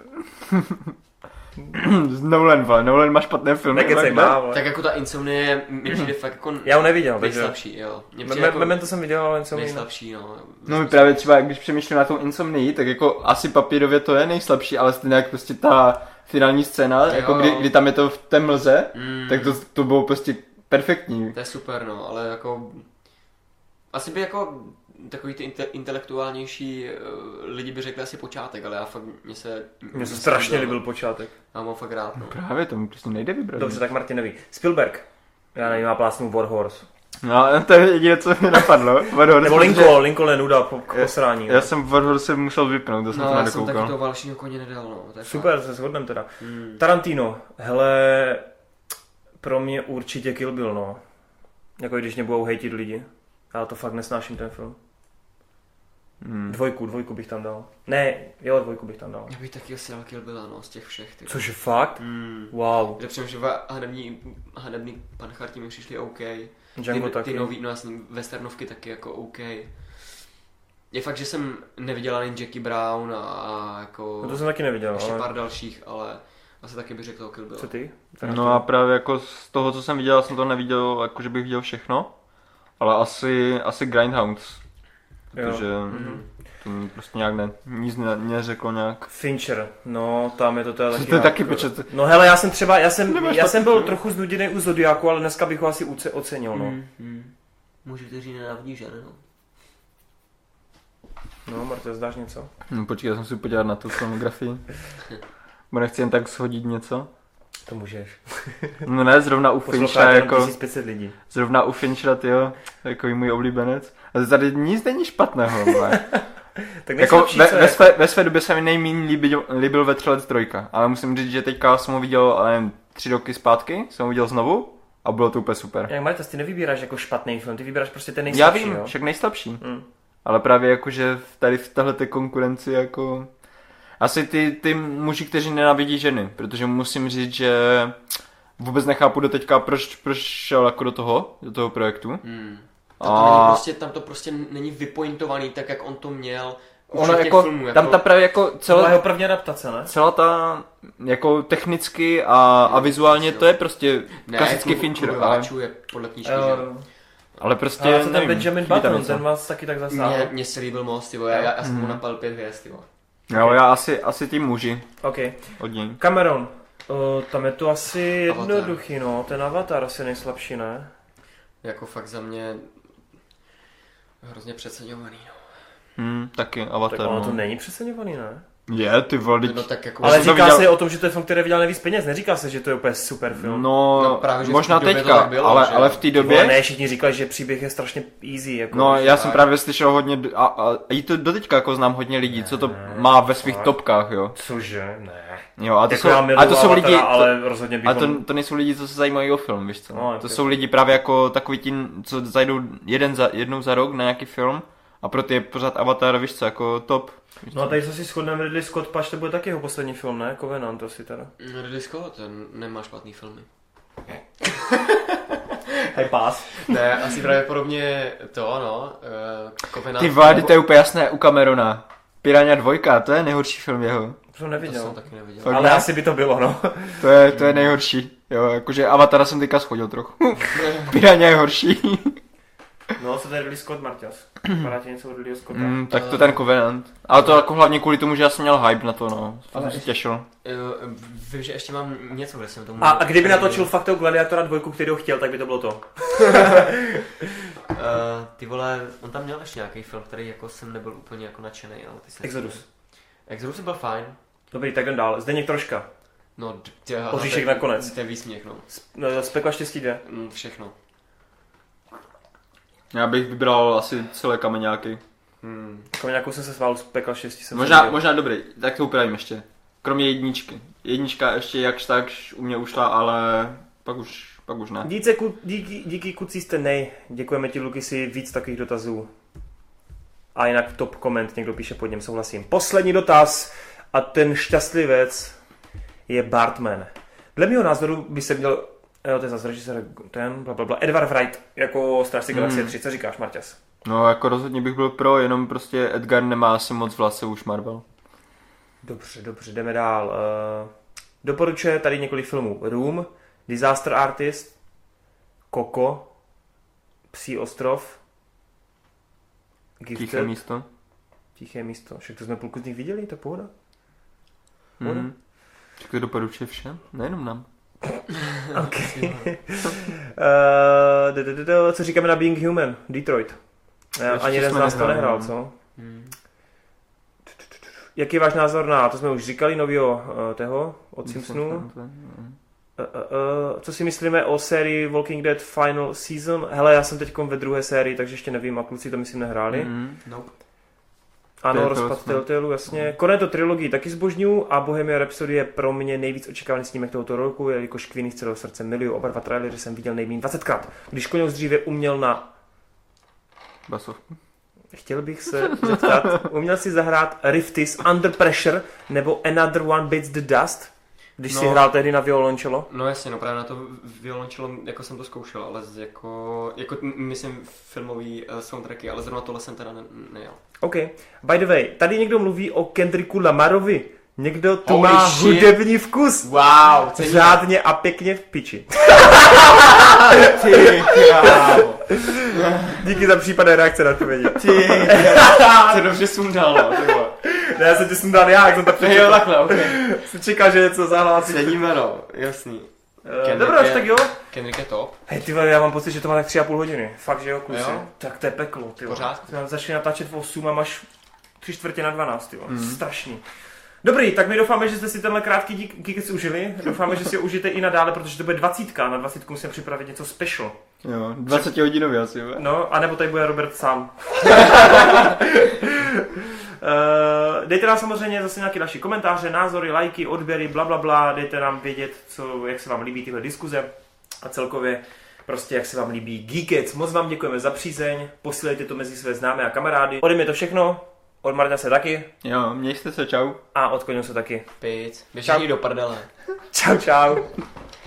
Nolan, vole, Nolan má špatné filmy. Nekecej, Magda? má, vole. Tak jako ta Insomnie mi přijde fakt jako Já ho neviděl, takže... nejslabší, jo. Mně Me- přijde me- jako Memento jsem viděl, ale něco jiného. nejslabší, no. No právě třeba, když přemýšlím na tou Insomnii, tak jako asi papírově to je nejslabší, ale stejně jak prostě ta finální scéna, Jo. jako kdy, kdy tam je to v té mlze, Mm, tak to, to bylo prostě perfektní. to je super, no, ale jako... Asi by jako takový ty inte- intelektuálnější uh, lidi by řekli asi počátek, ale já fakt, mně se... Mně se strašně líbil počátek. Já mám fakt rád, no. Právě to mi prostě nejde vybrat. Dobře, tak Martin neví. Spielberg. Já nevím, má plásnu War Horse. No, to je jediné, co mi napadlo. Warhorse, Nebo protože Lincoln, Lincoln je nuda po k posrání. Já jsem Warhorse musel vypnout, to jsem No, to já jsem taky nedokoukal. toho válečního koně nedal, no. To je Super, fakt. se shodneme teda. Mm. Tarantino, hele, pro mě určitě Kill Bill, no. Jako když mě budou hejtit lidi. Já to fakt nesnáším ten film. Hmm. Dvojku, dvojku bych tam dal. Ne, jo, dvojku bych tam dal. Já bych taky asi dal Kill Billa, no, z těch všech, ty. Což je fakt? Mm. Wow. Kde přemýšlím, že hanební, hanební pancharti mi přišli OK. Django ty, taky. ty nový, no jasný, westernovky taky jako OK. Je fakt, že jsem neviděl ani Jackie Brown a, a jako No to jsem taky neviděl, ještě ale... pár dalších, ale asi taky bych řekl Kill Bill. Co ty? No a právě jako z toho, co jsem viděl, jsem to neviděl, jako že bych viděl všechno. Ale asi, asi Grindhounds. Protože Mhm. to mi prostě nějak ne, nic ne, neřeklo nějak. Fincher, no tam je to teda taky... To je taky nějak- počet. No hele, já jsem třeba, já jsem, Nemáš já taky jsem byl film? trochu znuděný u Zodiaku, ale dneska bych ho asi uce- ocenil, no. Mm, mm. Muži, kteří nenávidí ženy, no. No, Marta, zdáš něco? No počkej, já jsem si podívat na tu filmografii. Bo nechci jen tak shodit něco. To můžeš. No ne, zrovna u Finchera Posloucháte jenom jako, tisíc pět set lidí. zrovna u Finchera, tyjo, jako můj oblíbenec. Ale tady nic není špatného, vole. Tak Jako nejslabší, ve, co ve, je? své, ve své době se mi nejméně líbil, líbil Vetřelec trojka, ale musím říct, že teďka jsem ho viděl, ale nevím, tři roky zpátky, jsem ho viděl znovu a bylo to úplně super. Jak Marta, ty nevybíráš jako špatný film, ty vybíráš prostě ten Já nejslabší, vím, jo? však nejslabší, Mm. ale právě jakože tady v téhleté konkurenci jako... Asi ty, ty muži, kteří nenávidí ženy, protože musím říct, že vůbec nechápu do teďka, proč, proč šel jako do toho, do toho projektu. Mm. Tam, to A- není prostě, tam to prostě není vypointovaný tak, jak on to měl ono jako, filmů, jako, tam ta právě jako celá jeho první adaptace, ne? Celá ta jako technicky a, a vizuálně to je prostě klasický Fincher. Ale je podle knížky, uh, že? Ale prostě, ale co ten Benjamin Button, ten vás taky tak zasáhl. Mně, mně se líbil moc, tyvo, já, já, já jsem mu napal pět hvězd, tyvo. Jo, okay. Já asi, asi ty muži. Ok. Od něj. Cameron, uh, tam je to asi jednoduchý, no, ten Avatar asi nejslabší, ne? Jako fakt za mě hrozně přeceňovaný, no. Hmm, taky Avatar, tak ono no. to není přeceňovaný, ne? Je, ty vole, no, tak jako ale říká viděl... se o tom, že to je film, který vydělal nejvíc peněz, neříká se, že to je úplně super film. No, no právě, že možná teďka, bylo, ale, ale v té době... Ne, všichni říkali, že příběh je strašně easy. Jako, no, já jsem právě slyšel hodně, a, a, a i to doteďka jako znám hodně lidí, co to ne, má ve svých fakt? Topkách, jo. Cože, ne. Jo, a to jako jsou, a to jsou lidi, ale rozhodně bych a to, to nejsou lidi, co se zajímají o film, víš co. No, to jsou lidi právě jako takový ti, co zajdou jeden za, jednou za rok na nějaký film a pro ty je pořád Avatar, víš co, jako top. No a tady se si shodneme, Ridley Scott, pač to bude taky jeho poslední film, ne? Covenant asi teda. Ridley Scott, ten nemá špatný filmy. Hej, pás. Ne, asi pravděpodobně to, no, uh, Covenant. Ty vády, to je úplně jasné u Camerona. Piranha dvojka, to je nejhorší film jeho. To jsem neviděl. To jsem taky neviděl. Fakt, ale ne? Asi by to bylo, no. To je, to je nejhorší. Jo, jakože Avatara jsem teďka schodil trochu. Piranha je horší. No, co to je Ridley Scott, Marťas? Vypadá ti něco od Ridley Scotta? Mm, tak to ten Covenant. Ale to jako hlavně kvůli tomu, že já jsem měl hype na to, no. Ale jsem se těšil. Vím, že ještě mám něco, kde jsem tomu... A, a kdyby natočil fakt toho Gladiatora dvojku, který ho chtěl, tak by to bylo to. uh, ty vole, on tam měl ještě nějaký film, který jako jsem nebyl úplně jako nadšený, ale ty jsi... Exodus. Exodus byl fajn. Dobrý, tak jdem dál. Zdeněk Troška. No, tě, Oříšek nakonec. Ten výsměch, no. Z pekla štěstí jde. Mm, všechno. Já bych vybral asi celé kameňáky. Hmm. Kameňákou jsem se svál z pekla štěstí. Jsem možná, možná dobrý, tak to upravím ještě. Kromě jedničky. Jednička ještě jakž takž u mě ušla, ale pak už, pak už ne. Díce, ku, díky, díky kucí jste nej. Děkujeme ti, Luky, si víc takových dotazů. A jinak top koment, někdo píše pod něm, souhlasím. Poslední dotaz a ten šťastlivec je Bartman. Dle mého názoru by se měl, jo, to je zase režisér, ten, blablabla, Edward Wright jako Strážci galaxie tři. Co říkáš, Marťas? No, jako rozhodně bych byl pro, jenom prostě Edgar nemá asi moc vlasů už Marvel. Dobře, dobře, jdeme dál. Uh, doporučuje tady několik filmů. Room, Disaster Artist, Coco, Psí ostrov, Gifted. Tiché místo. Tiché místo. Však to jsme půlku z nich viděli, to pohoda. Pohoda. Mm. Tak to doporučuje všem, nejenom nám. Ok. uh, co říkáme na Being Human? Detroit. Uh, ani jeden z nás to nehrál, co? Hmm. Jaký je váš názor na, to jsme už říkali, novýho uh, toho, od Simpsonu. Uh, uh, uh, co si myslíme o sérii Walking Dead Final Season? Hele, já jsem teď ve druhé sérii, takže ještě nevím, a kluci to myslím nehráli. Mm-hmm. Nope. Ano, rozpad Telltale, jasně. Konec to trilogii taky zbožňuju a Bohemian Rhapsody je pro mě nejvíc očekávaný snímek tohoto roku, jelikož Queeny z celého srdce miluju. Oba dva trailery jsem viděl nejméně dvacetkrát. Když Koněus dříve uměl na... basovku. Chtěl bych se zeptat, uměl si zahrát Riftis Under Pressure nebo Another One Bites the Dust, když no, si hrál tehdy na violoncello? No jasně, no právě na to violoncello, jako jsem to zkoušel, ale jako, jako myslím filmový uh, soundtracky, ale zrovna tohle jsem teda ne, nejel. OK. By the way, tady někdo mluví o Kendricku Lamarovi. Někdo tu Holy má shit. hudební vkus. Wow. Řádně a pěkně v piči. Ty krávo. Díky za případné reakce na to vědí. Ty to dobře sundal, no. Ne, já jsem tě sundal já, jak jsem to přečekal. Jo, takhle, ok. Jsem čekal, že něco zahlásí. Sedíme, no, jasný. Uh, Dobrá, tak jo. Kendrick je top. Hej, ty já mám pocit, že to má tak tři a půl hodiny. Fakt, že jo, kluci. Jo? Tak to je peklo, ty Pořád. Jsme začali natáčet v osm a máš tři čtvrtě na dvanáct, ty mm. Strašný. Dobrý, tak my doufáme, že jste si tenhle krátký díky užili. Doufáme, že si ho užijete i nadále, protože to bude dvacítka. Na dvacítku musíme připravit něco special. Jo, dvacet hodinový asi, jo. No, anebo tady bude Robert sám. Uh, dejte nám samozřejmě zase nějaké další komentáře, názory, lajky, odběry, blablabla, bla, bla. Dejte nám vědět, co, jak se vám líbí tyhle diskuze a celkově prostě jak se vám líbí Geekets. Moc vám děkujeme za přízeň, posílejte to mezi své známé a kamarády. Ode mě to všechno, od Martina se taky. Jo, mějte se, čau. A od Koňu se taky. Pít, běží do prdele. Čau, čau.